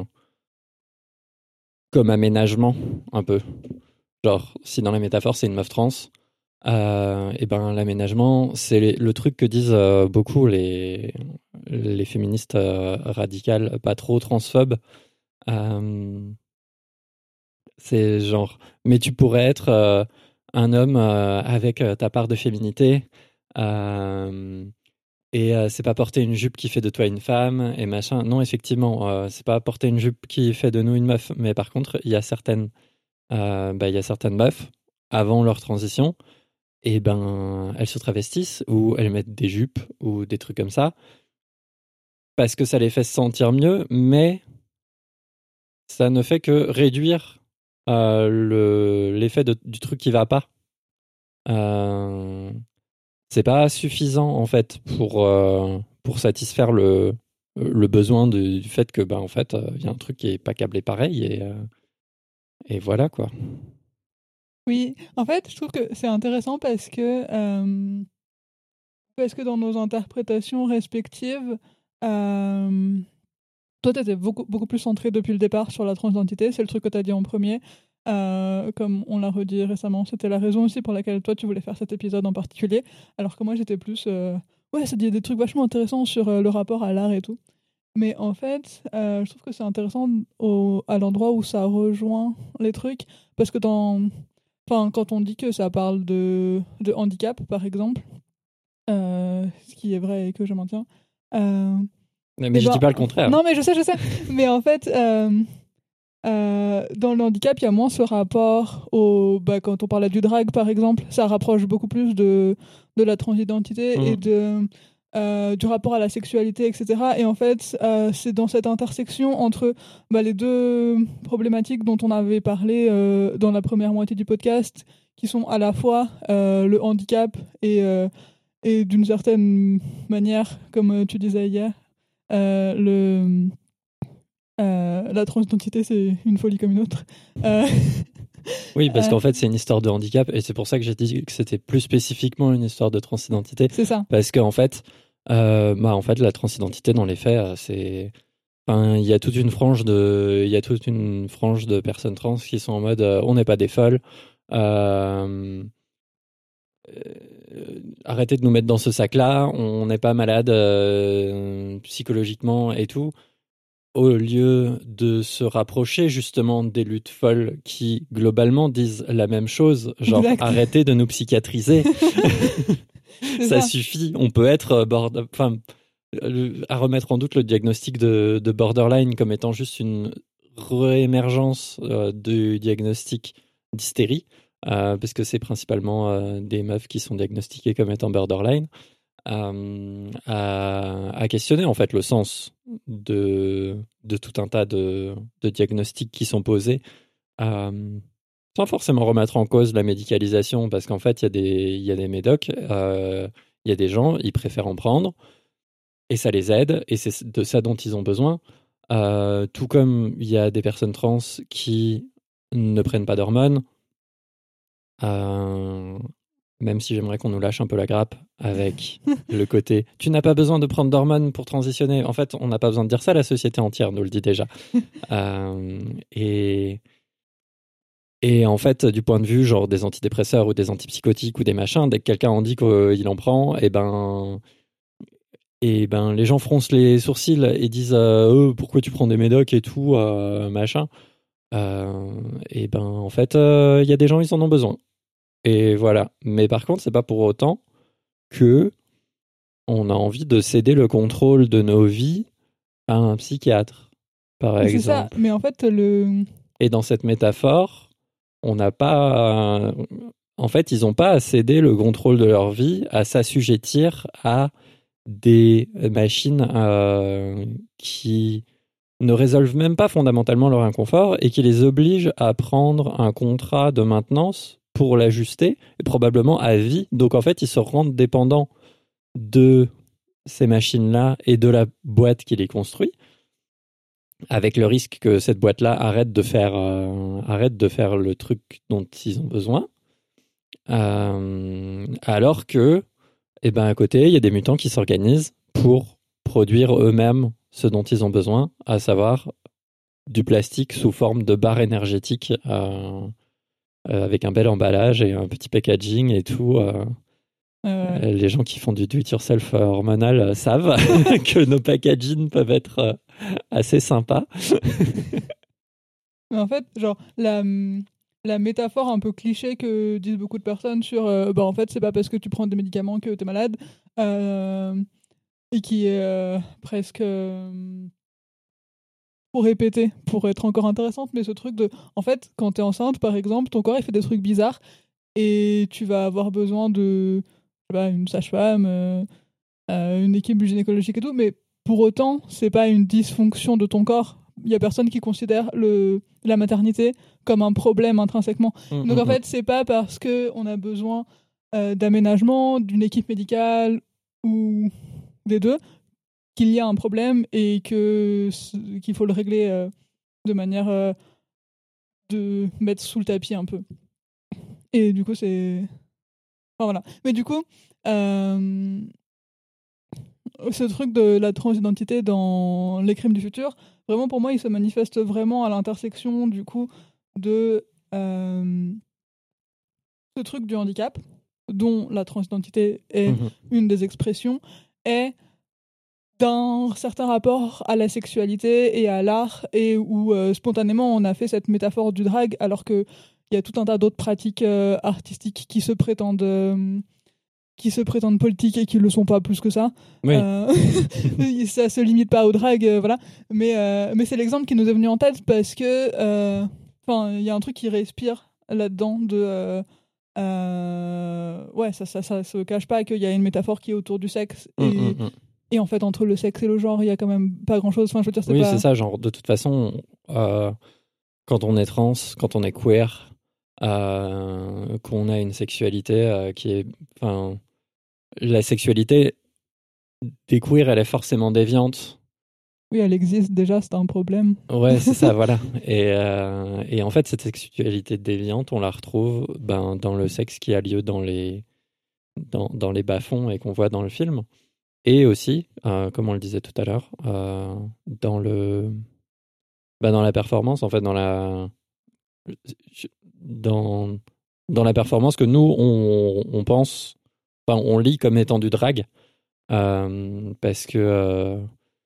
Speaker 1: comme aménagement, un peu. Genre, si dans la métaphore, c'est une meuf trans, euh, et ben l'aménagement, c'est les- le truc que disent euh, beaucoup les, les féministes euh, radicales, pas trop transphobes. Euh, c'est genre, mais tu pourrais être euh, un homme euh, avec euh, ta part de féminité. Euh, Et euh, c'est pas porter une jupe qui fait de toi une femme et machin. Non, effectivement, euh, c'est pas porter une jupe qui fait de nous une meuf. Mais par contre, il y a certaines, euh, bah, il y a certaines meufs avant leur transition, et ben elles se travestissent ou elles mettent des jupes ou des trucs comme ça parce que ça les fait se sentir mieux, mais ça ne fait que réduire euh, le l'effet de- du truc qui va pas. Euh, c'est pas suffisant en fait pour euh, pour satisfaire le le besoin de- du fait que ben en fait il y a un truc qui est pas câblé pareil et euh, et voilà quoi.
Speaker 2: Oui, en fait, je trouve que c'est intéressant parce que, euh, parce que dans nos interprétations respectives, euh, toi, tu étais beaucoup, beaucoup plus centré depuis le départ sur la transidentité, c'est le truc que tu as dit en premier. Euh, comme on l'a redit récemment, c'était la raison aussi pour laquelle toi, tu voulais faire cet épisode en particulier, alors que moi, j'étais plus... euh, Ouais, ça dit des trucs vachement intéressants sur euh, le rapport à l'art et tout. Mais en fait, euh, je trouve que c'est intéressant au, à l'endroit où ça rejoint les trucs, parce que dans... Enfin, quand on dit que ça parle de, de handicap, par exemple, euh, ce qui est vrai et que je maintiens, euh,
Speaker 1: Mais, mais
Speaker 2: et
Speaker 1: je
Speaker 2: ben...
Speaker 1: dis pas le contraire.
Speaker 2: Non, mais je sais, je sais. Mais en fait, euh, euh, dans le handicap, il y a moins ce rapport au... Bah, quand on parlait du drag, par exemple, ça rapproche beaucoup plus de, de la transidentité et
Speaker 1: Mm.
Speaker 2: de, euh, du rapport à la sexualité, et cetera. Et en fait, euh, c'est dans cette intersection entre bah, les deux problématiques dont on avait parlé euh, dans la première moitié du podcast, qui sont à la fois euh, le handicap et, euh, et d'une certaine manière, comme tu disais hier, euh, le, euh, la transidentité, c'est une folie comme une autre. Euh,
Speaker 1: Oui, parce
Speaker 2: euh,
Speaker 1: qu'en fait, c'est une histoire de handicap et c'est pour ça que j'ai dit que c'était plus spécifiquement une histoire de transidentité.
Speaker 2: c'est ça.
Speaker 1: Parce qu'en fait, euh, bah, en fait, la transidentité, dans les faits, euh, c'est. Enfin, il y a toute une frange de, il y a toute une frange de personnes trans qui sont en mode, euh, on n'est pas des folles. Euh, euh, arrêtez de nous mettre dans ce sac-là. On n'est pas malade euh, psychologiquement et tout. Au lieu de se rapprocher justement des luttes folles qui globalement disent la même chose, genre
Speaker 2: Exact.
Speaker 1: arrêtez de nous psychiatriser. Ça,
Speaker 2: ça
Speaker 1: suffit. On peut être border... enfin, à remettre en doute le diagnostic de, de borderline comme étant juste une réémergence euh, du diagnostic d'hystérie, euh, parce que c'est principalement euh, des meufs qui sont diagnostiquées comme étant borderline. Euh, à, à questionner en fait le sens de, de tout un tas de, de diagnostics qui sont posés, euh, sans forcément remettre en cause la médicalisation, parce qu'en fait il y a des, il y a des médocs, euh, il y a des gens, ils préfèrent en prendre, et ça les aide, et c'est de ça dont ils ont besoin. Euh, tout comme il y a des personnes trans qui ne prennent pas d'hormones, euh, même si j'aimerais qu'on nous lâche un peu la grappe avec le côté « tu n'as pas besoin de prendre d'hormones pour transitionner ». En fait, on n'a pas besoin de dire ça, la société entière nous le dit déjà. euh, et, et en fait, du point de vue genre des antidépresseurs ou des antipsychotiques ou des machins, dès que quelqu'un en dit qu'il en prend, et ben, et ben les gens froncent les sourcils et disent euh, « pourquoi tu prends des médocs et tout, euh, machin euh, ». Et ben en fait, il euh, y a des gens, ils en ont besoin. Et voilà. Mais par contre, c'est pas pour autant que on a envie de céder le contrôle de nos vies à un psychiatre, par
Speaker 2: c'est ça.
Speaker 1: exemple.
Speaker 2: Mais en fait, le.
Speaker 1: Et dans cette métaphore, on n'a pas. En fait, ils n'ont pas à céder le contrôle de leur vie, à s'assujettir à des machines euh, qui ne résolvent même pas fondamentalement leur inconfort et qui les obligent à prendre un contrat de maintenance pour l'ajuster, et probablement à vie. Donc en fait, ils se rendent dépendants de ces machines-là et de la boîte qui les construit, avec le risque que cette boîte-là arrête de faire, euh, arrête de faire le truc dont ils ont besoin. Euh, alors que, eh ben, à côté, il y a des mutants qui s'organisent pour produire eux-mêmes ce dont ils ont besoin, à savoir du plastique sous forme de barre énergétique euh, euh, avec un bel emballage et un petit packaging et tout. Euh,
Speaker 2: Euh,
Speaker 1: euh, les gens qui font du do-it-yourself hormonal euh, savent que nos packaging peuvent être euh, assez sympas.
Speaker 2: Mais en fait, genre, la, la métaphore un peu cliché que disent beaucoup de personnes sur euh, bah, en fait, c'est pas parce que tu prends des médicaments que t'es malade, euh, et qui est euh, presque euh, trop répétée pour être encore intéressante, mais ce truc de. En fait, quand t'es enceinte, par exemple, ton corps il fait des trucs bizarres et tu vas avoir besoin de. Je sais pas, une sage-femme, euh, euh, une équipe gynécologique et tout, mais pour autant, c'est pas une dysfonction de ton corps. Il y a personne qui considère le, la maternité comme un problème intrinsèquement.
Speaker 1: Mmh,
Speaker 2: Donc en
Speaker 1: mmh,
Speaker 2: fait, c'est pas parce que on a besoin euh, d'aménagement, d'une équipe médicale ou des deux qu'il y a un problème et que qu'il faut le régler euh, de manière euh, de mettre sous le tapis un peu. Et du coup, c'est enfin, voilà. Mais du coup, euh, ce truc de la transidentité dans les crimes du futur, vraiment pour moi, il se manifeste vraiment à l'intersection du coup de euh, ce truc du handicap, dont la transidentité est
Speaker 1: mmh.
Speaker 2: une des expressions, et d'un certain rapport à la sexualité et à l'art, et où euh, spontanément on a fait cette métaphore du drag, alors qu'il y a tout un tas d'autres pratiques euh, artistiques qui se prétendent... Euh, qui se prétendent politiques et qui le sont pas plus que ça.
Speaker 1: Oui.
Speaker 2: Euh, ça se limite pas au drag, euh, voilà. Mais, euh, mais c'est l'exemple qui nous est venu en tête parce que, enfin, euh, il y a un truc qui respire là-dedans de, euh, euh, ouais, ça, ça, ça se cache pas qu'il y a une métaphore qui est autour du sexe. Et,
Speaker 1: Mmh, mmh, mmh.
Speaker 2: et en fait, entre le sexe et le genre, il y a quand même pas grand-chose. Enfin, je veux dire, c'est
Speaker 1: Oui,
Speaker 2: pas...
Speaker 1: c'est ça. Genre, de toute façon, euh, quand on est trans, quand on est queer, euh, qu'on a une sexualité euh, qui est... Enfin, la sexualité des queers, elle est forcément déviante.
Speaker 2: Oui, elle existe déjà, c'est un problème.
Speaker 1: Ouais, c'est ça, voilà. Et, euh, et en fait, cette sexualité déviante, on la retrouve ben, dans le sexe qui a lieu dans les, dans, dans les bas-fonds et qu'on voit dans le film. Et aussi, euh, comme on le disait tout à l'heure, euh, dans le, ben, dans la performance, en fait, dans la, dans, dans la performance que nous, on, on pense, enfin, on lit comme étant du drag, euh, parce que euh,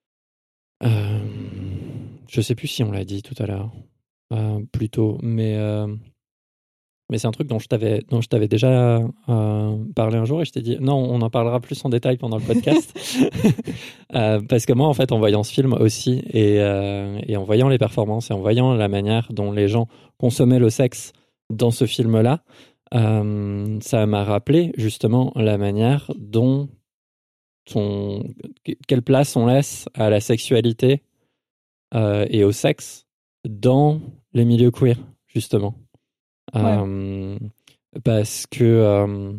Speaker 1: euh, je sais plus si on l'a dit tout à l'heure, euh, plus tôt, mais euh, mais c'est un truc dont je t'avais dont je t'avais déjà euh, parlé un jour et je t'ai dit non, on en parlera plus en détail pendant le podcast. euh, parce que moi, en fait, en voyant ce film aussi et euh, et en voyant les performances et en voyant la manière dont les gens consommaient le sexe dans ce film-là, euh, ça m'a rappelé justement la manière dont on, quelle place on laisse à la sexualité euh, et au sexe dans les milieux queer, justement.
Speaker 2: Ouais.
Speaker 1: Euh, parce que euh,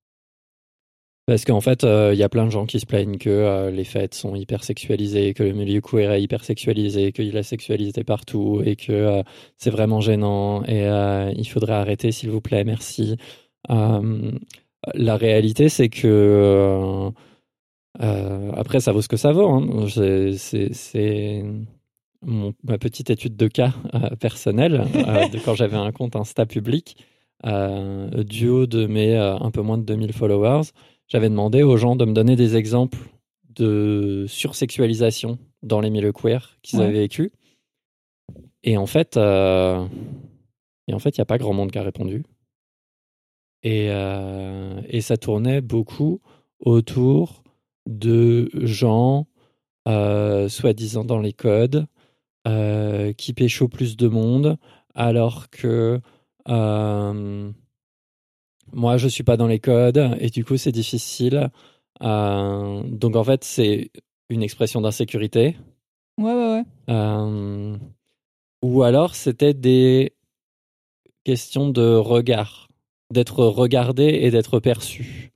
Speaker 1: parce qu'en fait, il euh, y a plein de gens qui se plaignent que euh, les fêtes sont hyper sexualisées, que le milieu queer est hyper sexualisé, qu'il y a la sexualité partout et que euh, c'est vraiment gênant et euh, il faudrait arrêter, s'il vous plaît, merci. Euh, la réalité, c'est que euh, euh, après, ça vaut ce que ça vaut. Hein. C'est, c'est, c'est mon, ma petite étude de cas euh, personnelle euh, de quand j'avais un compte Insta public. Euh, du haut de mes euh, un peu moins de deux mille followers, j'avais demandé aux gens de me donner des exemples de sursexualisation dans les milieux queer qu'ils
Speaker 2: Ouais.
Speaker 1: avaient vécu. Et en fait, euh, et en fait, il n'y a pas grand monde qui a répondu. Et, euh, et ça tournait beaucoup autour de gens, euh, soi-disant dans les codes, euh, qui pécho plus de monde, alors que euh, moi, je suis pas dans les codes, et du coup, c'est difficile. Euh, donc, en fait, c'est une expression d'insécurité.
Speaker 2: Ouais, ouais, ouais.
Speaker 1: Euh, ou alors, c'était des questions de regard, d'être regardé et d'être perçu.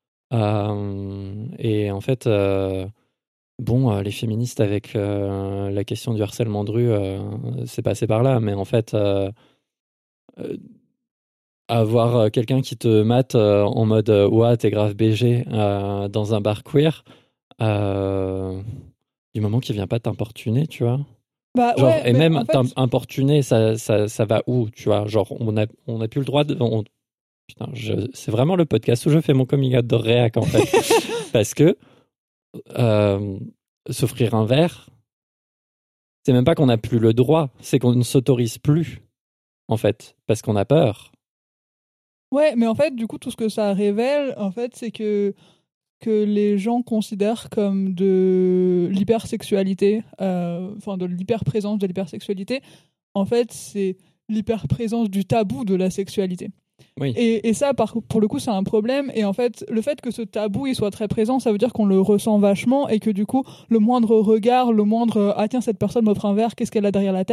Speaker 1: Euh, et en fait, euh, bon, euh, les féministes avec euh, la question du harcèlement de rue, euh, c'est passé par là, mais en fait, euh, euh, avoir euh, quelqu'un qui te mate euh, en mode euh, ouah, t'es grave B G euh, dans un bar queer, euh, du moment qu'il vient pas t'importuner, tu vois.
Speaker 2: Bah
Speaker 1: Genre,
Speaker 2: ouais,
Speaker 1: et
Speaker 2: mais
Speaker 1: même
Speaker 2: en fait,
Speaker 1: t'importuner, ça, ça, ça va où, tu vois. Genre, on a, on a plus le droit de. On- putain, je- c'est vraiment le podcast où je fais mon coming out de réac, en fait. Parce que euh, s'offrir un verre, c'est même pas qu'on n'a plus le droit, c'est qu'on ne s'autorise plus, en fait, parce qu'on a peur.
Speaker 2: ouais, mais en fait, du coup, tout ce que ça révèle, en fait, c'est que que les gens considèrent comme de l'hypersexualité, euh, enfin de l'hyperprésence de l'hypersexualité, en fait, c'est l'hyperprésence du tabou de la sexualité.
Speaker 1: Oui.
Speaker 2: Et, et ça, par, pour le coup, c'est un problème. Et en fait, le fait que ce tabou il soit très présent, ça veut dire qu'on le ressent vachement et que du coup, le moindre regard, le moindre « ah tiens, cette personne m'offre un verre, qu'est-ce qu'elle a derrière la tête ?»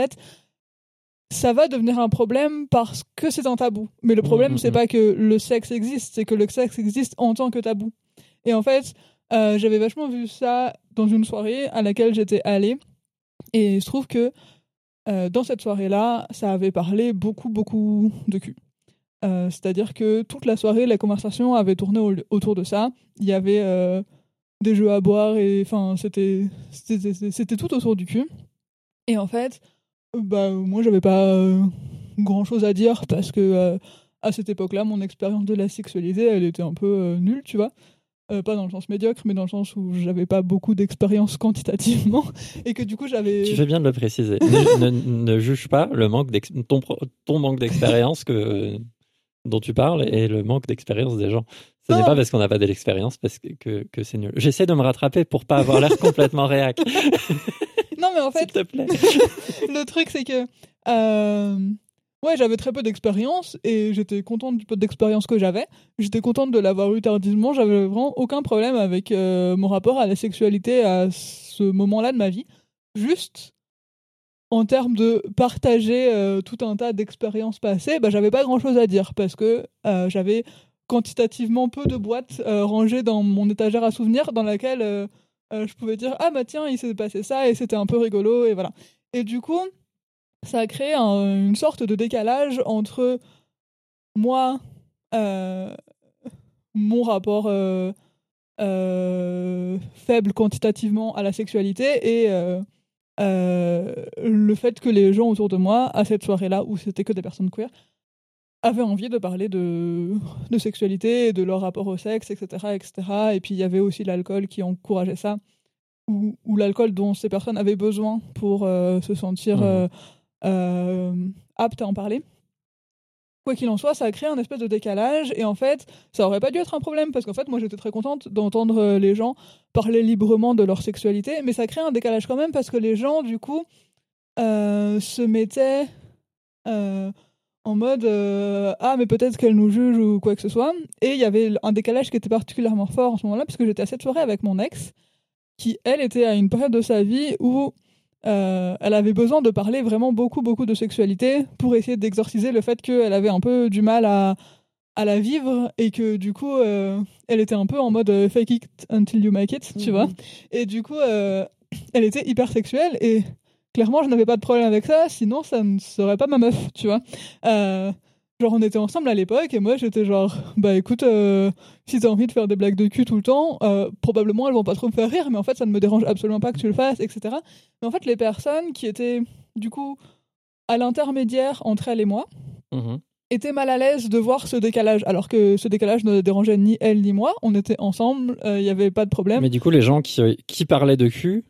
Speaker 2: ça va devenir un problème parce que c'est un tabou. Mais le problème,
Speaker 1: Mmh,
Speaker 2: c'est
Speaker 1: mmh.
Speaker 2: pas que le sexe existe, c'est que le sexe existe en tant que tabou. Et en fait, euh, j'avais vachement vu ça dans une soirée à laquelle j'étais allée. Et il se trouve que euh, dans cette soirée-là, ça avait parlé beaucoup, beaucoup de cul. Euh, c'est-à-dire que toute la soirée, la conversation avait tourné au- autour de ça. Il y avait euh, des jeux à boire et enfin, c'était, c'était, c'était tout autour du cul. Et en fait, bah, moi, j'avais pas euh, grand-chose à dire parce que euh, à cette époque-là, mon expérience de la sexualité, elle était un peu euh, nulle, tu vois. Euh, pas dans le sens médiocre, mais dans le sens où j'avais pas beaucoup d'expérience quantitativement et que du coup j'avais.
Speaker 1: Tu fais bien de le préciser. ne, ne, ne juge pas le manque d'ex- ton, pro- ton manque d'expérience que, dont tu parles et le manque d'expérience des gens. Ce n'est
Speaker 2: Non,
Speaker 1: pas parce qu'on n'a pas de l'expérience parce que, que, que c'est nul. J'essaie de me rattraper pour pas avoir l'air complètement réac.
Speaker 2: non, mais en
Speaker 1: S'il
Speaker 2: fait,
Speaker 1: te plaît.
Speaker 2: le truc c'est que euh, ouais, j'avais très peu d'expérience et j'étais contente du peu d'expérience que j'avais. J'étais contente de l'avoir eu tardivement. J'avais vraiment aucun problème avec euh, mon rapport à la sexualité à ce moment-là de ma vie. Juste, en termes de partager euh, tout un tas d'expériences passées, bah, j'avais pas grand-chose à dire parce que euh, j'avais quantitativement peu de boîtes euh, rangées dans mon étagère à souvenirs dans laquelle euh, euh, je pouvais dire « Ah bah tiens, il s'est passé ça et c'était un peu rigolo » et voilà. Et du coup, ça a créé un- une sorte de décalage entre moi, euh, mon rapport euh, euh, faible quantitativement à la sexualité et euh, euh, le fait que les gens autour de moi, à cette soirée-là, où c'était que des personnes queer, avaient envie de parler de, de sexualité, de leur rapport au sexe, et cetera, et cetera. Et puis il y avait aussi l'alcool qui encourageait ça, ou, ou l'alcool dont ces personnes avaient besoin pour euh, se sentir
Speaker 1: Mmh.
Speaker 2: euh, euh, aptes à en parler. Quoi qu'il en soit, ça a créé un espèce de décalage et en fait, ça aurait pas dû être un problème parce qu'en fait, moi j'étais très contente d'entendre euh, les gens parler librement de leur sexualité, mais ça crée un décalage quand même parce que les gens, du coup, euh, se mettaient euh, en mode euh, ah, mais peut-être qu'elle nous juge ou quoi que ce soit. Et il y avait un décalage qui était particulièrement fort en ce moment-là, puisque j'étais à cette soirée avec mon ex, qui elle était à une période de sa vie où euh, elle avait besoin de parler vraiment beaucoup, beaucoup de sexualité pour essayer d'exorciser le fait qu'elle avait un peu du mal à, à la vivre et que du coup, euh, elle était un peu en mode euh, fake it until you make it, tu
Speaker 1: Mmh.
Speaker 2: vois. Et du coup, euh, elle était hyper sexuelle et clairement, je n'avais pas de problème avec ça, sinon ça ne serait pas ma meuf, tu vois. Euh, genre, on était ensemble à l'époque et moi j'étais genre, bah écoute, euh, si t'as envie de faire des blagues de cul tout le temps, euh, probablement elles vont pas trop me faire rire, mais en fait ça ne me dérange absolument pas que tu le fasses, et cetera. Mais en fait, les personnes qui étaient du coup à l'intermédiaire entre elle et moi
Speaker 1: Mmh.
Speaker 2: étaient mal à l'aise de voir ce décalage, alors que ce décalage ne dérangeait ni elle ni moi, on était ensemble, il n'y avait pas de problème.
Speaker 1: Mais du coup, les gens qui, qui parlaient de cul.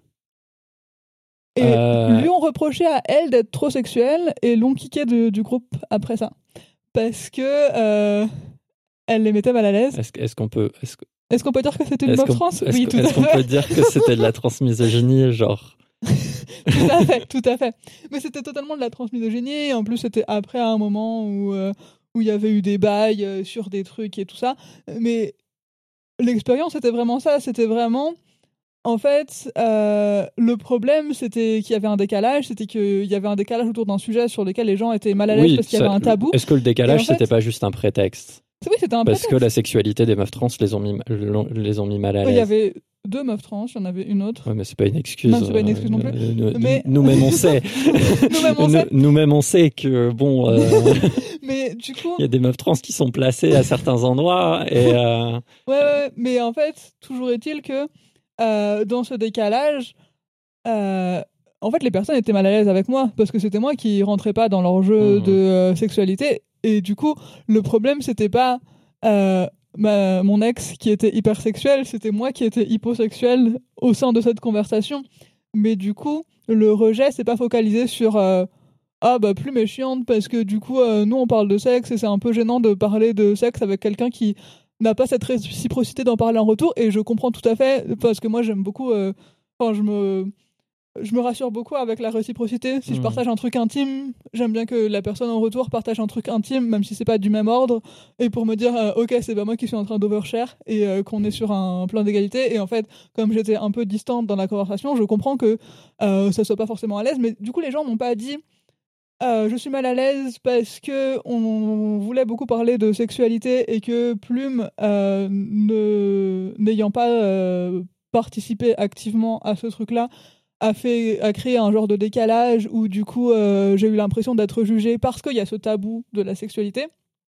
Speaker 2: Et
Speaker 1: euh,
Speaker 2: lui ont reproché à elle d'être trop sexuelle et l'ont kické de- du groupe après ça. Parce que euh, elle les mettait mal à l'aise.
Speaker 1: Est-ce, est-ce qu'on peut. Est-ce, que-
Speaker 2: Est-ce qu'on peut dire que c'était une
Speaker 1: est-ce
Speaker 2: meuf
Speaker 1: qu'on,
Speaker 2: trans?
Speaker 1: est-ce,
Speaker 2: Oui,
Speaker 1: que-
Speaker 2: tout à
Speaker 1: est-ce qu'on
Speaker 2: fait.
Speaker 1: peut dire que c'était de la transmisogynie, genre.
Speaker 2: Tout à fait, tout à fait. Mais c'était totalement de la transmisogynie. En plus, c'était après un moment où euh, où il y avait eu des bails euh, sur des trucs et tout ça. Mais l'expérience, c'était vraiment ça. C'était vraiment... En fait, euh, le problème, c'était qu'il y avait un décalage. C'était qu'il y avait un décalage autour d'un sujet sur lequel les gens étaient mal à l'aise
Speaker 1: Oui,
Speaker 2: parce qu'il y
Speaker 1: ça-
Speaker 2: avait un tabou.
Speaker 1: est-ce que le
Speaker 2: Et en
Speaker 1: décalage,
Speaker 2: fait,
Speaker 1: c'était pas juste un prétexte?
Speaker 2: oui, c'était un
Speaker 1: Parce
Speaker 2: prétexte.
Speaker 1: que la sexualité des meufs trans les ont mis, l'ont- les ont mis mal à
Speaker 2: Il y
Speaker 1: l'aise.
Speaker 2: avait deux meufs trans, il y en avait une autre.
Speaker 1: Ouais, mais c'est pas une excuse.
Speaker 2: Non, c'est pas une excuse non plus.
Speaker 1: euh, nous-
Speaker 2: Mais-
Speaker 1: Nous-mêmes, on sait.
Speaker 2: Nous-mêmes, on sait.
Speaker 1: Nous- Nous-mêmes, on sait que, bon, euh,
Speaker 2: Mais du coup,
Speaker 1: il y a des meufs trans qui sont placées à certains endroits et. euh,
Speaker 2: ouais, ouais, ouais. Mais en fait, toujours est-il que euh, dans ce décalage, euh, en fait, les personnes étaient mal à l'aise avec moi parce que c'était moi qui rentrais pas dans leur jeu
Speaker 1: Mhm.
Speaker 2: de euh, sexualité. Et du coup, le problème, c'était pas euh, ma- mon ex qui était hypersexuel, c'était moi qui étais hyposexuel au sein de cette conversation. Mais du coup, le rejet, c'est pas focalisé sur euh, ah bah plus méchante parce que du coup, euh, nous on parle de sexe et c'est un peu gênant de parler de sexe avec quelqu'un qui n'a pas cette réciprocité d'en parler en retour. Et je comprends tout à fait parce que moi j'aime beaucoup. euh, Enfin, je me je me rassure beaucoup avec la réciprocité. Si je
Speaker 1: Mhm.
Speaker 2: partage un truc intime, j'aime bien que la personne en retour partage un truc intime, même si c'est pas du même ordre, et pour me dire, euh, ok, c'est pas moi qui suis en train d'overshare, et euh, qu'on est sur un plan d'égalité. Et en fait, comme j'étais un peu distante dans la conversation, je comprends que euh, ça soit pas forcément à l'aise, mais du coup, les gens m'ont pas dit, euh, je suis mal à l'aise parce que on voulait beaucoup parler de sexualité et que Plume, euh, ne n'ayant pas euh, participé activement à ce truc-là, a fait a créé un genre de décalage où du coup euh, j'ai eu l'impression d'être jugée parce qu'il y a ce tabou de la sexualité.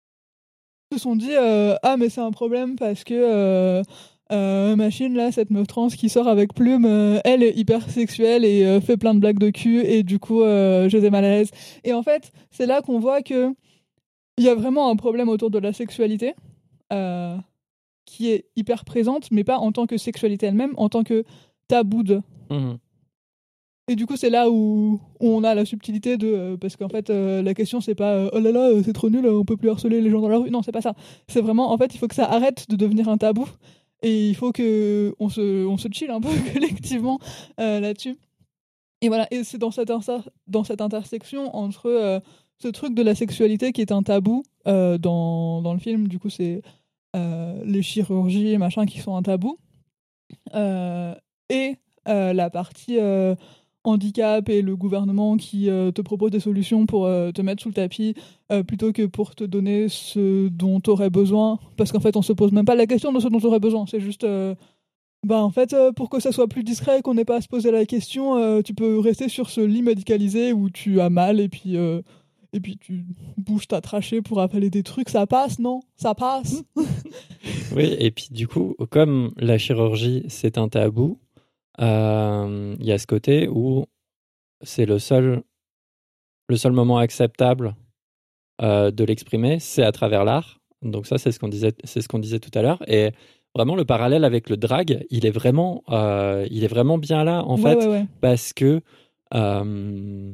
Speaker 2: Ils se sont dit euh, ah mais c'est un problème parce que euh, euh, machine là cette meuf trans qui sort avec Plume, euh, elle est hyper sexuelle et euh, fait plein de blagues de cul et du coup euh, j'étais mal à l'aise. Et en fait c'est là qu'on voit que il y a vraiment un problème autour de la sexualité euh, qui est hyper présente, mais pas en tant que sexualité elle-même, en tant que tabou de.
Speaker 1: Mhm.
Speaker 2: Et du coup, c'est là où, où on a la subtilité de. Euh, parce qu'en fait, euh, la question, c'est pas euh, oh là là, euh, c'est trop nul, euh, on peut plus harceler les gens dans la rue. Non, c'est pas ça. C'est vraiment, en fait, il faut que ça arrête de devenir un tabou. Et il faut que on se, on se chill un peu collectivement euh, là-dessus. Et voilà, et c'est dans cette, inter- dans cette intersection entre euh, ce truc de la sexualité qui est un tabou euh, dans, dans le film. Du coup, c'est euh, les chirurgies, machin, qui sont un tabou. Euh, et euh, la partie euh, handicap et le gouvernement qui euh, te propose des solutions pour euh, te mettre sous le tapis euh, plutôt que pour te donner ce dont tu aurais besoin. Parce qu'en fait, on se pose même pas la question de ce dont tu aurais besoin. C'est juste... Euh, bah en fait, euh, pour que ça soit plus discret et qu'on n'ait pas à se poser la question, euh, tu peux rester sur ce lit médicalisé où tu as mal et puis, euh, et puis tu bouges ta trachée pour appeler des trucs. Ça passe, non? Ça passe.
Speaker 1: Oui, et puis du coup, comme la chirurgie, c'est un tabou, il euh, y a ce côté où c'est le seul, le seul moment acceptable euh, de l'exprimer, c'est à travers l'art. Donc ça, c'est ce qu'on disait, c'est ce qu'on disait tout à l'heure. Et vraiment, le parallèle avec le drag, il est vraiment, euh, il est vraiment bien là, en
Speaker 2: Ouais,
Speaker 1: fait,
Speaker 2: ouais, ouais.
Speaker 1: parce que euh,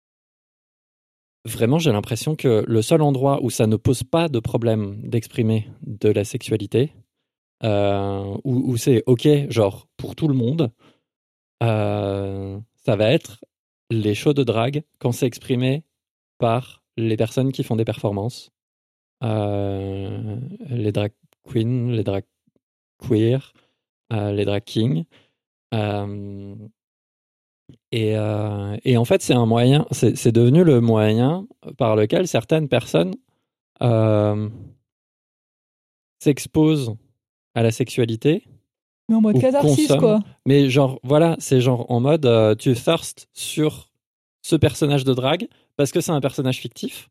Speaker 1: vraiment, j'ai l'impression que le seul endroit où ça ne pose pas de problème d'exprimer de la sexualité, euh, où, où c'est OK, genre, pour tout le monde, euh, ça va être les shows de drag quand c'est exprimé par les personnes qui font des performances, euh, les drag queens, les drag queer, euh, les drag kings. Euh, et, euh, et en fait, c'est un moyen, c'est, c'est devenu le moyen par lequel certaines personnes euh, s'exposent à la sexualité
Speaker 2: Mais en mode
Speaker 1: ou
Speaker 2: catharsis,
Speaker 1: consomment.
Speaker 2: quoi.
Speaker 1: Mais genre, voilà, c'est genre en mode euh, tu thirst sur ce personnage de drague parce que c'est un personnage fictif.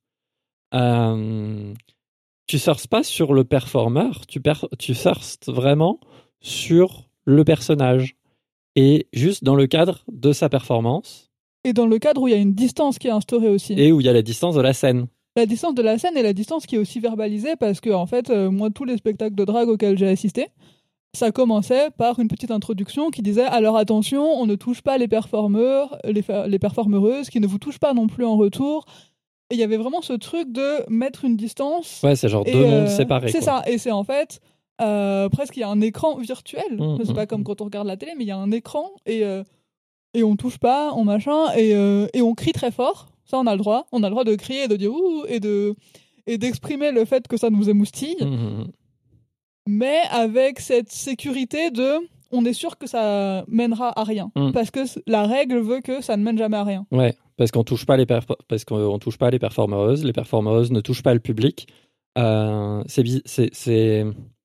Speaker 1: Euh, tu thirst pas sur le performeur, tu, per- tu thirst vraiment sur le personnage. Et juste dans le cadre de sa performance.
Speaker 2: Et dans le cadre où il y a une distance qui est instaurée aussi.
Speaker 1: Et où il y a la distance de la scène.
Speaker 2: La distance de la scène et la distance qui est aussi verbalisée parce que, en fait, euh, moi, tous les spectacles de drague auxquels j'ai assisté, ça commençait par une petite introduction qui disait « Alors attention, on ne touche pas les performeurs, les, fa- les performeuses, qui ne vous touchent pas non plus en retour. » Et il y avait vraiment ce truc de mettre une distance.
Speaker 1: Ouais, c'est genre
Speaker 2: et,
Speaker 1: deux mondes
Speaker 2: euh,
Speaker 1: séparés.
Speaker 2: C'est
Speaker 1: quoi.
Speaker 2: ça, et c'est en fait... Euh, presque il y a un écran virtuel.
Speaker 1: Mmh,
Speaker 2: C'est
Speaker 1: mmh,
Speaker 2: pas comme
Speaker 1: mmh.
Speaker 2: quand on regarde la télé, mais il y a un écran et, euh, et on touche pas, on machin, et, euh, et on crie très fort. Ça, on a le droit. On a le droit de crier et de dire ouh et de et d'exprimer le fait que ça nous émoustille.
Speaker 1: Mmh, mmh.
Speaker 2: Mais avec cette sécurité de on est sûr que ça mènera à rien.
Speaker 1: Mmh.
Speaker 2: Parce que la règle veut que ça ne mène jamais à rien.
Speaker 1: Ouais, parce qu'on touche pas les perf- parce qu'on touche pas les performeuses, les performeuses ne touchent pas le public. Euh, c'est, bi- c'est, c'est...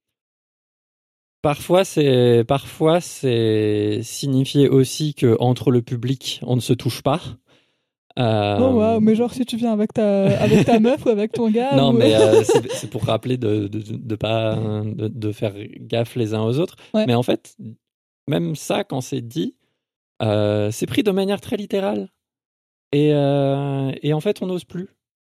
Speaker 1: Parfois, c'est parfois c'est signifier aussi que entre le public, on ne se touche pas. Euh...
Speaker 2: Oh waouh, mais genre si tu viens avec ta, avec ta meuf ou avec ton gars.
Speaker 1: Non,
Speaker 2: ou...
Speaker 1: mais euh, c'est, c'est pour rappeler de de, de pas de, de faire gaffe les uns aux autres.
Speaker 2: Ouais.
Speaker 1: Mais en fait, même ça, quand c'est dit, euh, c'est pris de manière très littérale. Et, euh, et en fait, on n'ose plus.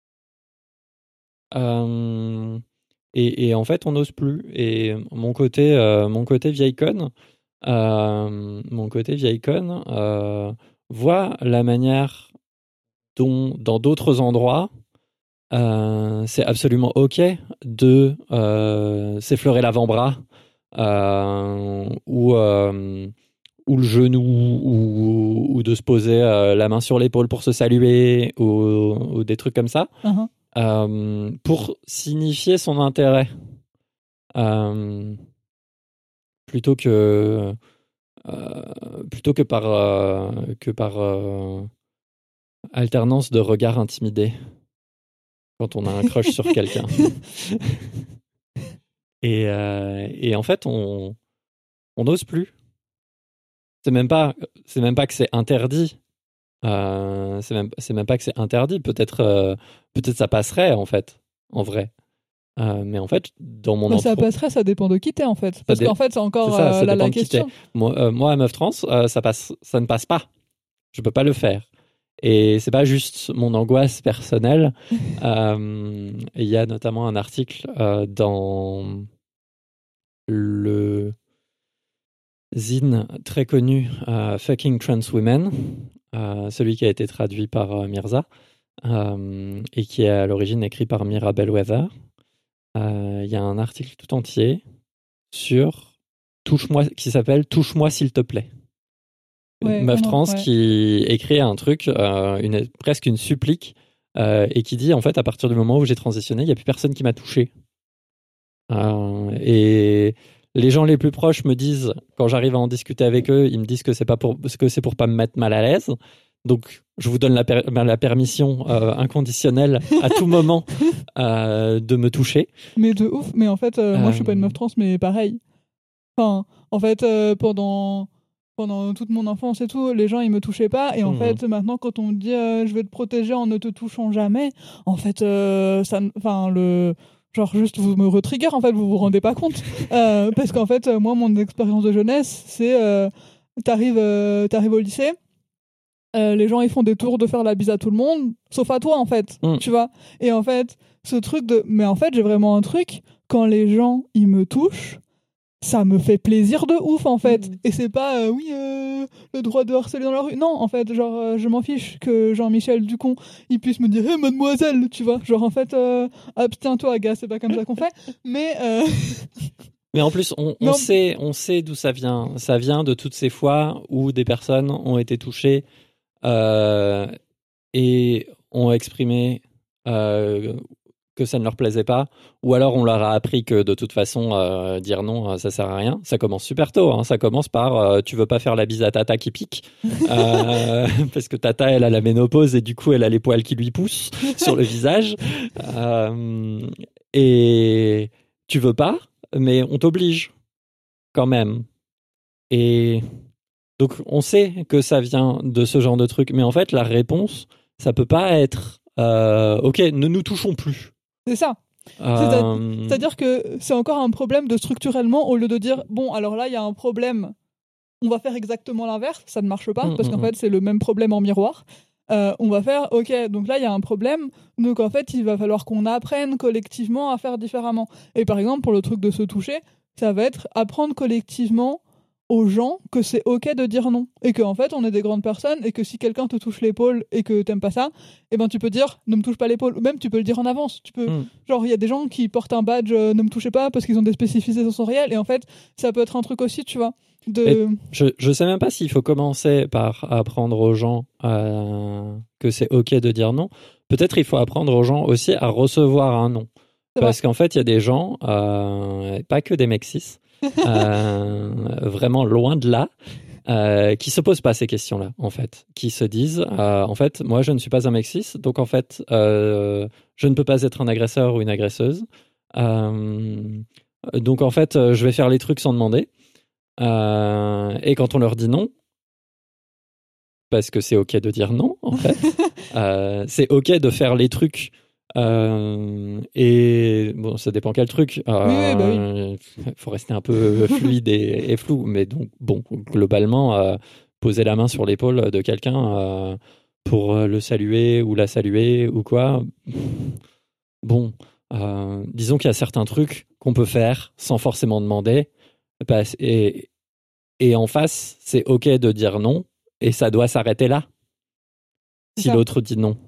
Speaker 1: Euh, et, et en fait, on n'ose plus. Et mon côté, euh, mon côté vieille conne, euh, mon côté vieille conne, euh, voit la manière dont, dans d'autres endroits, euh, c'est absolument ok de euh, s'effleurer l'avant-bras euh, ou euh, ou le genou, ou, ou de se poser euh, la main sur l'épaule pour se saluer, ou, ou des trucs comme ça,
Speaker 2: Uh-huh.
Speaker 1: euh, pour signifier son intérêt. Euh, plutôt que euh, plutôt que par euh, que par euh, alternance de regards intimidés quand on a un crush sur quelqu'un. Et, euh, et en fait, on on n'ose plus. C'est même pas c'est même pas que c'est interdit. Euh, c'est même c'est même pas que c'est interdit. Peut-être euh, peut-être ça passerait en fait, en vrai. Euh, mais en fait, dans mon
Speaker 2: Bah, ça
Speaker 1: entourage,
Speaker 2: passerait, ça dépend de qui t'es en fait. Parce
Speaker 1: dé-
Speaker 2: qu'en fait, c'est encore
Speaker 1: c'est ça,
Speaker 2: euh,
Speaker 1: ça
Speaker 2: là,
Speaker 1: dépend
Speaker 2: la
Speaker 1: de qui t'es.
Speaker 2: question.
Speaker 1: Moi, euh, moi, à Meuf Trans, euh, ça passe, ça ne passe pas. Je peux pas le faire. Et c'est pas juste mon angoisse personnelle. Euh, Il y a notamment un article euh, dans le zine très connu euh, Fucking Trans Women, euh, celui qui a été traduit par euh, Mirza euh, et qui est à l'origine écrit par Mira Bellwether. Il y a un article tout entier sur Touche-moi, qui s'appelle Touche-moi s'il te plaît. Une
Speaker 2: Ouais,
Speaker 1: meuf
Speaker 2: on en-
Speaker 1: trans
Speaker 2: ouais.
Speaker 1: qui écrit un truc, euh, une, presque une supplique euh, et qui dit en fait à partir du moment où j'ai transitionné, il y a plus personne qui m'a touché. Euh, et les gens les plus proches me disent, quand j'arrive à en discuter avec eux, ils me disent que c'est pas pour que c'est pour pas me mettre mal à l'aise. Donc, je vous donne la, per- la permission euh, inconditionnelle à tout moment euh, de me toucher.
Speaker 2: Mais de ouf. Mais en fait, euh, moi,
Speaker 1: Euh,
Speaker 2: je suis pas une meuf trans, mais pareil. Enfin, en fait, euh, pendant pendant toute mon enfance et tout, les gens ils me touchaient pas. Et en
Speaker 1: Mhm.
Speaker 2: fait, maintenant, quand on me dit euh, je vais te protéger en ne te touchant jamais, en fait, euh, ça, enfin le genre juste vous me retrigger. En fait, vous vous rendez pas compte Euh, parce qu'en fait, euh, moi, mon expérience de jeunesse, c'est euh, t'arrives euh, t'arrives au lycée. Euh, les gens ils font des tours de faire la bise à tout le monde, sauf à toi en fait,
Speaker 1: Mm.
Speaker 2: tu vois. Et en fait, ce truc de, mais en fait j'ai vraiment un truc quand les gens ils me touchent, ça me fait plaisir de ouf en fait.
Speaker 1: Mm.
Speaker 2: Et c'est pas euh, oui euh, le droit de harceler dans la rue. Non en fait genre euh, je m'en fiche que Jean-Michel Ducon il puisse me dire hey, mademoiselle, tu vois. Genre en fait euh, abstiens-toi gars, c'est pas comme ça qu'on fait. Mais euh...
Speaker 1: Mais en plus, on, on
Speaker 2: Non.
Speaker 1: sait, on sait d'où ça vient. Ça vient de toutes ces fois où des personnes ont été touchées euh, et ont exprimé euh, que ça ne leur plaisait pas, ou alors on leur a appris que de toute façon euh, dire non, euh, ça sert à rien. Ça commence super tôt. Hein. Ça commence par euh, tu veux pas faire la bise à Tata qui pique euh, parce que Tata elle a la ménopause et du coup elle a les poils qui lui poussent sur le visage euh, et tu veux pas, mais on t'oblige quand même. Et donc on sait que ça vient de ce genre de truc, mais en fait la réponse ça peut pas être euh, ok, ne nous touchons plus.
Speaker 2: C'est ça.
Speaker 1: Euh...
Speaker 2: C'est-à-dire que c'est encore un problème de structurellement, au lieu de dire bon alors là il y a un problème, on va faire exactement l'inverse, ça ne marche pas,
Speaker 1: Mm,
Speaker 2: parce
Speaker 1: mm,
Speaker 2: qu'en
Speaker 1: mm.
Speaker 2: fait c'est le même problème en miroir. Euh, on va faire ok, donc là il y a un problème, donc en fait il va falloir qu'on apprenne collectivement à faire différemment. Et par exemple pour le truc de se toucher, ça va être apprendre collectivement aux gens que c'est ok de dire non, et qu'en fait on est des grandes personnes, et que si quelqu'un te touche l'épaule et que t'aimes pas ça, eh ben tu peux dire ne me touche pas l'épaule, ou même tu peux le dire en avance. Tu peux
Speaker 1: Mm.
Speaker 2: genre il y a des gens qui portent un badge euh, ne me touchez pas parce qu'ils ont des spécificités sensorielles, et en fait ça peut être un truc aussi, tu vois. De...
Speaker 1: Je, je sais même pas s'il faut commencer par apprendre aux gens euh, que c'est ok de dire non. Peut-être il faut apprendre aux gens aussi à recevoir un non.
Speaker 2: C'est
Speaker 1: Parce
Speaker 2: vrai.
Speaker 1: qu'en fait, il y a des gens, euh, pas que des mecs cis, euh, vraiment loin de là, euh, qui se posent pas ces questions-là, en fait. Qui se disent, euh, en fait, moi je ne suis pas un mec cis, donc en fait, euh, je ne peux pas être un agresseur ou une agresseuse. Euh, donc en fait, je vais faire les trucs sans demander. Euh, et quand on leur dit non, parce que c'est ok de dire non, en fait, euh, c'est ok de faire les trucs. Euh, et bon, ça dépend quel truc.
Speaker 2: Oui, oui, bah oui.
Speaker 1: Il faut rester un peu fluide et, et flou. Mais donc, bon, globalement, euh, poser la main sur l'épaule de quelqu'un euh, pour le saluer ou la saluer ou quoi. Bon, euh, disons qu'il y a certains trucs qu'on peut faire sans forcément demander. Parce- Et, et en face, c'est ok de dire non, et ça doit s'arrêter là,
Speaker 2: C'est
Speaker 1: si
Speaker 2: ça.
Speaker 1: l'autre dit non.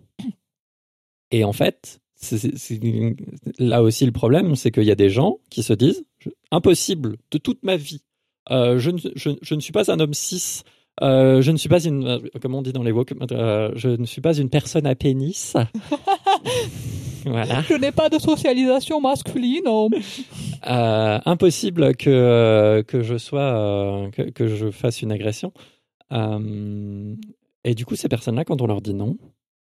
Speaker 1: Et en fait, c'est, c'est- c'est- là aussi le problème, c'est qu'il y a des gens qui se disent je- impossible de toute ma vie. Euh, je, ne, je, je ne suis pas un homme cis. Euh, je ne suis pas une, euh, comme on dit dans les woke, euh, je ne suis pas une personne à pénis. Voilà.
Speaker 2: Je n'ai pas de socialisation masculine. Oh.
Speaker 1: Euh, impossible que, euh, que je sois, euh, que, que je fasse une agression. Euh, et du coup, ces personnes-là, quand on leur dit non,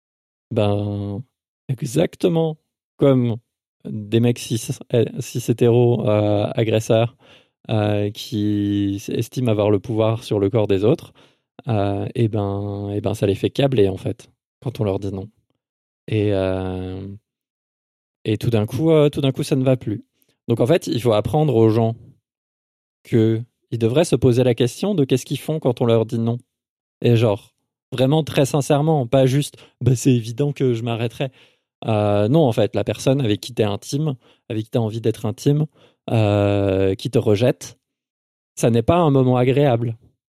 Speaker 1: ben, exactement comme des mecs cis, cis hétéros euh, agresseurs euh, qui estiment avoir le pouvoir sur le corps des autres, euh, et ben, et ben, ça les fait câbler en fait quand on leur dit non. Et euh, et tout d'un coup, euh, tout d'un coup, ça ne va plus. Donc en fait, il faut apprendre aux gens que ils devraient se poser la question de qu'est-ce qu'ils font quand on leur dit non. Et genre, vraiment très sincèrement, pas juste bah, c'est évident que je m'arrêterai. Euh, non, en fait, la personne avec qui tu es intime, avec qui tu as envie d'être intime, euh, qui te rejette, ça n'est pas un moment agréable.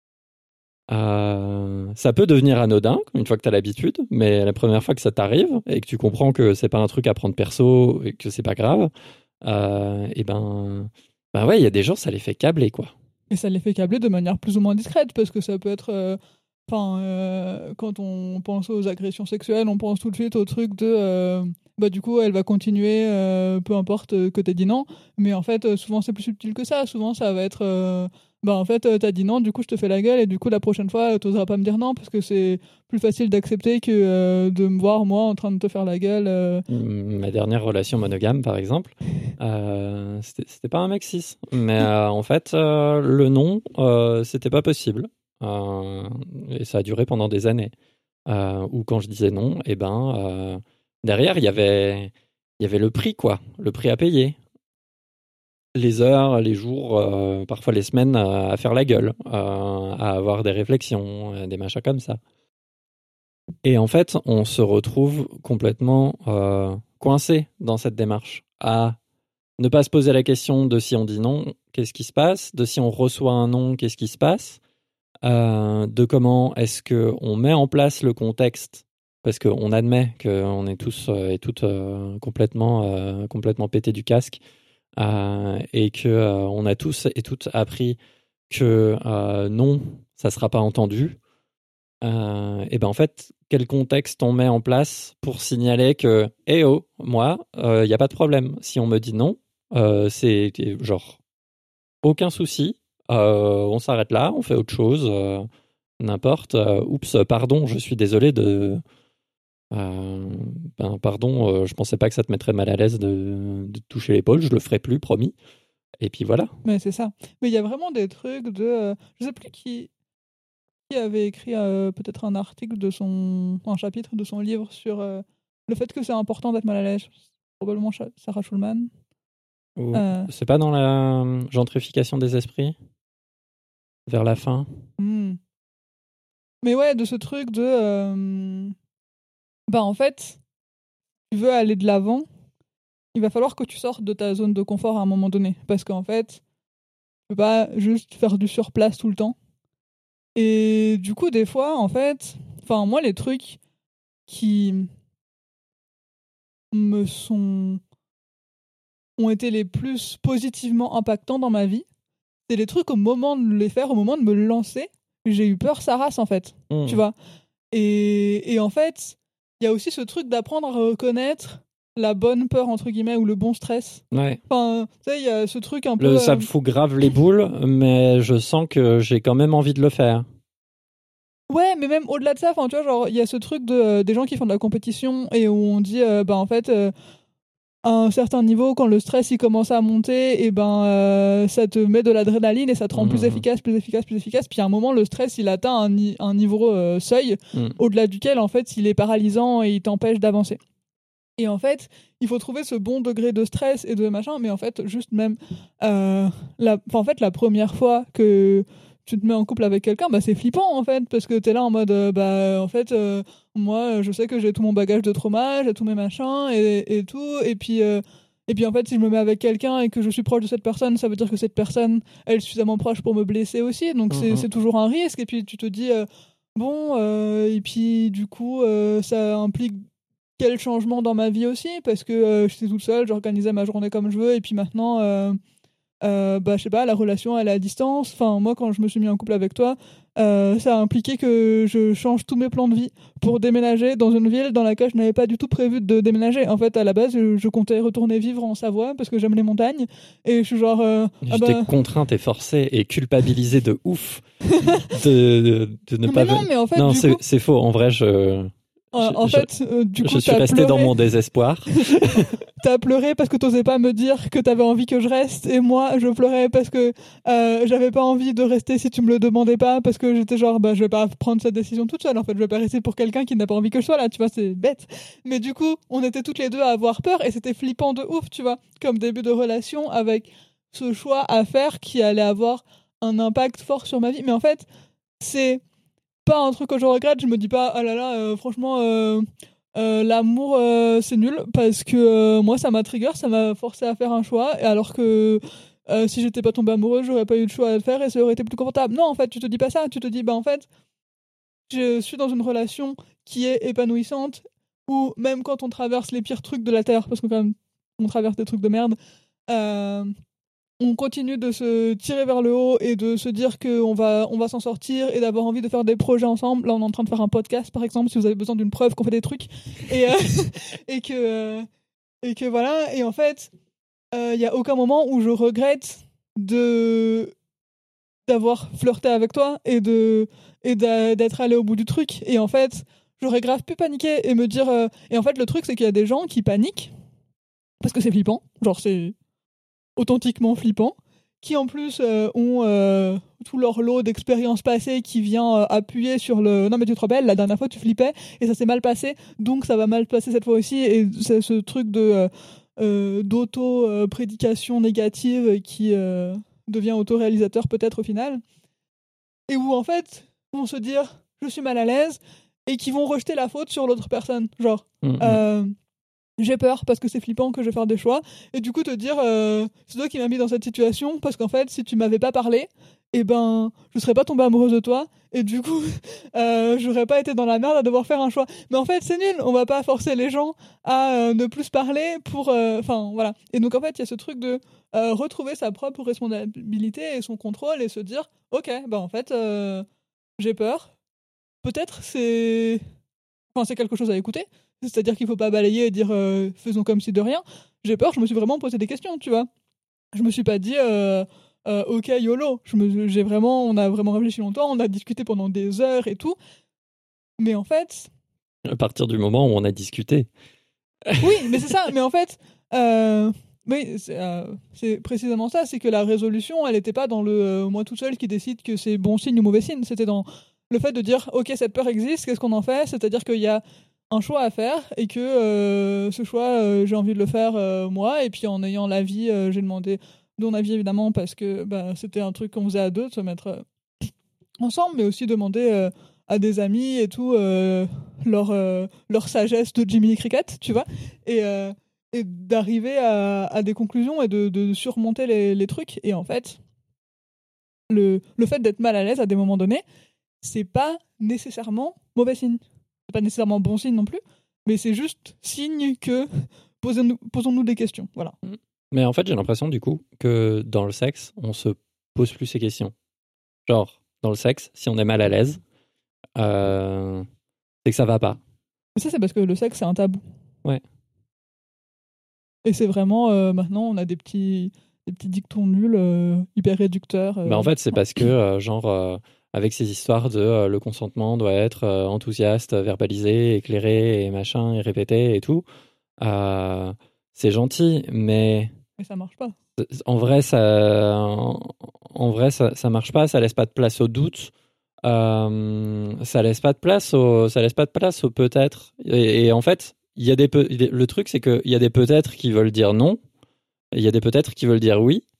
Speaker 1: Euh, ça peut devenir anodin une fois que tu as l'habitude, mais la première fois que ça t'arrive et que tu comprends que c'est pas un truc à prendre perso et que c'est pas grave, euh, et ben, ben ouais, il y a des gens, ça les fait câbler, quoi.
Speaker 2: Et ça les fait câbler de manière plus ou moins discrète, parce que ça peut être euh, Enfin, euh, quand on pense aux agressions sexuelles, on pense tout de suite au truc de. Euh, bah, du coup, elle va continuer, euh, peu importe euh, que t'aies dit non. Mais en fait, euh, souvent, c'est plus subtil que ça. Souvent, ça va être. Euh, bah, en fait, euh, t'as dit non, du coup, je te fais la gueule. Et du coup, la prochaine fois, euh, t'oseras pas me dire non parce que c'est plus facile d'accepter que euh, de me voir, moi, en train de te faire la gueule. Euh.
Speaker 1: Ma dernière relation monogame, par exemple, euh, c'était, c'était pas un mec cis. Mais euh, en fait, euh, le non, euh, c'était pas possible. Euh, et ça a duré pendant des années. Euh, où quand je disais non, et ben, euh, derrière, il y avait, il y avait le prix, quoi. Le prix à payer. Les heures, les jours, euh, parfois les semaines à, à faire la gueule, euh, à avoir des réflexions, euh, des machins comme ça. Et en fait, on se retrouve complètement euh, coincé dans cette démarche, à ne pas se poser la question de si on dit non, qu'est-ce qui se passe, de si on reçoit un non, qu'est-ce qui se passe, euh, de comment est-ce qu'on met en place le contexte, parce qu'on admet qu'on est tous euh, et toutes euh, complètement, euh, complètement pétés du casque, euh, et qu'on euh, a tous et toutes appris que euh, non, ça ne sera pas entendu. Euh, et ben en fait, quel contexte on met en place pour signaler que, eh oh, moi, il euh, n'y a pas de problème. Si on me dit non, euh, c'est genre aucun souci, euh, on s'arrête là, on fait autre chose, euh, n'importe. Euh, oups, pardon, je suis désolé de. Euh, ben, pardon, euh, je pensais pas que ça te mettrait mal à l'aise de, de toucher l'épaule, je le ferai plus, promis. Et puis voilà.
Speaker 2: Mais c'est ça. Mais il y a vraiment des trucs de. Euh, je sais plus qui. Qui avait écrit euh, peut-être un article de son, un chapitre de son livre sur euh, le fait que c'est important d'être mal à l'aise. Probablement Sarah Schulman.
Speaker 1: Ou,
Speaker 2: Euh,
Speaker 1: c'est pas dans la euh, gentrification des esprits vers la fin.
Speaker 2: hmm. Mais ouais, de ce truc de, euh, bah en fait, tu veux aller de l'avant, il va falloir que tu sortes de ta zone de confort à un moment donné, parce qu'en fait, tu peux pas juste faire du surplace tout le temps. Et du coup, des fois, en fait, enfin moi, les trucs qui me sont ont été les plus positivement impactants dans ma vie, c'est les trucs au moment de les faire, au moment de me lancer, j'ai eu peur sa race en fait, mmh. Tu vois. Et, et en fait, il y a aussi ce truc d'apprendre à reconnaître la bonne peur entre guillemets ou le bon stress.
Speaker 1: Ouais.
Speaker 2: Enfin, tu sais, il y a ce truc un
Speaker 1: le,
Speaker 2: peu.
Speaker 1: Ça
Speaker 2: euh...
Speaker 1: me fout grave les boules, mais je sens que j'ai quand même envie de le faire.
Speaker 2: Ouais, mais même au-delà de ça, enfin, tu vois, genre, il y a ce truc de euh, des gens qui font de la compétition et où on dit, euh, bah en fait. Euh, à un certain niveau, quand le stress il commence à monter, et ben euh, ça te met de l'adrénaline et ça te rend mmh. plus efficace, plus efficace, plus efficace. Puis à un moment, le stress il atteint un, ni- un niveau euh, seuil, mmh. au-delà duquel en fait il est paralysant et il t'empêche d'avancer. Et en fait, il faut trouver ce bon degré de stress et de machin, mais en fait, juste même, euh, la, en fait, la première fois que tu te mets en couple avec quelqu'un, bah c'est flippant en fait, parce que t'es là en mode, euh, bah en fait, euh, moi, je sais que j'ai tout mon bagage de trauma, j'ai tous mes machins et, et tout, et puis, euh, et puis en fait, si je me mets avec quelqu'un et que je suis proche de cette personne, ça veut dire que cette personne, elle est suffisamment proche pour me blesser aussi, donc mm-hmm. c'est, c'est toujours un risque, et puis tu te dis, euh, bon, euh, et puis du coup, euh, ça implique quel changement dans ma vie aussi, parce que euh, j'étais toute seule, j'organisais ma journée comme je veux, et puis maintenant, euh, euh, bah, je sais pas, la relation elle est à distance. Enfin, moi, quand je me suis mis en couple avec toi, euh, ça a impliqué que je change tous mes plans de vie pour déménager dans une ville dans laquelle je n'avais pas du tout prévu de déménager. En fait, à la base, je, je comptais retourner vivre en Savoie parce que j'aime les montagnes, et je suis genre... Euh,
Speaker 1: J'étais
Speaker 2: ah bah...
Speaker 1: contrainte et forcée et culpabilisée de ouf de, de, de ne
Speaker 2: mais
Speaker 1: pas...
Speaker 2: Non, mais en fait,
Speaker 1: non,
Speaker 2: du
Speaker 1: c'est,
Speaker 2: coup...
Speaker 1: c'est faux. En vrai, je...
Speaker 2: Euh, en
Speaker 1: je,
Speaker 2: fait, euh, du coup,
Speaker 1: je suis restée dans mon désespoir.
Speaker 2: T'as pleuré parce que t'osais pas me dire que t'avais envie que je reste, et moi, je pleurais parce que euh, j'avais pas envie de rester si tu me le demandais pas, parce que j'étais genre, bah, je vais pas prendre cette décision toute seule, en fait, je vais pas rester pour quelqu'un qui n'a pas envie que je sois là, tu vois, c'est bête. Mais du coup, on était toutes les deux à avoir peur, et c'était flippant de ouf, tu vois, comme début de relation, avec ce choix à faire qui allait avoir un impact fort sur ma vie. Mais en fait, c'est pas un truc que je regrette, je me dis pas, oh là là, euh, franchement... Euh, Euh, l'amour euh, c'est nul parce que euh, moi ça m'a trigger, ça m'a forcé à faire un choix, et alors que euh, si j'étais pas tombée amoureuse, j'aurais pas eu le choix à le faire et ça aurait été plus confortable. Non, en fait, tu te dis pas ça, tu te dis bah en fait je suis dans une relation qui est épanouissante, où même quand on traverse les pires trucs de la terre, parce que quand même on traverse des trucs de merde, euh, on continue de se tirer vers le haut et de se dire qu'on va, on va s'en sortir et d'avoir envie de faire des projets ensemble. Là, on est en train de faire un podcast, par exemple, si vous avez besoin d'une preuve qu'on fait des trucs. Et, euh, et, que, euh, et que voilà. Et en fait, il euh, n'y a aucun moment où je regrette de, d'avoir flirté avec toi et, de, et d'être allé au bout du truc. Et en fait, j'aurais grave pu paniquer et me dire... Euh... Et en fait, le truc, c'est qu'il y a des gens qui paniquent parce que c'est flippant. Genre, c'est... authentiquement flippant, qui en plus euh, ont euh, tout leur lot d'expériences passées qui vient euh, appuyer sur le « non mais tu te rebelles, la dernière fois tu flippais et ça s'est mal passé, donc ça va mal passer cette fois aussi » et c'est ce truc de euh, euh, d'auto-prédication négative qui euh, devient autoréalisateur peut-être au final, et où en fait vont se dire « je suis mal à l'aise » et qui vont rejeter la faute sur l'autre personne, genre... Mmh, euh, j'ai peur parce que c'est flippant que je vais faire des choix, et du coup te dire euh, c'est toi qui m'as mis dans cette situation parce qu'en fait si tu m'avais pas parlé, et eh ben je serais pas tombée amoureuse de toi et du coup euh, j'aurais pas été dans la merde à devoir faire un choix. Mais en fait c'est nul, on va pas forcer les gens à euh, ne plus se parler pour enfin euh, voilà. Et donc en fait il y a ce truc de euh, retrouver sa propre responsabilité et son contrôle et se dire ok bah en fait euh, j'ai peur, peut-être c'est enfin c'est quelque chose à écouter. C'est-à-dire qu'il faut pas balayer et dire euh, faisons comme si de rien. J'ai peur, je me suis vraiment posé des questions, tu vois. Je me suis pas dit euh, euh, ok YOLO. Je me, j'ai vraiment, on a vraiment réfléchi longtemps, on a discuté pendant des heures et tout. Mais en fait,
Speaker 1: à partir du moment où on a discuté.
Speaker 2: Oui, mais c'est ça. Mais en fait, euh, oui, c'est, euh, c'est précisément ça. C'est que la résolution, elle n'était pas dans le euh, moi tout seul qui décide que c'est bon signe ou mauvais signe. C'était dans le fait de dire ok cette peur existe, qu'est-ce qu'on en fait. C'est-à-dire qu'il y a un choix à faire et que euh, ce choix, euh, j'ai envie de le faire euh, moi. Et puis en ayant l'avis, euh, j'ai demandé mon avis évidemment parce que bah, c'était un truc qu'on faisait à deux, de se mettre euh, ensemble, mais aussi demander euh, à des amis et tout euh, leur, euh, leur sagesse de Jiminy Cricket, tu vois, et, euh, et d'arriver à, à des conclusions et de, de surmonter les, les trucs. Et en fait, le, le fait d'être mal à l'aise à des moments donnés, c'est pas nécessairement mauvais signe. C'est pas nécessairement bon signe non plus, mais c'est juste signe que posons-nous, posons-nous des questions. Voilà.
Speaker 1: Mais en fait, j'ai l'impression du coup que dans le sexe, on se pose plus ces questions. Genre, dans le sexe, si on est mal à l'aise, euh, c'est que ça va pas.
Speaker 2: Mais ça, c'est parce que le sexe, c'est un tabou.
Speaker 1: Ouais.
Speaker 2: Et c'est vraiment, euh, maintenant, on a des petits, des petits dictons nuls, euh, hyper réducteurs. Euh...
Speaker 1: Bah en fait, c'est parce que, euh, genre, euh, avec ces histoires de euh, le consentement doit être euh, enthousiaste, verbalisé, éclairé, et machin, et répété, et tout, euh, c'est gentil, mais...
Speaker 2: Mais ça marche pas.
Speaker 1: En vrai, ça, en, en vrai, ça, ça marche pas, ça laisse pas de place au doute. Euh, ça laisse pas de place au, ça laisse pas de place au peut-être. Et, et en fait, il y a des peu, le truc, c'est qu'il y a des peut-être qui veulent dire non, il y a des peut-être qui veulent dire oui,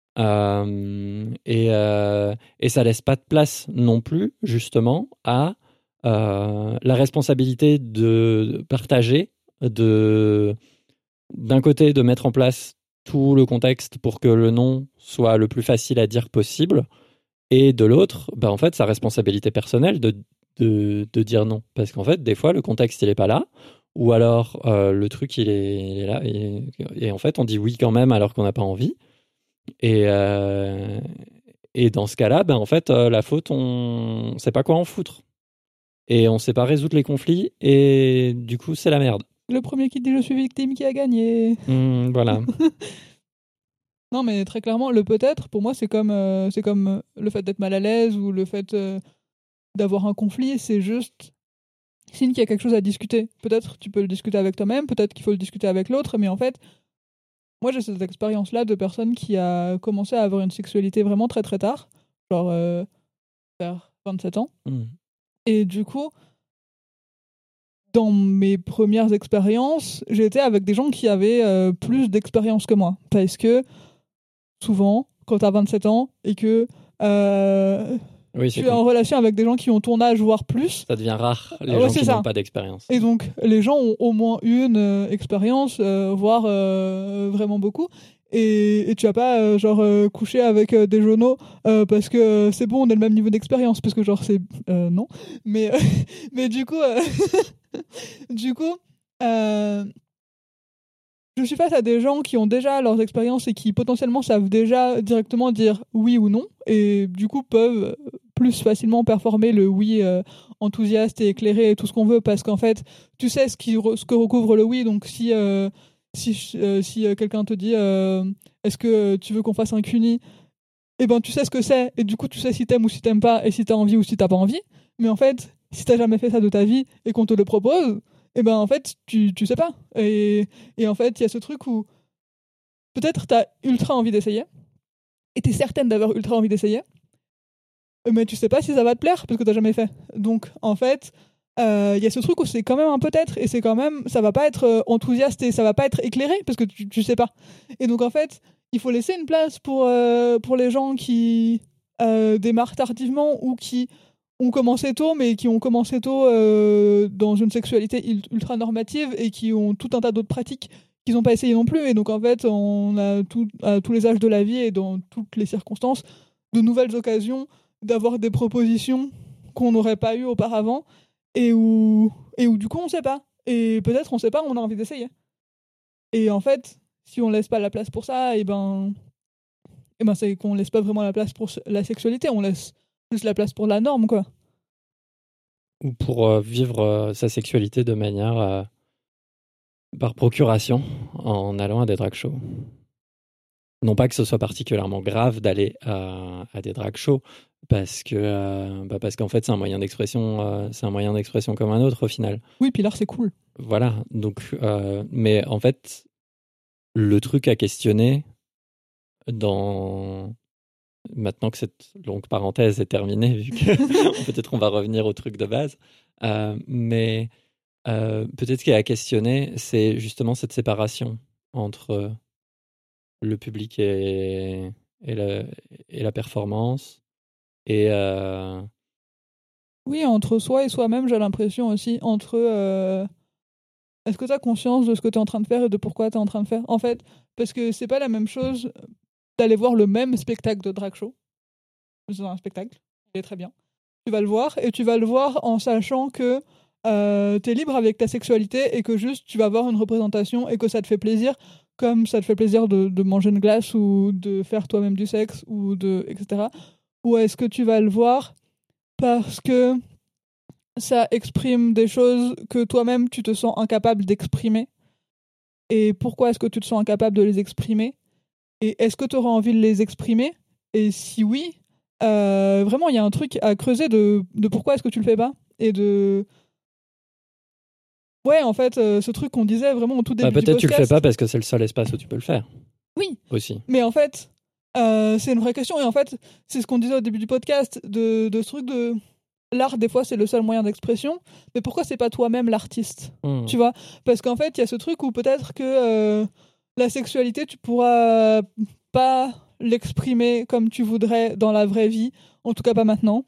Speaker 1: euh, et, euh, et ça laisse pas de place non plus, justement, à euh, la responsabilité de partager, de d'un côté de mettre en place tout le contexte pour que le non soit le plus facile à dire possible. Et de l'autre, bah en fait, sa responsabilité personnelle de, de, de dire non. Parce qu'en fait, des fois, le contexte, il n'est pas là. Ou alors, euh, le truc, il est, il est là. Et, et en fait, on dit oui quand même alors qu'on n'a pas envie. Et, euh, et dans ce cas-là, bah en fait, euh, la faute, on ne sait pas quoi en foutre. Et on ne sait pas résoudre les conflits. Et du coup, c'est la merde.
Speaker 2: Le premier qui dit je suis victime qui a gagné.
Speaker 1: Mmh, voilà.
Speaker 2: Non, mais très clairement, le peut-être, pour moi, c'est comme, euh, c'est comme le fait d'être mal à l'aise ou le fait euh, d'avoir un conflit. C'est juste signe qu'il y a quelque chose à discuter. Peut-être tu peux le discuter avec toi-même, peut-être qu'il faut le discuter avec l'autre, mais en fait, moi j'ai cette expérience-là de personne qui a commencé à avoir une sexualité vraiment très très tard, genre euh, vers vingt-sept ans.
Speaker 1: Mmh.
Speaker 2: Et du coup, dans mes premières expériences, j'étais avec des gens qui avaient euh, plus d'expérience que moi. Parce que souvent, quand t'as vingt-sept ans et que euh,
Speaker 1: oui,
Speaker 2: tu es
Speaker 1: comme...
Speaker 2: en relation avec des gens qui ont ton âge, voire plus,
Speaker 1: ça devient rare, les
Speaker 2: ouais,
Speaker 1: gens qui
Speaker 2: ça.
Speaker 1: n'ont pas d'expérience.
Speaker 2: Et donc, les gens ont au moins une euh, expérience, euh, voire euh, vraiment beaucoup. Et, et tu vas pas euh, genre euh, coucher avec euh, des jeuneaux euh, parce que euh, c'est bon, on a le même niveau d'expérience, parce que genre c'est euh, non. Mais euh, mais du coup, euh... du coup. Euh... je suis face à des gens qui ont déjà leurs expériences et qui potentiellement savent déjà directement dire oui ou non, et du coup peuvent plus facilement performer le oui euh, enthousiaste et éclairé et tout ce qu'on veut, parce qu'en fait, tu sais ce, qui re- ce que recouvre le oui, donc si, euh, si, euh, si euh, quelqu'un te dit euh, est-ce que tu veux qu'on fasse un cuni, eh ben tu sais ce que c'est, et du coup tu sais si t'aimes ou si t'aimes pas, et si t'as envie ou si t'as pas envie, mais en fait, si t'as jamais fait ça de ta vie et qu'on te le propose, et ben en fait tu tu sais pas, et et en fait il y a ce truc où peut-être t'as ultra envie d'essayer et t'es certaine d'avoir ultra envie d'essayer, mais tu sais pas si ça va te plaire parce que t'as jamais fait. Donc en fait il euh, y a ce truc où c'est quand même un peut-être, et c'est quand même, ça va pas être euh, enthousiaste et ça va pas être éclairé parce que tu, tu sais pas, et donc en fait il faut laisser une place pour euh, pour les gens qui euh, démarrent tardivement ou qui ont commencé tôt, mais qui ont commencé tôt euh, dans une sexualité ultra normative et qui ont tout un tas d'autres pratiques qu'ils n'ont pas essayé non plus. Et donc, en fait, on a tout, à tous les âges de la vie et dans toutes les circonstances, de nouvelles occasions d'avoir des propositions qu'on n'aurait pas eues auparavant, et où, et où du coup, on ne sait pas. Et peut-être, on ne sait pas, on a envie d'essayer. Et en fait, si on ne laisse pas la place pour ça, et ben, et ben c'est qu'on laisse pas vraiment la place pour la sexualité, on laisse plus la place pour la norme, quoi.
Speaker 1: Ou pour euh, vivre euh, sa sexualité de manière euh, par procuration en allant à des drag shows. Non pas que ce soit particulièrement grave d'aller à, à des drag shows, parce que euh, bah parce qu'en fait c'est un moyen d'expression, euh, c'est un moyen d'expression comme un autre au final.
Speaker 2: Oui, puis l'art c'est cool.
Speaker 1: Voilà, donc euh, mais en fait le truc à questionner dans maintenant que cette longue parenthèse est terminée, vu que peut-être on va revenir au truc de base, euh, mais euh, peut-être ce qui est à questionner, c'est justement cette séparation entre le public et, et, la, et la performance. Et euh...
Speaker 2: Oui, entre soi et soi-même, j'ai l'impression aussi. Entre. Euh... Est-ce que tu as conscience de ce que tu es en train de faire et de pourquoi tu es en train de faire? En fait, parce que c'est pas la même chose d'aller voir le même spectacle de drag show. C'est un spectacle, il est très bien. Tu vas le voir, et tu vas le voir en sachant que euh, tu es libre avec ta sexualité et que juste tu vas voir une représentation et que ça te fait plaisir, comme ça te fait plaisir de, de manger une glace ou de faire toi-même du sexe, ou de, et cetera. Ou est-ce que tu vas le voir parce que ça exprime des choses que toi-même tu te sens incapable d'exprimer? Et pourquoi est-ce que tu te sens incapable de les exprimer? Et est-ce que tu auras envie de les exprimer? Et si oui, euh, vraiment, il y a un truc à creuser de, de pourquoi est-ce que tu le fais pas? Et de... Ouais, en fait, euh, ce truc qu'on disait vraiment au tout début
Speaker 1: bah,
Speaker 2: du
Speaker 1: peut-être
Speaker 2: podcast...
Speaker 1: tu le fais pas parce que c'est le seul espace où tu peux le faire.
Speaker 2: Oui.
Speaker 1: Aussi.
Speaker 2: Mais en fait, euh, c'est une vraie question. Et en fait, c'est ce qu'on disait au début du podcast, de, de ce truc de... L'art, des fois, c'est le seul moyen d'expression. Mais pourquoi c'est pas toi-même l'artiste? Mmh. Tu vois? Parce qu'en fait, il y a ce truc où peut-être que euh, la sexualité, tu pourras pas l'exprimer comme tu voudrais dans la vraie vie. En tout cas, pas maintenant.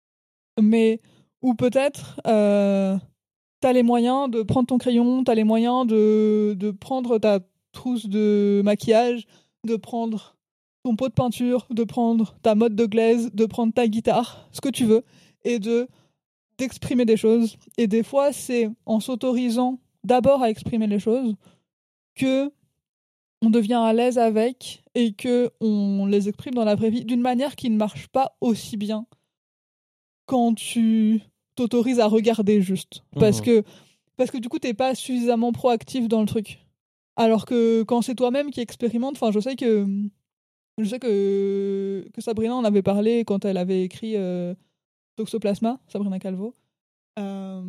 Speaker 2: Mais où peut-être euh, t'as les moyens de prendre ton crayon, t'as les moyens de, de prendre ta trousse de maquillage, de prendre ton pot de peinture, de prendre ta mode de glaise, de prendre ta guitare, ce que tu veux, et de d'exprimer des choses. Et des fois, c'est en s'autorisant d'abord à exprimer les choses que on devient à l'aise avec et que on les exprime dans la vraie vie d'une manière qui ne marche pas aussi bien quand tu t'autorises à regarder juste. Parce
Speaker 1: Mmh.
Speaker 2: que, parce que du coup, t'es pas suffisamment proactif dans le truc. Alors que quand c'est toi-même qui expérimente, enfin, je sais que je sais que, que Sabrina en avait parlé quand elle avait écrit euh, Toxoplasma, Sabrina Calvo, euh,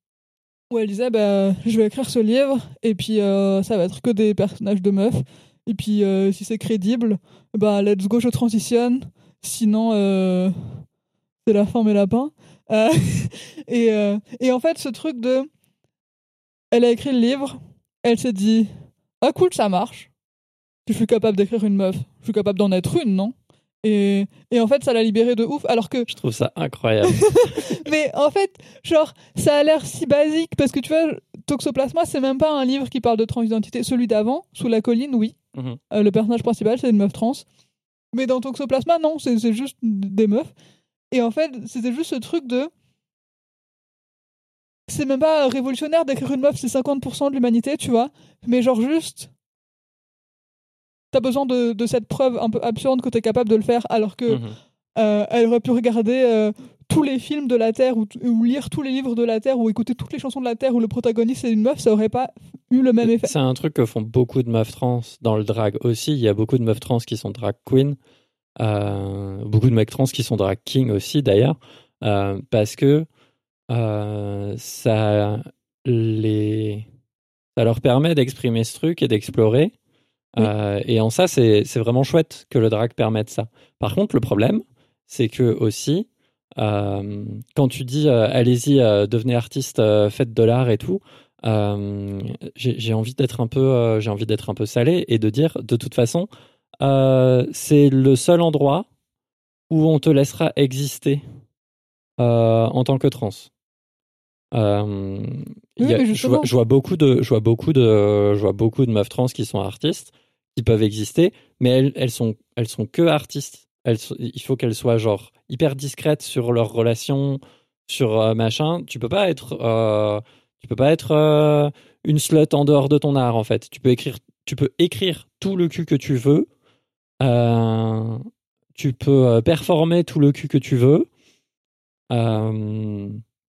Speaker 2: où elle disait bah, je vais écrire ce livre et puis euh, ça va être que des personnages de meufs, et puis euh, si c'est crédible, bah let's go, je transitionne, sinon euh, c'est la fin mes lapins. Euh, et, euh, et en fait ce truc de elle a écrit le livre, elle s'est dit ah cool, ça marche, je suis capable d'écrire une meuf, je suis capable d'en être une, non? Et, et en fait, ça l'a libérée de ouf, alors que...
Speaker 1: Je trouve ça incroyable.
Speaker 2: Mais en fait, genre, ça a l'air si basique, parce que tu vois, Toxoplasma, c'est même pas un livre qui parle de transidentité. Celui d'avant, Sous la colline, oui. Mm-hmm. Euh, le personnage principal, c'est une meuf trans. Mais dans Toxoplasma, non, c'est, c'est juste des meufs. Et en fait, c'était juste ce truc de... C'est même pas révolutionnaire d'écrire une meuf, c'est cinquante pour cent de l'humanité, tu vois. Mais genre juste t'as besoin de, de cette preuve un peu absurde que t'es capable de le faire, alors que
Speaker 1: Mhm.
Speaker 2: euh, elle aurait pu regarder euh, tous les films de la Terre ou, ou lire tous les livres de la Terre ou écouter toutes les chansons de la Terre où le protagoniste est une meuf, ça aurait pas eu le même effet.
Speaker 1: C'est un truc que font beaucoup de meufs trans dans le drag aussi. Il y a beaucoup de meufs trans qui sont drag queen, euh, beaucoup de mecs trans qui sont drag king aussi d'ailleurs, euh, parce que euh, ça les ça leur permet d'exprimer ce truc et d'explorer.
Speaker 2: Oui.
Speaker 1: Euh, et en ça, c'est c'est vraiment chouette que le drag permette ça. Par contre, le problème, c'est que aussi, euh, quand tu dis euh, allez-y, euh, devenez artiste, euh, faites de l'art et tout, euh, j'ai j'ai envie d'être un peu, euh, j'ai envie d'être un peu salé et de dire, de toute façon, euh, c'est le seul endroit où on te laissera exister euh, en tant que trans. Euh, il
Speaker 2: Oui,
Speaker 1: y a-
Speaker 2: mais
Speaker 1: je, vois,
Speaker 2: justement.
Speaker 1: je vois beaucoup de, je vois beaucoup de, je vois beaucoup de meufs trans qui sont artistes, qui peuvent exister, mais elles, elles sont, elles sont que artistes. Elles, sont- il faut qu'elles soient genre hyper discrètes sur leurs relations, sur euh, machin. Tu peux pas être, euh, tu peux pas être euh, une slut en dehors de ton art en fait. Tu peux écrire, tu peux écrire tout le cul que tu veux. Euh, tu peux euh, performer tout le cul que tu veux. Euh,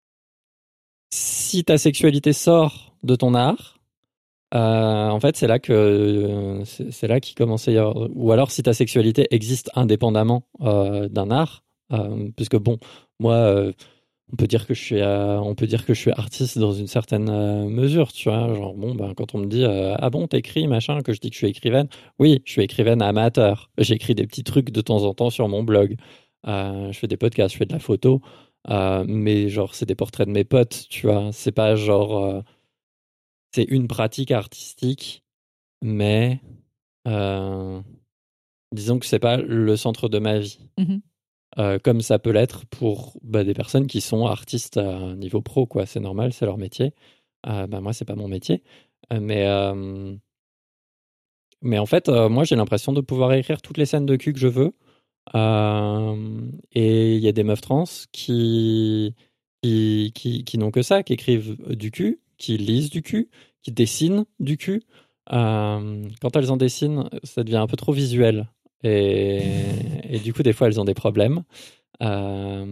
Speaker 1: si ta sexualité sort de ton art, euh, en fait, c'est là que c'est c'est là qu'il commence à y avoir. Ou alors, si ta sexualité existe indépendamment euh, d'un art, euh, puisque bon, moi, euh, on peut dire que je suis, euh, on peut dire que je suis artiste dans une certaine euh, mesure, tu vois. Genre bon, ben quand on me dit euh, ah bon, t'écris machin, que je dis que je suis écrivaine, oui, je suis écrivaine amateur. J'écris des petits trucs de temps en temps sur mon blog. Euh, je fais des podcasts, je fais de la photo. Euh, mais genre c'est des portraits de mes potes, tu vois, c'est pas genre euh, c'est une pratique artistique, mais euh, disons que c'est pas le centre de ma vie.
Speaker 2: Mhm.
Speaker 1: Euh, comme ça peut l'être pour bah, des personnes qui sont artistes à niveau pro, quoi. C'est normal, c'est leur métier. Euh, bah, moi, c'est pas mon métier. Euh, mais, euh, mais en fait, euh, moi, j'ai l'impression de pouvoir écrire toutes les scènes de cul que je veux. Euh, et il y a des meufs trans qui, qui, qui, qui n'ont que ça, qui écrivent du cul, qui lisent du cul, qui dessinent du cul. Euh, quand elles en dessinent, ça devient un peu trop visuel. Et, et du coup, des fois, elles ont des problèmes. Euh,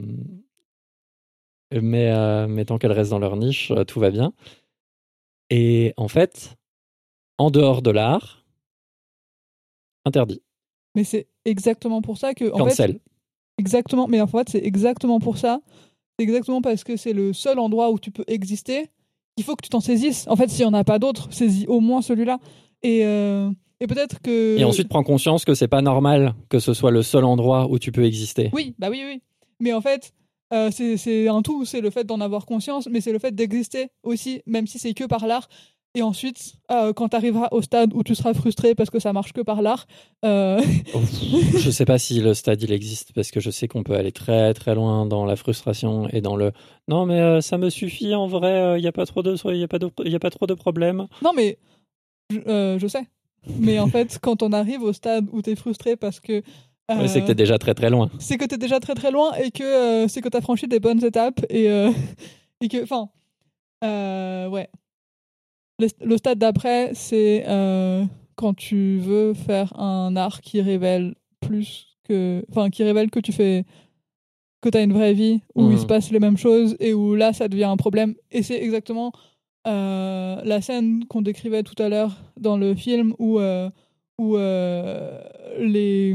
Speaker 1: mais, euh, mais tant qu'elles restent dans leur niche, euh, tout va bien. Et en fait, en dehors de l'art, interdit.
Speaker 2: Mais c'est exactement pour ça que, en fait,
Speaker 1: Cancel.
Speaker 2: exactement, mais en fait, c'est exactement pour ça, c'est exactement parce que c'est le seul endroit où tu peux exister, qu'il faut que tu t'en saisisses. En fait, s'il n'y en a pas d'autres, saisis au moins celui-là. Et, euh, et peut-être
Speaker 1: Et
Speaker 2: que.
Speaker 1: ensuite, prends conscience que c'est pas normal que ce soit le seul endroit où tu peux exister.
Speaker 2: Oui, bah oui, oui. Mais en fait, euh, c'est c'est un tout, c'est le fait d'en avoir conscience, mais c'est le fait d'exister aussi, même si c'est que par l'art. Et ensuite, euh, quand tu arriveras au stade où tu seras frustré parce que ça marche que par l'art, euh,
Speaker 1: Ouf, je sais pas si le stade il existe parce que je sais qu'on peut aller très très loin dans la frustration et dans le non mais euh, ça me suffit en vrai, il y a pas trop de il y a pas de il y a pas trop de problèmes.
Speaker 2: non mais je, euh, je sais. Mais en fait, quand on arrive au stade où tu es frustré parce que
Speaker 1: Ouais, c'est que
Speaker 2: euh,
Speaker 1: t'es déjà très très loin.
Speaker 2: c'est que tu es déjà très très loin et que euh, c'est que tu as franchi des bonnes étapes et, euh, et que, enfin, euh, ouais. Le, le stade d'après, c'est euh, quand tu veux faire un art qui révèle plus que. Enfin, qui révèle que tu fais. Que tu as une vraie vie où il se
Speaker 1: Mhm.
Speaker 2: passe les mêmes choses et où là, ça devient un problème. Et c'est exactement euh, la scène qu'on décrivait tout à l'heure dans le film où, euh, où euh, les.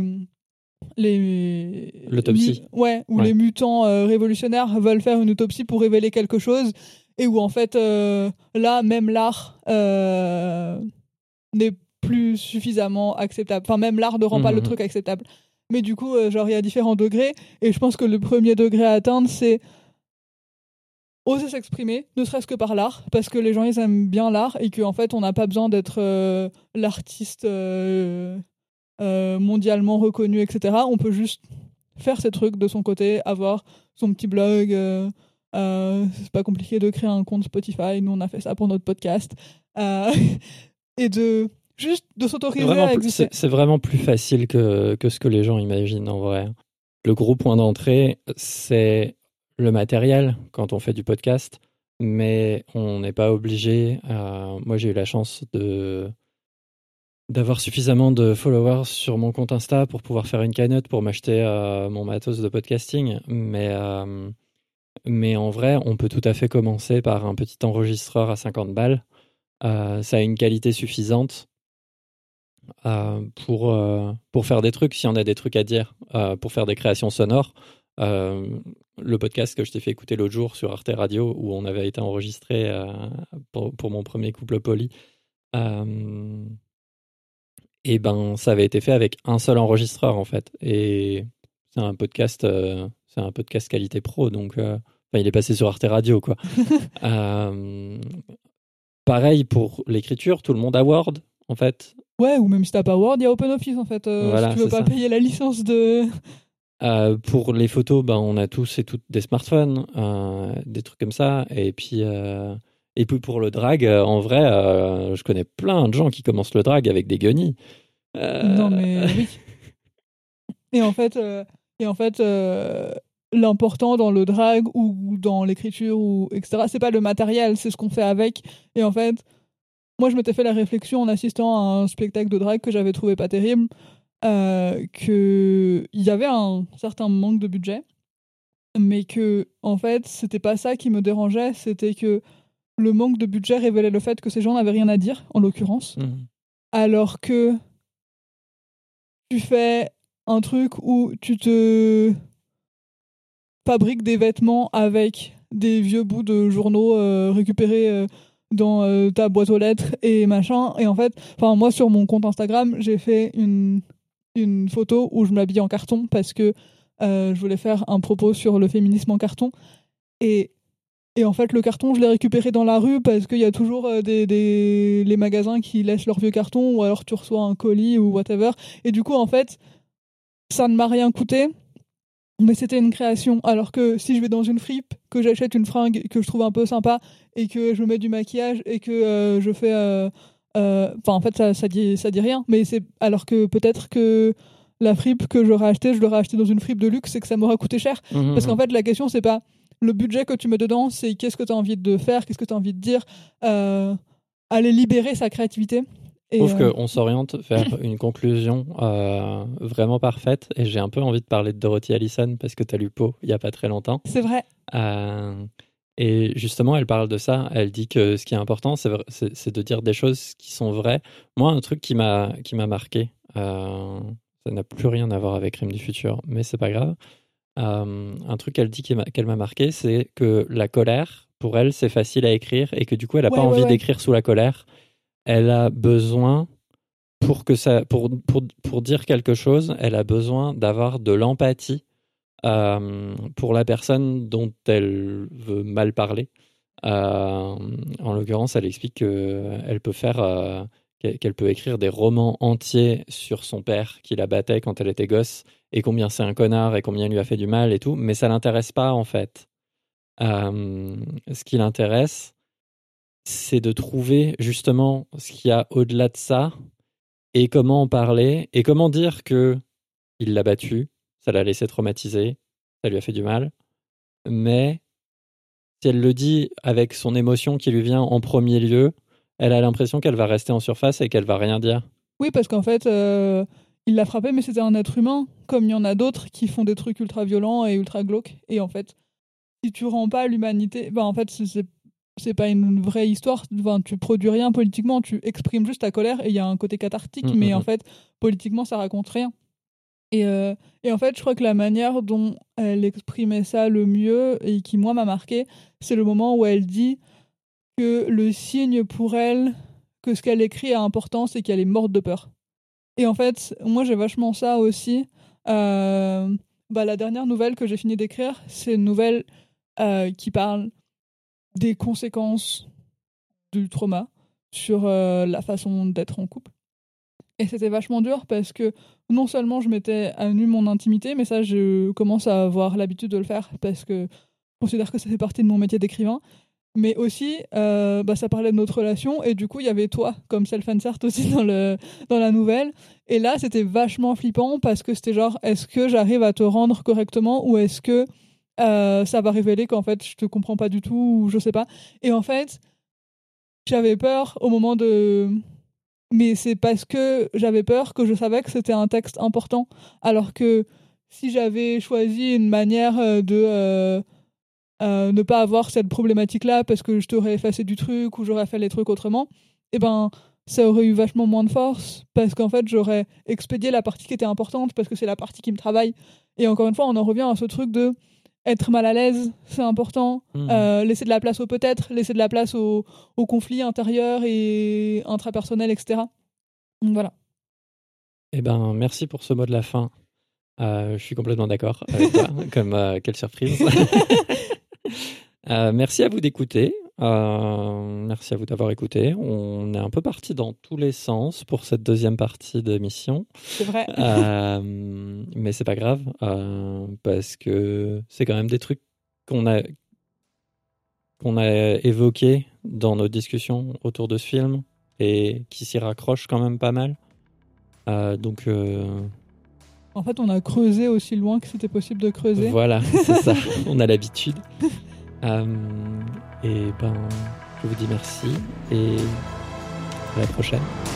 Speaker 2: Les, mu-
Speaker 1: L'autopsie.
Speaker 2: ouais, où
Speaker 1: Ouais.
Speaker 2: les mutants euh, révolutionnaires veulent faire une autopsie pour révéler quelque chose et où en fait euh, là même l'art euh, n'est plus suffisamment acceptable. Enfin, même l'art ne rend pas le
Speaker 1: Mhm.
Speaker 2: truc acceptable. Mais du coup, euh, genre, il y a différents degrés. Et je pense que le premier degré à atteindre, c'est oser s'exprimer, ne serait-ce que par l'art, parce que les gens, ils aiment bien l'art et qu'en fait, on n'a pas besoin d'être euh, l'artiste euh, euh, mondialement reconnu, et cetera. On peut juste faire ses trucs de son côté, avoir son petit blog. Euh, euh, c'est pas compliqué de créer un compte Spotify. Nous, on a fait ça pour notre podcast. Euh, et de juste de
Speaker 1: C'est
Speaker 2: s'autoriser
Speaker 1: vraiment
Speaker 2: à
Speaker 1: plus,
Speaker 2: exister.
Speaker 1: c'est, c'est vraiment plus facile que, que ce que les gens imaginent en vrai. Le gros point d'entrée, c'est le matériel quand on fait du podcast, mais on n'est pas obligé. euh, moi, j'ai eu la chance de d'avoir suffisamment de followers sur mon compte Insta pour pouvoir faire une cagnotte pour m'acheter euh, mon matos de podcasting. Mais, euh, mais en vrai, on peut tout à fait commencer par un petit enregistreur à cinquante balles. Euh, ça a une qualité suffisante euh, pour, euh, pour faire des trucs, si on a des trucs à dire, euh, pour faire des créations sonores. Euh, le podcast que je t'ai fait écouter l'autre jour sur Arte Radio, où on avait été enregistré euh, pour, pour mon premier couple poli, euh, et ben ça avait été fait avec un seul enregistreur en fait. Et c'est un podcast, euh, c'est un podcast qualité pro, donc euh, enfin, il est passé sur Arte Radio quoi. euh, pareil pour l'écriture, tout le monde a Word en fait.
Speaker 2: Ouais, ou même si t'as pas Word, il y a OpenOffice en fait. Euh,
Speaker 1: Voilà,
Speaker 2: si tu veux
Speaker 1: c'est
Speaker 2: pas
Speaker 1: ça.
Speaker 2: payer la licence de.
Speaker 1: Euh, pour les photos, ben, on a tous et toutes des smartphones, euh, des trucs comme ça. Et puis, euh, et puis pour le drag, euh, en vrai, euh, je connais plein de gens qui commencent le drag avec des guenilles.
Speaker 2: Non,
Speaker 1: Euh...
Speaker 2: mais oui. Et en fait, euh, et en fait euh, l'important dans le drag ou dans l'écriture, ou et cetera, c'est pas le matériel, c'est ce qu'on fait avec. Et en fait, moi, je m'étais fait la réflexion en assistant à un spectacle de drag que j'avais trouvé pas terrible, euh, qu'il y avait un certain manque de budget, mais que, en fait, c'était pas ça qui me dérangeait, c'était que le manque de budget révélait le fait que ces gens n'avaient rien à dire, en l'occurrence,
Speaker 1: mmh.
Speaker 2: alors que tu fais un truc où tu te fabriques des vêtements avec des vieux bouts de journaux euh, récupérés euh, dans euh, ta boîte aux lettres et machin. Et en fait, enfin moi sur mon compte Instagram, j'ai fait une, une photo où je m'habille en carton parce que euh, je voulais faire un propos sur le féminisme en carton. Et Et en fait, le carton, je l'ai récupéré dans la rue parce qu'il y a toujours euh, des, des, les magasins qui laissent leurs vieux cartons, ou alors tu reçois un colis ou whatever. Et du coup, en fait, ça ne m'a rien coûté, mais c'était une création. Alors que si je vais dans une fripe, que j'achète une fringue que je trouve un peu sympa et que je mets du maquillage et que euh, je fais. euh, euh, Enfin, en fait, ça, ça, dit, ça dit rien. Mais c'est alors que peut-être que la fripe que j'aurais achetée, je l'aurais achetée dans une fripe de luxe et que ça m'aurait coûté cher.
Speaker 1: Mmh,
Speaker 2: Parce qu'en
Speaker 1: mmh.
Speaker 2: fait, la question, c'est pas le budget que tu mets dedans, c'est qu'est-ce que tu as envie de faire, qu'est-ce que tu as envie de dire, euh, aller libérer sa créativité.
Speaker 1: Je
Speaker 2: Et
Speaker 1: trouve
Speaker 2: euh,
Speaker 1: qu'on s'oriente vers une conclusion euh, vraiment parfaite. Et j'ai un peu envie de parler de Dorothy Allison parce que tu as lu Poe il n'y a pas très longtemps.
Speaker 2: c'est vrai.
Speaker 1: Euh, et justement, elle parle de ça. Elle dit que ce qui est important, c'est, c'est, c'est de dire des choses qui sont vraies. Moi, un truc qui m'a, qui m'a marqué, euh, ça n'a plus rien à voir avec Crime du futur, mais c'est pas grave. Euh, un truc qu'elle dit qui m'a, qu'elle m'a marqué, c'est que la colère, pour elle, c'est facile à écrire et que du coup, elle n'a pas
Speaker 2: Ouais, ouais,
Speaker 1: envie
Speaker 2: ouais.
Speaker 1: d'écrire sous la colère. Elle a besoin, pour, que ça, pour, pour, pour dire quelque chose, elle a besoin d'avoir de l'empathie euh, pour la personne dont elle veut mal parler. Euh, en l'occurrence, elle explique qu'elle peut faire, euh, qu'elle peut écrire des romans entiers sur son père qui la battait quand elle était gosse et combien c'est un connard et combien il lui a fait du mal et tout, mais ça l'intéresse pas en fait. Euh, ce qui l'intéresse, c'est de trouver justement ce qu'il y a au-delà de ça et comment en parler et comment dire que il l'a battu, ça l'a laissé traumatisé, ça lui a fait du mal, mais si elle le dit avec son émotion qui lui vient en premier lieu, elle a l'impression qu'elle va rester en surface et qu'elle va rien dire.
Speaker 2: Oui, parce qu'en fait, euh, il l'a frappé, mais c'était un être humain, comme il y en a d'autres qui font des trucs ultra violents et ultra glauques. Et en fait, si tu rends pas l'humanité, ben en fait, c'est c'est c'est pas une vraie histoire. Enfin, tu produis rien politiquement, tu exprimes juste ta colère et il y a un côté cathartique,
Speaker 1: Hum,
Speaker 2: mais
Speaker 1: hum,
Speaker 2: en
Speaker 1: hum.
Speaker 2: fait, politiquement, ça raconte rien. Et, euh, et en fait, je crois que la manière dont elle exprimait ça le mieux et qui, moi, m'a marqué, c'est le moment où elle dit que le signe pour elle que ce qu'elle écrit a important, c'est qu'elle est morte de peur. Et en fait, moi, j'ai vachement ça aussi. Euh, bah, la dernière nouvelle que j'ai fini d'écrire, c'est une nouvelle euh, qui parle des conséquences du trauma sur euh, la façon d'être en couple. Et c'était vachement dur parce que non seulement je mettais à nu mon intimité, mais ça, je commence à avoir l'habitude de le faire parce que je considère que ça fait partie de mon métier d'écrivain. Mais aussi, euh, bah, ça parlait de notre relation, et du coup, il y avait toi comme self-insert aussi dans, le, dans la nouvelle. Et là, c'était vachement flippant parce que c'était genre, est-ce que j'arrive à te rendre correctement, ou est-ce que euh, ça va révéler qu'en fait, je te comprends pas du tout, ou je sais pas. Et en fait, j'avais peur au moment de mais c'est parce que j'avais peur que je savais que c'était un texte important. Alors que si j'avais choisi une manière euh, de euh, euh, ne pas avoir cette problématique-là parce que je t'aurais effacé du truc ou j'aurais fait les trucs autrement, eh ben, ça aurait eu vachement moins de force parce qu'en fait, j'aurais expédié la partie qui était importante parce que c'est la partie qui me travaille. Et encore une fois, on en revient à ce truc de être mal à l'aise, c'est important.
Speaker 1: Mmh.
Speaker 2: Euh, laisser de la place au peut-être, laisser de la place au, au conflit intérieur et intrapersonnel, et cetera. Donc voilà.
Speaker 1: Eh ben, merci pour ce mot de la fin. Euh, je suis complètement d'accord avec toi. Comme euh, quelle surprise. euh, merci à vous d'écouter. Euh, merci à vous d'avoir écouté. On est un peu parti dans tous les sens pour cette deuxième partie d'émission.
Speaker 2: C'est vrai.
Speaker 1: Euh, mais c'est pas grave euh, parce que c'est quand même des trucs qu'on a qu'on a évoqués dans nos discussions autour de ce film et qui s'y raccrochent quand même pas mal. Euh, donc euh,
Speaker 2: En fait, on a creusé aussi loin que c'était possible de creuser.
Speaker 1: voilà, c'est ça. On a l'habitude. Euh, et ben, je vous dis merci et à la prochaine.